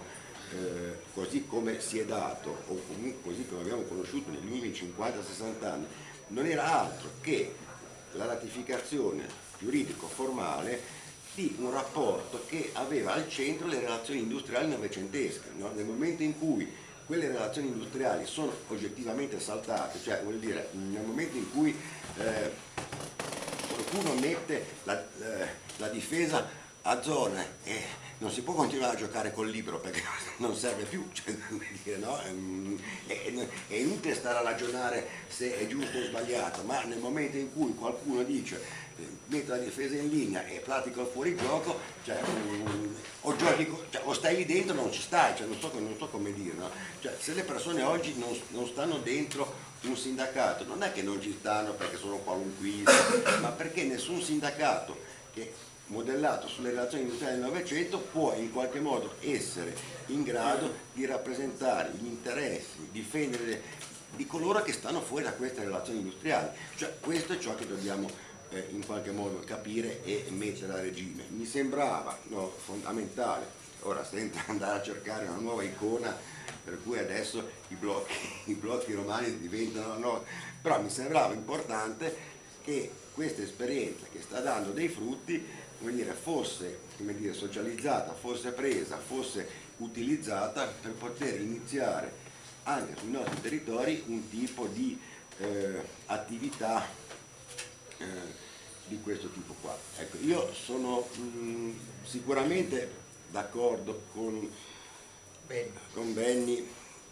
[SPEAKER 4] eh, così come si è dato, o comunque così come abbiamo conosciuto negli ultimi cinquanta sessanta anni, non era altro che la ratificazione giuridico-formale di un rapporto che aveva al centro le relazioni industriali novecentesche, no? Nel momento in cui quelle relazioni industriali sono oggettivamente saltate, cioè vuol dire nel momento in cui eh, qualcuno mette la, eh, la difesa a zona e non si può continuare a giocare col libro perché non serve più, cioè, dire, no? è, è inutile stare a ragionare se è giusto o sbagliato, ma nel momento in cui qualcuno dice metto la difesa in linea e pratico il fuorigioco, cioè, um, o, giochi, cioè, o stai lì dentro o non ci stai, cioè, non, so, non so come dire, no? Cioè, se le persone oggi non, non stanno dentro un sindacato, non è che non ci stanno perché sono qualunquisti, ma perché nessun sindacato che modellato sulle relazioni industriali del Novecento può in qualche modo essere in grado di rappresentare gli interessi, difendere di coloro che stanno fuori da queste relazioni industriali. Cioè, questo è ciò che dobbiamo eh, in qualche modo capire e mettere a regime. Mi sembrava no, fondamentale, ora senza andare a cercare una nuova icona per cui adesso i blocchi, i blocchi romani diventano no, però mi sembrava importante che questa esperienza che sta dando dei frutti come dire, fosse come dire, socializzata, fosse presa, fosse utilizzata per poter iniziare anche sui nostri territori un tipo di eh, attività eh, di questo tipo qua. Ecco, io sono mh, sicuramente d'accordo con, con Benny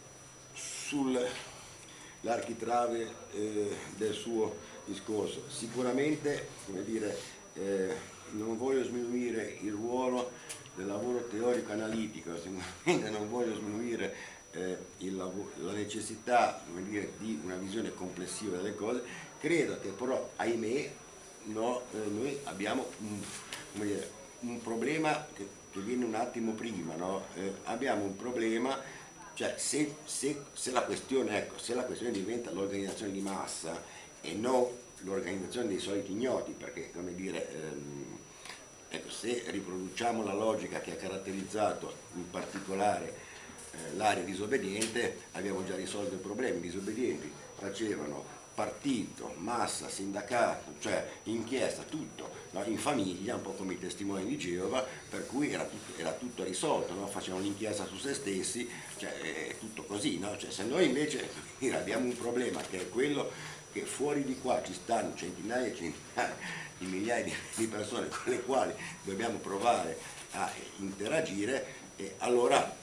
[SPEAKER 4] sull'architrave eh, del suo discorso. Sicuramente, come dire, eh, non voglio sminuire il ruolo del lavoro teorico-analitico, sicuramente non voglio sminuire eh, il la necessità come dire, di una visione complessiva delle cose, credo che però, ahimè, no, eh, noi abbiamo un, come dire, un problema che, che viene un attimo prima, no? eh, abbiamo un problema, cioè se, se, se, la questione, ecco, se la questione diventa l'organizzazione di massa e non l'organizzazione dei soliti ignoti, perché come dire, ehm, ecco, se riproduciamo la logica che ha caratterizzato in particolare eh, l'area disobbediente, abbiamo già risolto i problemi. I disobbedienti facevano partito, massa, sindacato, cioè inchiesta, tutto, no? In famiglia, un po' come i testimoni di Geova, per cui era tutto, era tutto risolto, no? Facevano l'inchiesta su se stessi, cioè è tutto così, no? Cioè, se noi invece abbiamo un problema che è quello che fuori di qua ci stanno centinaia e centinaia di migliaia di, di persone con le quali dobbiamo provare a interagire, e allora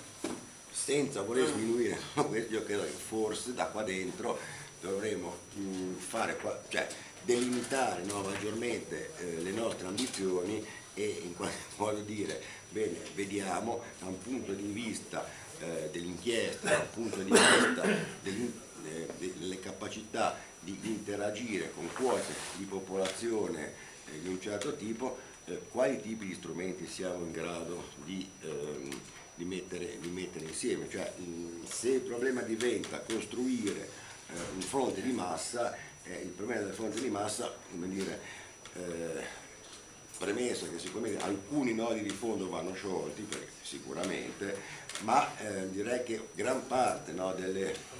[SPEAKER 4] senza voler sminuire questo, io credo che forse da qua dentro dovremo mh, fare qua, cioè delimitare no, maggiormente eh, le nostre ambizioni e in qualche modo dire bene, vediamo da un punto di vista eh, dell'inchiesta, da un punto di vista dell'inchiesta, delle capacità di interagire con quote di popolazione eh, di un certo tipo, eh, quali tipi di strumenti siamo in grado di, ehm, di, mettere, di mettere insieme. Cioè, mh, se il problema diventa costruire eh, un fronte di massa, eh, il problema del fronte di massa, come dire, eh, premesso che siccome alcuni nodi di fondo vanno sciolti, perché, sicuramente, ma eh, direi che gran parte no, delle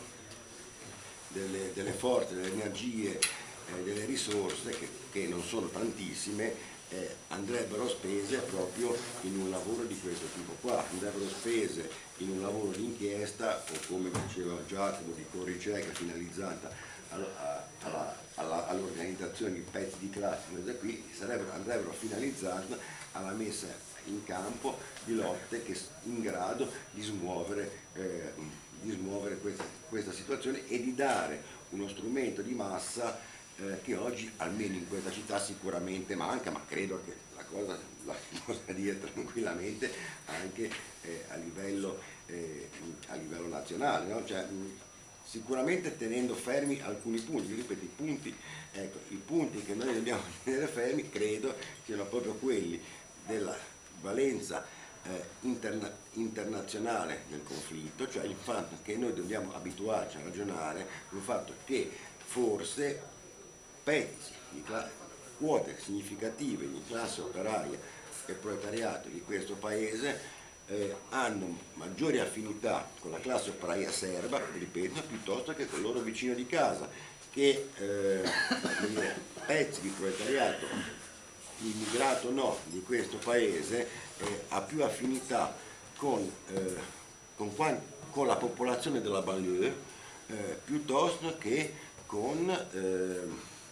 [SPEAKER 4] Delle, delle forze, delle energie, eh, delle risorse, che, che non sono tantissime, eh, andrebbero spese proprio in un lavoro di questo tipo qua, andrebbero spese in un lavoro di inchiesta o, come diceva Giacomo, di corricerca finalizzata all'organizzazione di pezzi di classe, qui sarebbero, andrebbero finalizzate alla messa in campo di lotte che in grado di smuovere eh, di smuovere questa, questa situazione e di dare uno strumento di massa eh, che oggi, almeno in questa città, sicuramente manca, ma credo che la cosa la possa dire tranquillamente anche eh, a, livello, eh, a livello nazionale, no? Cioè, mh, sicuramente tenendo fermi alcuni punti, ripeto, i punti, ecco, i punti che noi dobbiamo tenere fermi credo siano proprio quelli della valenza Eh, interna internazionale del conflitto, cioè il fatto che noi dobbiamo abituarci a ragionare sul fatto che forse pezzi, di quote significative di classe operaia e proletariato di questo paese eh, hanno maggiori affinità con la classe operaia serba, ripeto, piuttosto che con il loro vicino di casa, che eh, dire, pezzi di proletariato, immigrato o no, di questo paese eh, ha più affinità con, eh, con, con la popolazione della banlieue eh, piuttosto che con eh,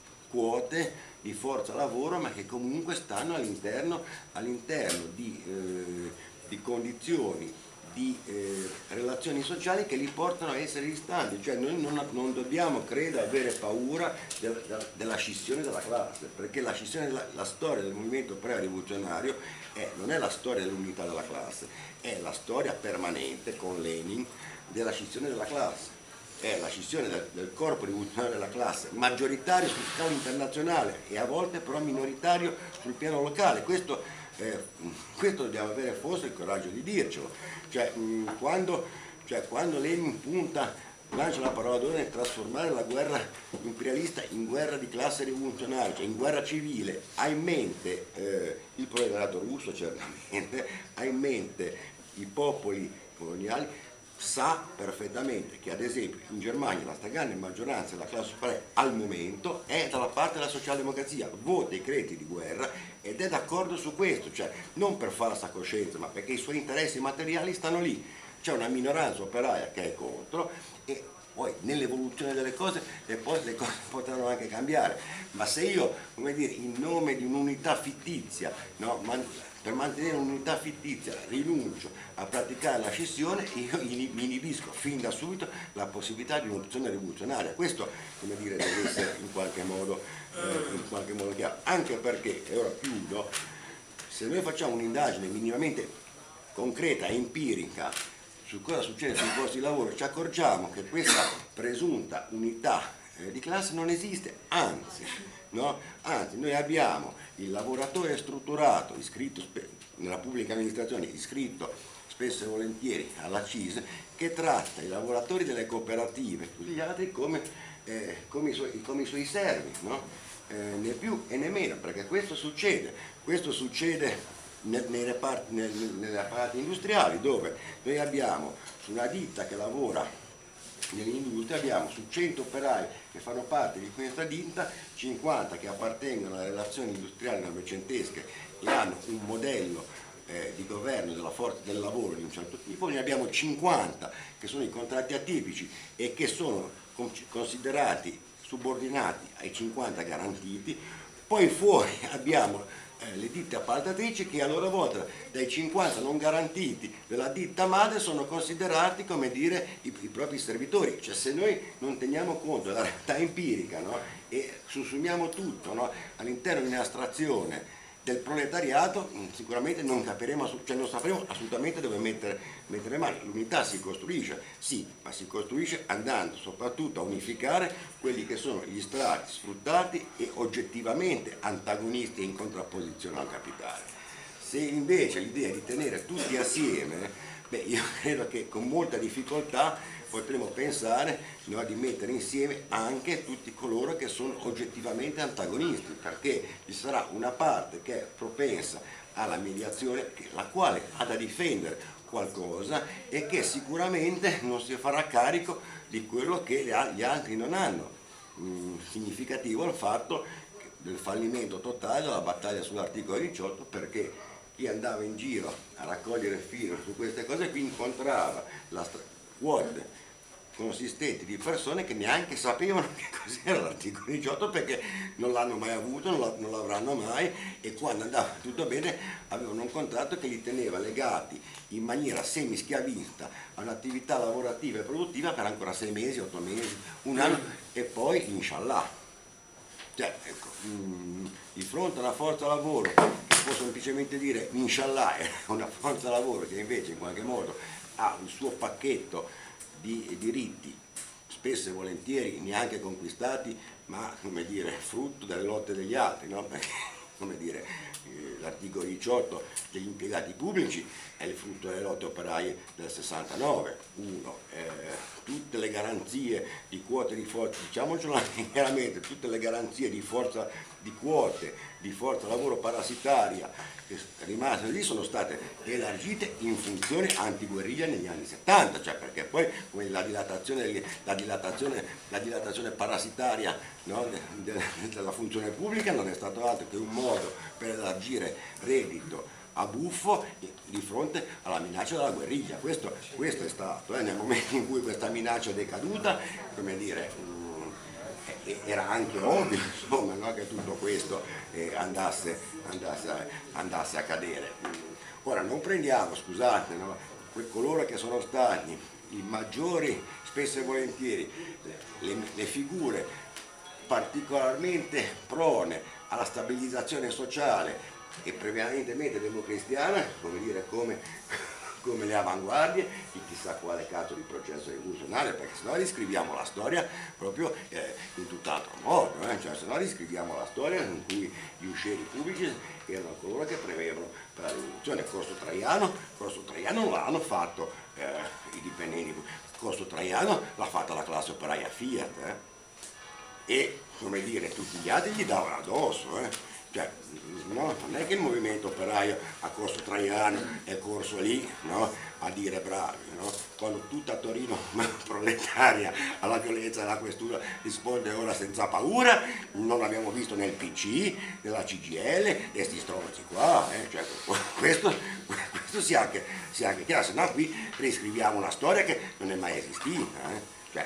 [SPEAKER 4] quote di forza lavoro, ma che comunque stanno all'interno all'interno di, eh, di condizioni, di eh, relazioni sociali che li portano a essere distanti. Cioè noi non, non dobbiamo, credo, avere paura del, del, della scissione della classe, perché la scissione della la storia del movimento pre-rivoluzionario è, non è la storia dell'unità della classe, è la storia permanente con Lenin della scissione della classe, è la scissione del, del corpo rivoluzionario della classe, maggioritario su scala internazionale e a volte però minoritario sul piano locale. Questo, eh, questo dobbiamo avere forse il coraggio di dircelo. Cioè, mh, quando, cioè, quando Lenin punta, lancia la parola d'ordine nel trasformare la guerra imperialista in guerra di classe rivoluzionaria, cioè in guerra civile, ha in mente eh, il proletariato russo certamente, ha in mente i popoli coloniali, sa perfettamente che ad esempio in Germania la stragrande maggioranza della classe operaia al momento è dalla parte della socialdemocrazia, vota i crediti di guerra ed è d'accordo su questo, cioè non per falsa coscienza ma perché i suoi interessi materiali stanno lì. C'è una minoranza operaia che è contro e poi nell'evoluzione delle cose le, le cose potranno anche cambiare, ma se io, come dire, in nome di un'unità fittizia, no, man, per mantenere un'unità fittizia rinuncio a praticare la scissione, io mi inibisco fin da subito la possibilità di un'opzione rivoluzionaria. Questo, come dire, deve essere in qualche modo, eh, in qualche modo chiaro, anche perché, e ora chiudo, se noi facciamo un'indagine minimamente concreta e empirica su cosa succede sui posti di lavoro, ci accorgiamo che questa presunta unità eh, di classe non esiste, anzi, no? Anzi, noi abbiamo il lavoratore strutturato, iscritto nella pubblica amministrazione, iscritto spesso e volentieri alla C I S, che tratta i lavoratori delle cooperative, tutti gli altri come, eh, come, i, suoi, come i suoi servi, no? eh, né più e né meno, perché questo succede, questo succede nei reparti, nelle apparati industriali, dove noi abbiamo su una ditta che lavora nell'industria, abbiamo su cento operai che fanno parte di questa ditta, cinquanta che appartengono alle relazioni industriali novecentesche e hanno un modello eh, di governo della forza del lavoro di un certo tipo, ne abbiamo cinquanta che sono i contratti atipici e che sono considerati subordinati ai cinquanta garantiti. Poi fuori abbiamo le ditte appaltatrici che a loro volta dai cinquanta non garantiti della ditta madre sono considerati, come dire, i, i propri servitori. Cioè se noi non teniamo conto della realtà empirica, no? E sussumiamo tutto, no? All'interno di un'astrazione del proletariato, sicuramente non capiremo, cioè non sapremo assolutamente dove mettere, mettere mani. L'unità si costruisce, sì, ma si costruisce andando soprattutto a unificare quelli che sono gli strati sfruttati e oggettivamente antagonisti e in contrapposizione al capitale. Se invece l'idea è di tenere tutti assieme, beh, io credo che con molta difficoltà potremo pensare, no, di mettere insieme anche tutti coloro che sono oggettivamente antagonisti, perché ci sarà una parte che è propensa alla mediazione, la quale ha da difendere qualcosa e che sicuramente non si farà carico di quello che gli altri non hanno. Mm, significativo il fatto del fallimento totale della battaglia sull'articolo diciotto, perché chi andava in giro a raccogliere filo su queste cose qui incontrava la quote consistenti di persone che neanche sapevano che cos'era l'articolo diciotto, perché non l'hanno mai avuto, non l'avranno mai, e quando andava tutto bene avevano un contratto che li teneva legati in maniera semi-schiavista a un'attività lavorativa e produttiva per ancora sei mesi, otto mesi, un anno e poi inshallah. Cioè, ecco, mh, di fronte a una forza lavoro che può semplicemente dire inshallah, è una forza lavoro che invece in qualche modo ha il suo pacchetto di diritti, spesso e volentieri neanche conquistati, ma come dire, frutto delle lotte degli altri, no? Perché, come dire, eh, l'articolo diciotto degli impiegati pubblici è il frutto delle lotte operaie del sessantanove, uno, eh, tutte le garanzie di quote di forza, diciamocelo anche chiaramente, tutte le garanzie di forza di quote di forza lavoro parassitaria che rimasero lì sono state elargite in funzione antiguerriglia negli anni settanta, cioè perché poi come la dilatazione, la dilatazione, la dilatazione parassitaria, no, de, de, della funzione pubblica non è stato altro che un modo per elargire reddito a buffo di fronte alla minaccia della guerriglia. Questo, questo è stato, eh, nel momento in cui questa minaccia è decaduta, come dire, mh, era anche ovvio, insomma, no, che tutto questo eh, andasse, andasse, andasse a cadere. Ora non prendiamo, scusate, no, coloro che sono stati i maggiori, spesso e volentieri, le, le figure particolarmente prone alla stabilizzazione sociale e prevalentemente democristiana, come dire, come, come le avanguardie di chissà quale caso di processo rivoluzionario, perché sennò riscriviamo la storia proprio eh, in tutt'altro modo, eh? Cioè sennò riscriviamo la storia in cui gli uscieri pubblici erano coloro che premevano per la rivoluzione. Corso Traiano, Corso Traiano non l'hanno fatto eh, i dipendenti, Corso Traiano l'ha fatta la classe operaia Fiat, eh? E come dire, tutti gli altri gli davano addosso, eh? Cioè, no, non è che il movimento operaio a Corso Traiano è corso lì, no, a dire bravi, no? Quando tutta Torino proletaria alla violenza della questura risponde ora senza paura, non l'abbiamo visto nel P C, nella C G I L, questi stronzi qua, eh? Cioè, questo, questo sia anche, sia anche chiaro, se no qui riscriviamo una storia che non è mai esistita, eh? Cioè,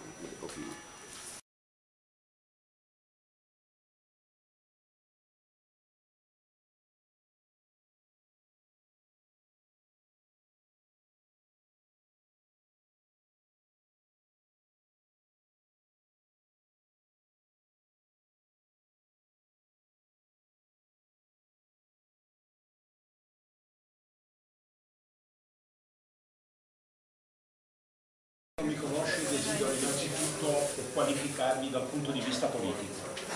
[SPEAKER 8] non mi conosce, desidero innanzitutto qualificarmi dal punto di vista politico.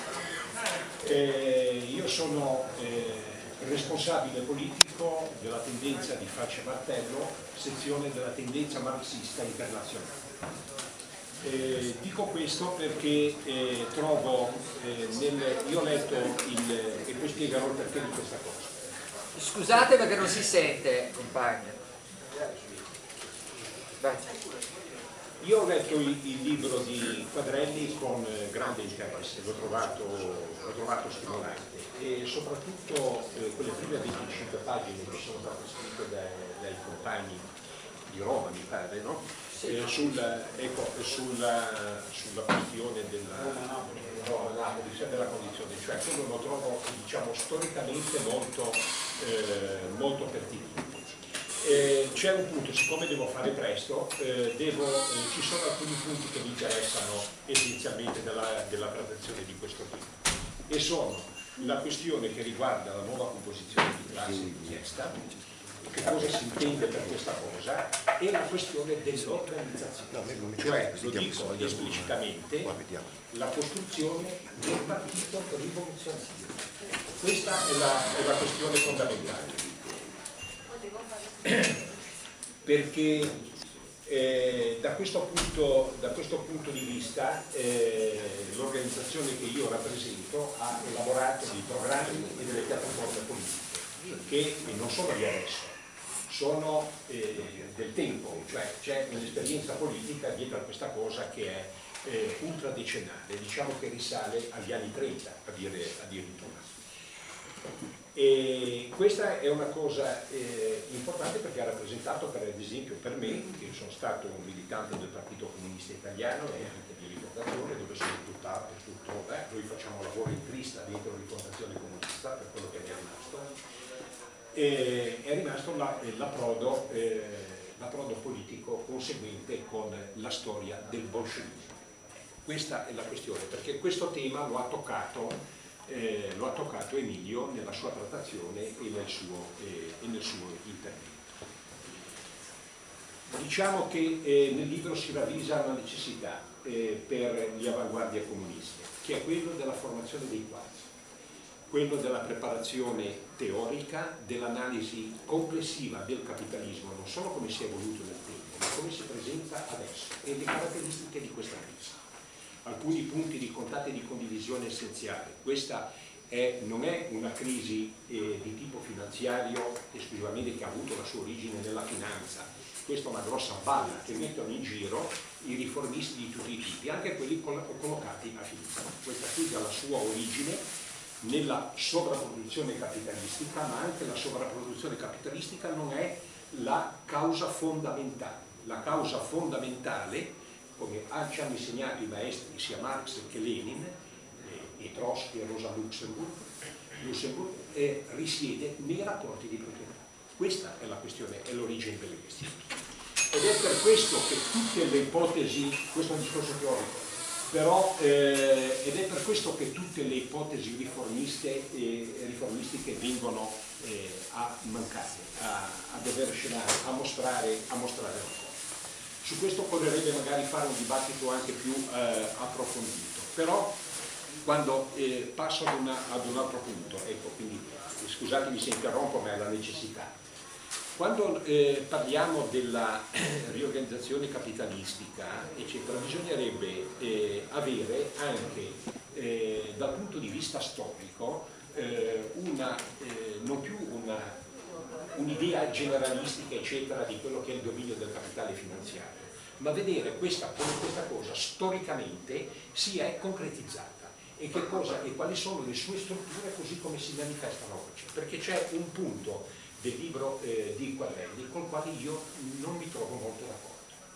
[SPEAKER 8] Eh, io sono eh, responsabile politico della tendenza di Faccia Martello, sezione della tendenza marxista internazionale. Eh, dico questo perché eh, trovo, eh, nel, io ho letto il, e poi spiegherò il perché di questa cosa.
[SPEAKER 1] Scusate perché non si sente, compagno. Vai.
[SPEAKER 8] Io ho letto il, il libro di Quadrelli con eh, grande interesse, l'ho trovato, l'ho trovato stimolante e soprattutto eh, quelle prime venticinque pagine che sono state scritte dai, dai compagni di Roma, mi pare, no? Eh, sul, ecco, sulla, sulla questione della, Roma-Napoli, cioè della condizione, cioè quello lo trovo, diciamo, storicamente molto, eh, molto pertinente. Eh, c'è un punto, siccome devo fare presto, eh, devo, eh, ci sono alcuni punti che mi interessano essenzialmente della, della trattazione di questo tipo e sono la questione che riguarda la nuova composizione di classe di inchiesta, che cosa si intende per questa cosa, e la questione dell'organizzazione, cioè, lo dico esplicitamente, la costruzione del partito rivoluzionario. Questa è la, è la questione fondamentale. Perché eh, da, questo punto, da questo punto di vista eh, l'organizzazione che io rappresento ha elaborato dei programmi e delle piattaforme politiche che non sono di adesso, sono eh, del tempo, cioè c'è un'esperienza politica dietro a questa cosa che è eh, ultradecennale, diciamo che risale agli anni trenta a dire, addirittura. E questa è una cosa eh, importante perché ha rappresentato, per esempio per me, che sono stato un militante del Partito Comunista Italiano e anche di Rifondazione, dove sono tutt'altro, tutto, eh, noi facciamo lavoro in crista dentro Rifondazione Comunista, per quello che ne è rimasto, e è rimasto l'approdo eh, l'approdo politico conseguente con la storia del bolscevismo. Questa è la questione, perché questo tema lo ha toccato Eh, lo ha toccato Emilio nella sua trattazione e nel suo, eh, e nel suo intervento. Diciamo che eh, nel libro si ravvisa una necessità eh, per le avanguardie comuniste, che è quello della formazione dei quadri, quello della preparazione teorica, dell'analisi complessiva del capitalismo, non solo come si è evoluto nel tempo, ma come si presenta adesso e le caratteristiche di questa crisi. Alcuni punti di contatto e di condivisione essenziali. Questa è, non è una crisi eh, di tipo finanziario esclusivamente che ha avuto la sua origine nella finanza. Questa è una grossa balla che mettono in giro i riformisti di tutti i tipi, anche quelli collocati a sinistra. Questa crisi ha la sua origine nella sovrapproduzione capitalistica, ma anche la sovrapproduzione capitalistica non è la causa fondamentale. La causa fondamentale, come ci hanno insegnato i maestri sia Marx che Lenin, eh, e Trotsky e Rosa Luxemburg, Luxemburg eh, risiede nei rapporti di proprietà. Questa è la questione, è l'origine delle questioni. Ed è per questo che tutte le ipotesi, questo è un discorso teorico, però eh, ed è per questo che tutte le ipotesi riformiste e riformistiche vengono eh, a mancare, a, a dover scenare, a mostrare, a mostrare la cosa. Su questo occorrerebbe magari fare un dibattito anche più eh, approfondito, però quando eh, passo ad, una, ad un altro punto, ecco, quindi scusatemi se interrompo, ma è la necessità. Quando eh, parliamo della riorganizzazione capitalistica, eccetera, bisognerebbe eh, avere anche eh, dal punto di vista storico eh, una, eh, non più un'idea generalistica, eccetera, di quello che è il dominio del capitale finanziario, ma vedere questa, come questa cosa storicamente si è concretizzata e, che cosa, e quali sono le sue strutture così come si manifestano oggi, perché c'è un punto del libro eh, di Quadrelli col quale io non mi trovo molto d'accordo,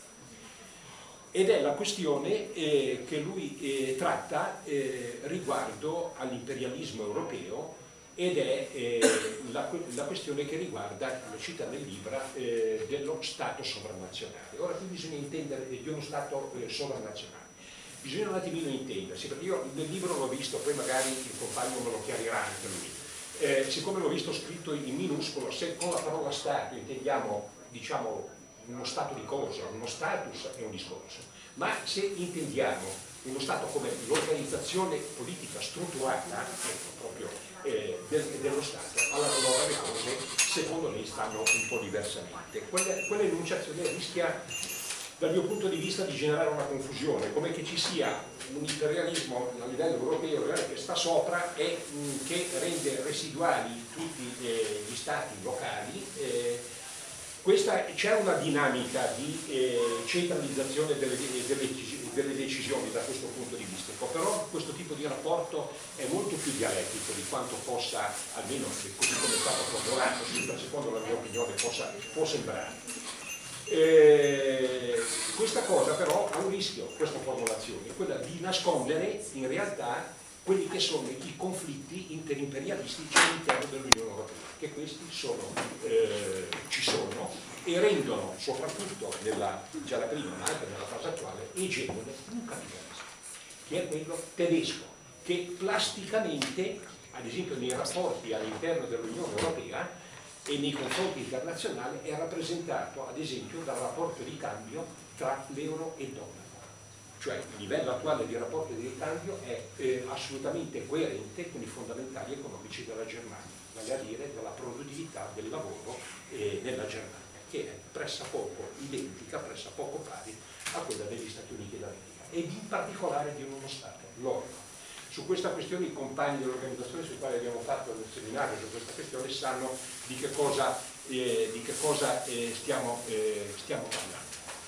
[SPEAKER 8] ed è la questione eh, che lui eh, tratta eh, riguardo all'imperialismo europeo, ed è eh, la, la questione che riguarda, lo cita nel libro, eh, dello Stato sovranazionale. Ora qui bisogna intendere di uno Stato eh, sovranazionale, bisogna un attimino intendersi, perché io nel libro l'ho visto, poi magari il compagno me lo chiarirà anche lui. Eh, siccome l'ho visto scritto in minuscolo, se con la parola Stato intendiamo, diciamo, uno stato di cosa, uno status è un discorso, ma se intendiamo uno Stato come l'organizzazione politica strutturata, ecco, proprio eh, del, dello Stato, allora le cose secondo me stanno un po' diversamente. Quell'enunciazione rischia, dal mio punto di vista, di generare una confusione, come che ci sia un imperialismo a livello europeo che sta sopra e mh, che rende residuali tutti eh, gli stati locali. Eh, c'è una dinamica di eh, centralizzazione delle, delle, delle decisioni da questo punto di vista, però questo tipo di rapporto è molto più dialettico di quanto possa, almeno così come è stato formulato, secondo la mia opinione, possa, può sembrare. Eh, questa cosa però ha un rischio, questa formulazione, quella di nascondere in realtà quelli che sono i conflitti interimperialistici all'interno dell'Unione Europea, che questi sono, eh, ci sono e rendono, soprattutto nella, già la prima ma anche nella fase attuale, egemone un capitalismo, che è quello tedesco, che plasticamente, ad esempio nei rapporti all'interno dell'Unione Europea e nei confronti internazionali, è rappresentato ad esempio dal rapporto di cambio tra l'euro e il dollaro. Cioè il livello attuale di rapporto di ricambio è eh, assolutamente coerente con i fondamentali economici della Germania, vale a dire della produttività del lavoro eh, nella Germania, che è pressappoco identica, pressappoco pari a quella degli Stati Uniti d'America, ed in particolare di uno Stato, l'Euro. Su questa questione i compagni dell'organizzazione sui quali abbiamo fatto il seminario su questa questione sanno di che cosa, eh, di che cosa eh, stiamo, eh, stiamo parlando.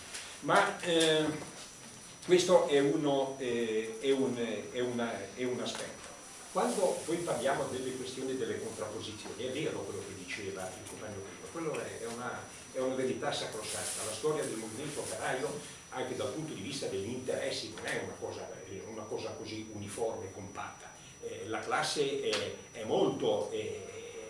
[SPEAKER 8] Ma eh, questo è, uno, eh, è, un, è, una, è un aspetto. Quando poi parliamo delle questioni delle contrapposizioni, è vero quello che diceva il compagno prima, quello è, è, una, è una verità sacrosanta. La storia del movimento operaio, anche dal punto di vista degli interessi, non è una cosa, una cosa così uniforme, compatta. Eh, la classe è, è molto eh,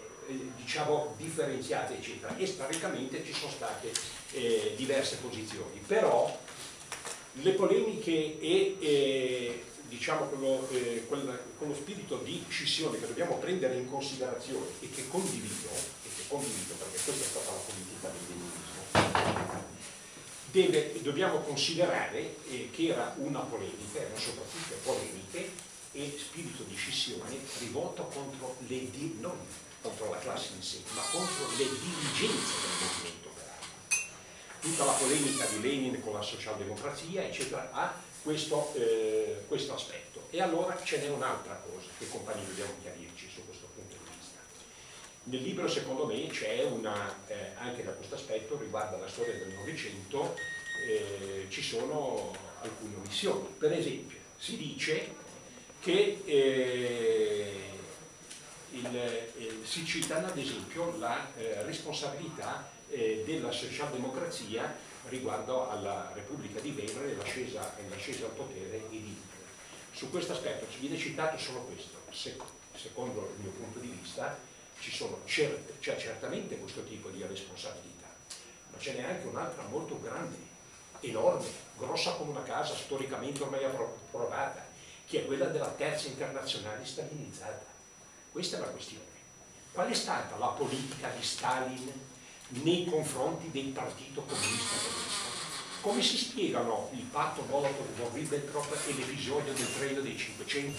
[SPEAKER 8] diciamo differenziata, eccetera, e storicamente ci sono state eh, diverse posizioni, però le polemiche e eh, diciamo quello, eh, quello, quello spirito di scissione che dobbiamo prendere in considerazione e che condivido, e che condivido perché questa è stata la politica del femminismo, deve, dobbiamo considerare eh, che era una polemica, erano soprattutto polemiche e spirito di scissione rivolto contro le di, non contro la classe in sé, ma contro le dirigenze del movimento operaio. tutta la polemica di Lenin con la socialdemocrazia, eccetera, ha questo, eh, questo aspetto. E allora ce n'è un'altra cosa che, compagni, dobbiamo chiarirci su questo punto di vista. Nel libro, secondo me, c'è una, eh, anche da questo aspetto, riguarda la storia del Novecento, eh, ci sono alcune omissioni. Per esempio, si dice che eh, il, eh, si citano ad esempio la eh, responsabilità eh, della socialdemocrazia riguardo alla Repubblica di Weimar e l'ascesa, l'ascesa al potere di Hitler. Su questo aspetto ci viene citato solo questo. Se, secondo il mio punto di vista ci sono certe, c'è certamente questo tipo di responsabilità, ma ce n'è anche un'altra molto grande, enorme, grossa come una casa, storicamente ormai provata, che è quella della terza internazionale stalinizzata. Questa è la questione. Qual è stata la politica di Stalin nei confronti del Partito Comunista Tedesco? Come si spiegano il patto Molotov-Ribbentrop e l'episodio del treno dei Cinquecento?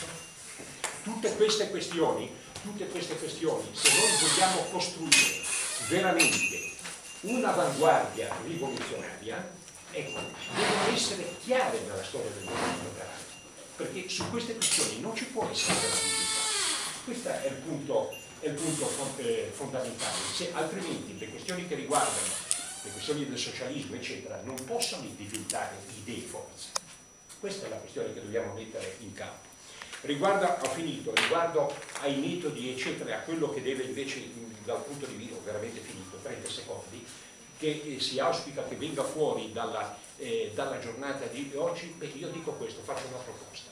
[SPEAKER 8] Tutte queste questioni, tutte queste questioni, se noi vogliamo costruire veramente un'avanguardia rivoluzionaria, ecco, devono essere chiare nella storia del movimento operaio, perché su queste questioni non ci può essere ambiguità. Questo è il punto, è il punto eh, fondamentale. Se altrimenti le questioni che riguardano le questioni del socialismo, eccetera, non possono diventare idee forze. Questa è la questione che dobbiamo mettere in campo. Riguardo, ho finito, riguardo ai metodi, eccetera, a quello che deve invece, dal punto di vista, veramente finito, trenta secondi, che eh, si auspica che venga fuori dalla, eh, dalla giornata di oggi, beh, io dico questo, faccio una proposta.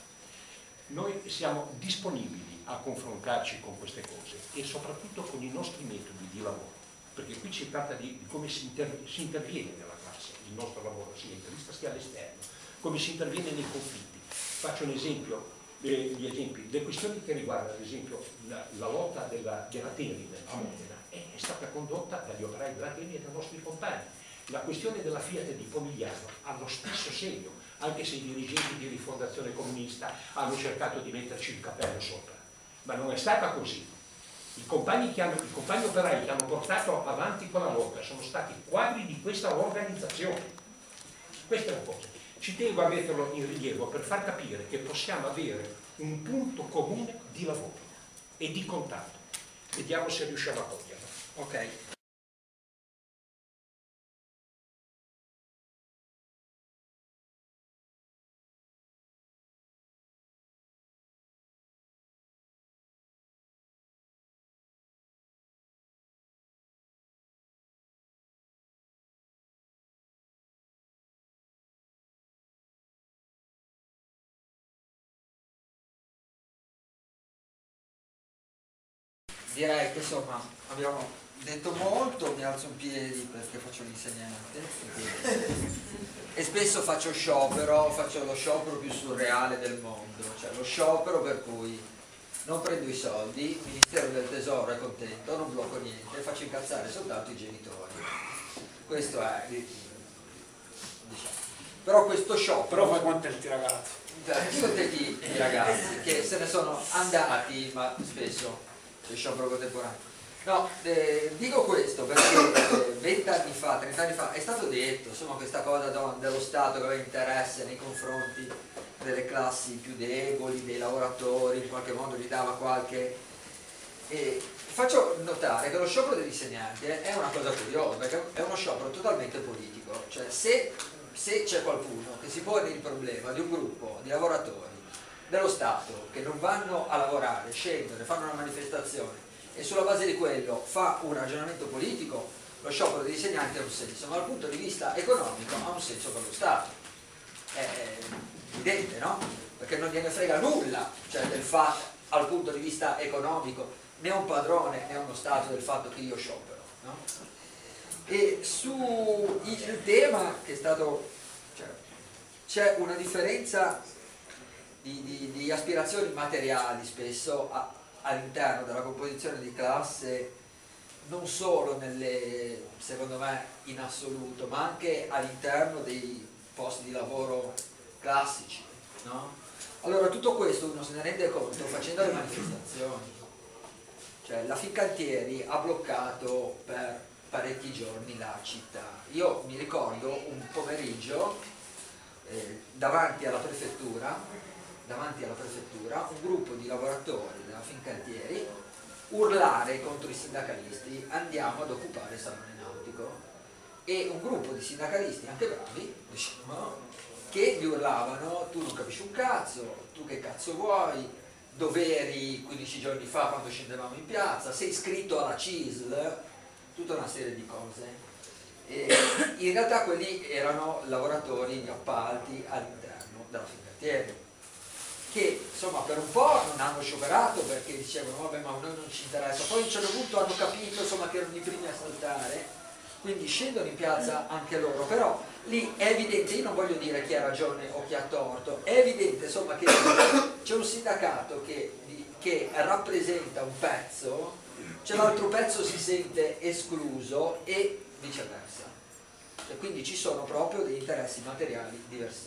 [SPEAKER 8] Noi siamo disponibili a confrontarci con queste cose e soprattutto con i nostri metodi di lavoro, perché qui si tratta di, di come si, inter, si interviene nella classe, il nostro lavoro sia interista sia all'esterno, come si interviene nei conflitti. Faccio un esempio, eh, gli esempi, le questioni che riguardano ad esempio la, la lotta della, della Tenin a Modena è, è stata condotta dagli operai della Tenin e dai nostri compagni. La questione della Fiat di Pomigliano ha lo stesso segno, anche se i dirigenti di Rifondazione Comunista hanno cercato di metterci il cappello sopra. Ma non è stata così. I compagni, che hanno, i compagni operai che hanno portato avanti quella lotta sono stati quadri di questa organizzazione. Questa è la cosa. Ci tengo a metterlo in rilievo per far capire che possiamo avere un punto comune di lavoro e di contatto. Vediamo se riusciamo a coglierlo.
[SPEAKER 1] Ok. Direi che insomma abbiamo detto molto, mi alzo in piedi perché faccio l'insegnante e spesso faccio sciopero, faccio lo sciopero più surreale del mondo, cioè lo sciopero per cui non prendo i soldi, il Ministero del Tesoro è contento, non blocco niente, faccio incazzare soltanto i genitori. Questo è, diciamo. Però questo sciopero...
[SPEAKER 2] Però fai contenti i ragazzi.
[SPEAKER 1] Contenti i ragazzi che se ne sono andati, ma spesso... il sciopero contemporaneo. No, eh, dico questo perché vent'anni eh, fa, trent'anni fa è stato detto, insomma, questa cosa no, dello Stato che aveva interesse nei confronti delle classi più deboli, dei lavoratori, in qualche modo gli dava qualche... E faccio notare che lo sciopero degli insegnanti è una cosa curiosa, perché è uno sciopero totalmente politico, cioè se, se c'è qualcuno che si pone il problema di un gruppo di lavoratori dello Stato che non vanno a lavorare, scendono, fanno una manifestazione e sulla base di quello fa un ragionamento politico, lo sciopero degli insegnanti ha un senso, ma dal punto di vista economico ha un senso per lo Stato. È evidente, no? Perché non gliene frega nulla, cioè del fatto, dal punto di vista economico, né un padrone né uno Stato del fatto che io sciopero, no? E su il tema che è stato, cioè, c'è una differenza Di, di, di aspirazioni materiali spesso all'interno della composizione di classe, non solo nelle, secondo me in assoluto, ma anche all'interno dei posti di lavoro classici, no? Allora tutto questo uno se ne rende conto facendo le manifestazioni, cioè la Fincantieri ha bloccato per parecchi giorni la città. Io mi ricordo un pomeriggio eh, davanti alla prefettura, davanti alla prefettura, un gruppo di lavoratori della Fincantieri urlare contro i sindacalisti: andiamo ad occupare il Salone Nautico. E un gruppo di sindacalisti anche bravi, diciamo, che gli urlavano: tu non capisci un cazzo, tu che cazzo vuoi, dov'eri quindici giorni fa quando scendevamo in piazza, sei iscritto alla C I S L, tutta una serie di cose. E in realtà quelli erano lavoratori di appalti all'interno della Fincantieri, che insomma per un po' non hanno scioperato perché dicevano vabbè, ma a noi non ci interessa, poi a un certo punto hanno capito insomma che erano i primi a saltare, quindi scendono in piazza anche loro. Però lì è evidente, io non voglio dire chi ha ragione o chi ha torto, è evidente insomma che c'è un sindacato che, che rappresenta un pezzo, c'è l'altro pezzo si sente escluso e viceversa, e quindi ci sono proprio degli interessi materiali diversissimi.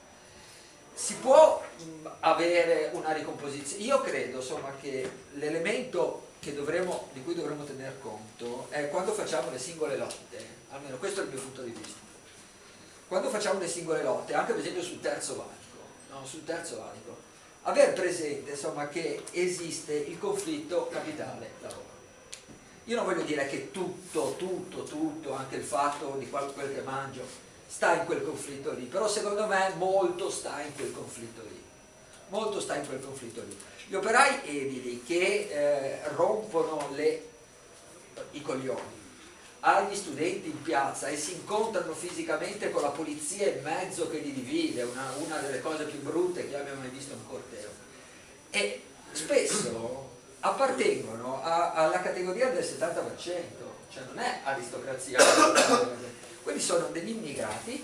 [SPEAKER 1] Si può mh, avere una ricomposizione. Io credo insomma che l'elemento che dovremo, di cui dovremmo tener conto è quando facciamo le singole lotte, almeno questo è il mio punto di vista, quando facciamo le singole lotte, anche per esempio sul terzo valico, no? sul terzo valico, aver presente insomma che esiste il conflitto capitale-lavoro. Io non voglio dire che tutto, tutto, tutto, anche il fatto di quel, quel che mangio, sta in quel conflitto lì, però secondo me molto sta in quel conflitto lì, molto sta in quel conflitto lì. Gli operai edili che eh, rompono le, i coglioni agli studenti in piazza e si incontrano fisicamente con la polizia in mezzo che li divide, una, una delle cose più brutte che abbiamo mai visto in un corteo, e spesso appartengono a, alla categoria del settanta per cento, cioè non è aristocrazia. Quelli sono degli immigrati,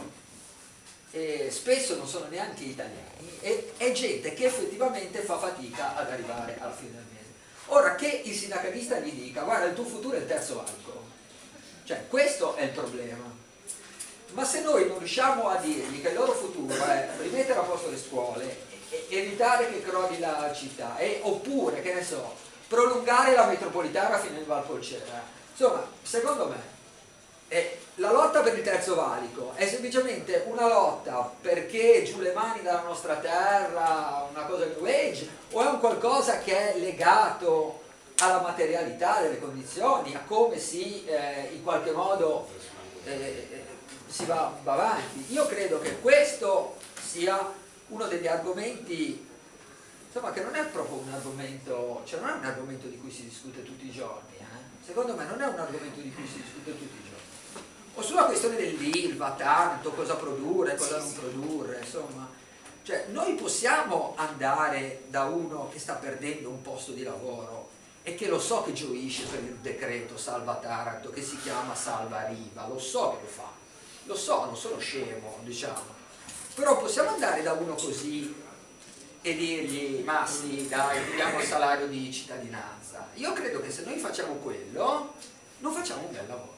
[SPEAKER 1] e spesso non sono neanche italiani, e è gente che effettivamente fa fatica ad arrivare alla fine del mese. Ora, che il sindacalista gli dica guarda il tuo futuro è il terzo valico, cioè questo è il problema. Ma se noi non riusciamo a dirgli che il loro futuro è rimettere a posto le scuole, e, e evitare che crolli la città, e, oppure, che ne so, prolungare la metropolitana fino in Valpolcera, insomma, secondo me Eh, la lotta per il terzo valico è semplicemente una lotta perché giù le mani dalla nostra terra, una cosa new age, o è un qualcosa che è legato alla materialità delle condizioni, a come si eh, in qualche modo eh, si va, va avanti? Io credo che questo sia uno degli argomenti, insomma, che non è proprio un argomento, cioè non è un argomento di cui si discute tutti i giorni, eh? Secondo me non è un argomento di cui si discute tutti i giorni. O sulla questione dell'Ilva, tanto, cosa produrre, cosa non produrre, insomma. Cioè, noi possiamo andare da uno che sta perdendo un posto di lavoro e che lo so che gioisce per il decreto Salva Taranto, che si chiama Salva Riva, lo so che lo fa, lo so, non sono scemo, diciamo. Però possiamo andare da uno così e dirgli, ma sì, dai, diamo il salario di cittadinanza. Io credo che se noi facciamo quello, non facciamo un bel lavoro.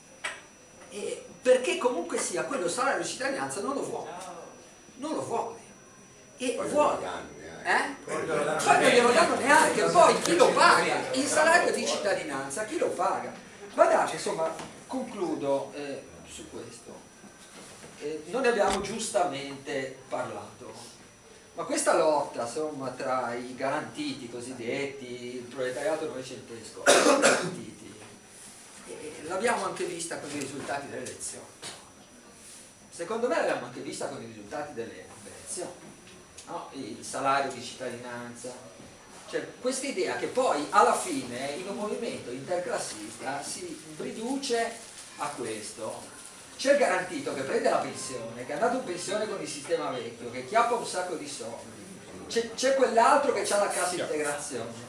[SPEAKER 1] E perché comunque sia quello salario di cittadinanza non lo vuole, non lo vuole, e poi vuole, eh? Poi non glielo danno neanche, poi chi lo paga? Il salario di cittadinanza chi lo paga? Guardate, insomma, concludo eh, su questo, eh, non ne abbiamo giustamente parlato, ma questa lotta insomma tra i garantiti cosiddetti, il proletariato novecentesco, i garantiti, l'abbiamo anche vista con i risultati delle elezioni. Secondo me l'abbiamo anche vista con i risultati delle elezioni, no? Il salario di cittadinanza, cioè questa idea che poi alla fine in un movimento interclassista si riduce a questo. C'è il garantito che prende la pensione, che è andato in pensione con il sistema vecchio, che chiappa un sacco di soldi, c'è quell'altro che ha la cassa integrazione.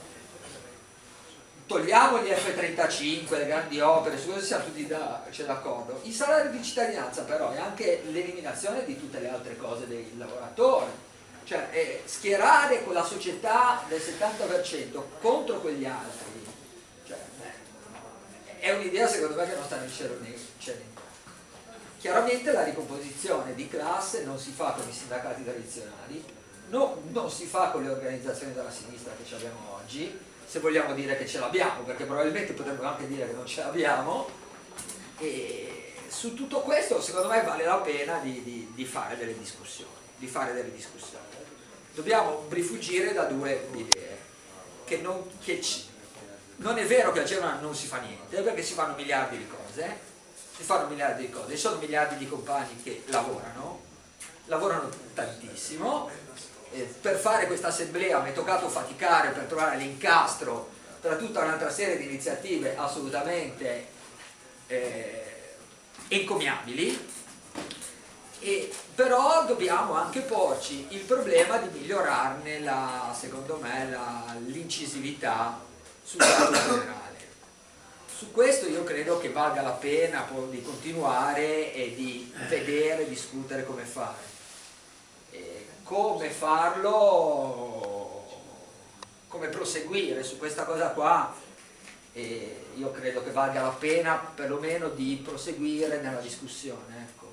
[SPEAKER 1] Togliamo gli F trentacinque, le grandi opere, su questo siamo tutti d'accordo. Il salario di cittadinanza però è anche l'eliminazione di tutte le altre cose dei lavoratori, cioè è schierare quella società del settanta per cento contro quegli altri, cioè, beh, è un'idea secondo me che non sta nel cielo né cielo. Chiaramente la ricomposizione di classe non si fa con i sindacati tradizionali, no, non si fa con le organizzazioni della sinistra che ci abbiamo oggi, se vogliamo dire che ce l'abbiamo, perché probabilmente potremmo anche dire che non ce l'abbiamo, E su tutto questo secondo me vale la pena di, di, di fare delle discussioni, di fare delle discussioni. Dobbiamo rifuggire da due idee, che non, che ci, non è vero che a Genova non si fa niente, perché si fanno miliardi di cose, si fanno miliardi di cose, ci sono miliardi di compagni che lavorano, lavorano tantissimo. Eh, per fare questa assemblea mi è toccato faticare per trovare l'incastro tra tutta un'altra serie di iniziative assolutamente eh, encomiabili, e però dobbiamo anche porci il problema di migliorarne la, secondo me, l'incisività sul dato generale. Su questo io credo che valga la pena poi di continuare e di vedere, discutere come fare. E come farlo, come proseguire su questa cosa qua, e io credo che valga la pena perlomeno di proseguire nella discussione, ecco.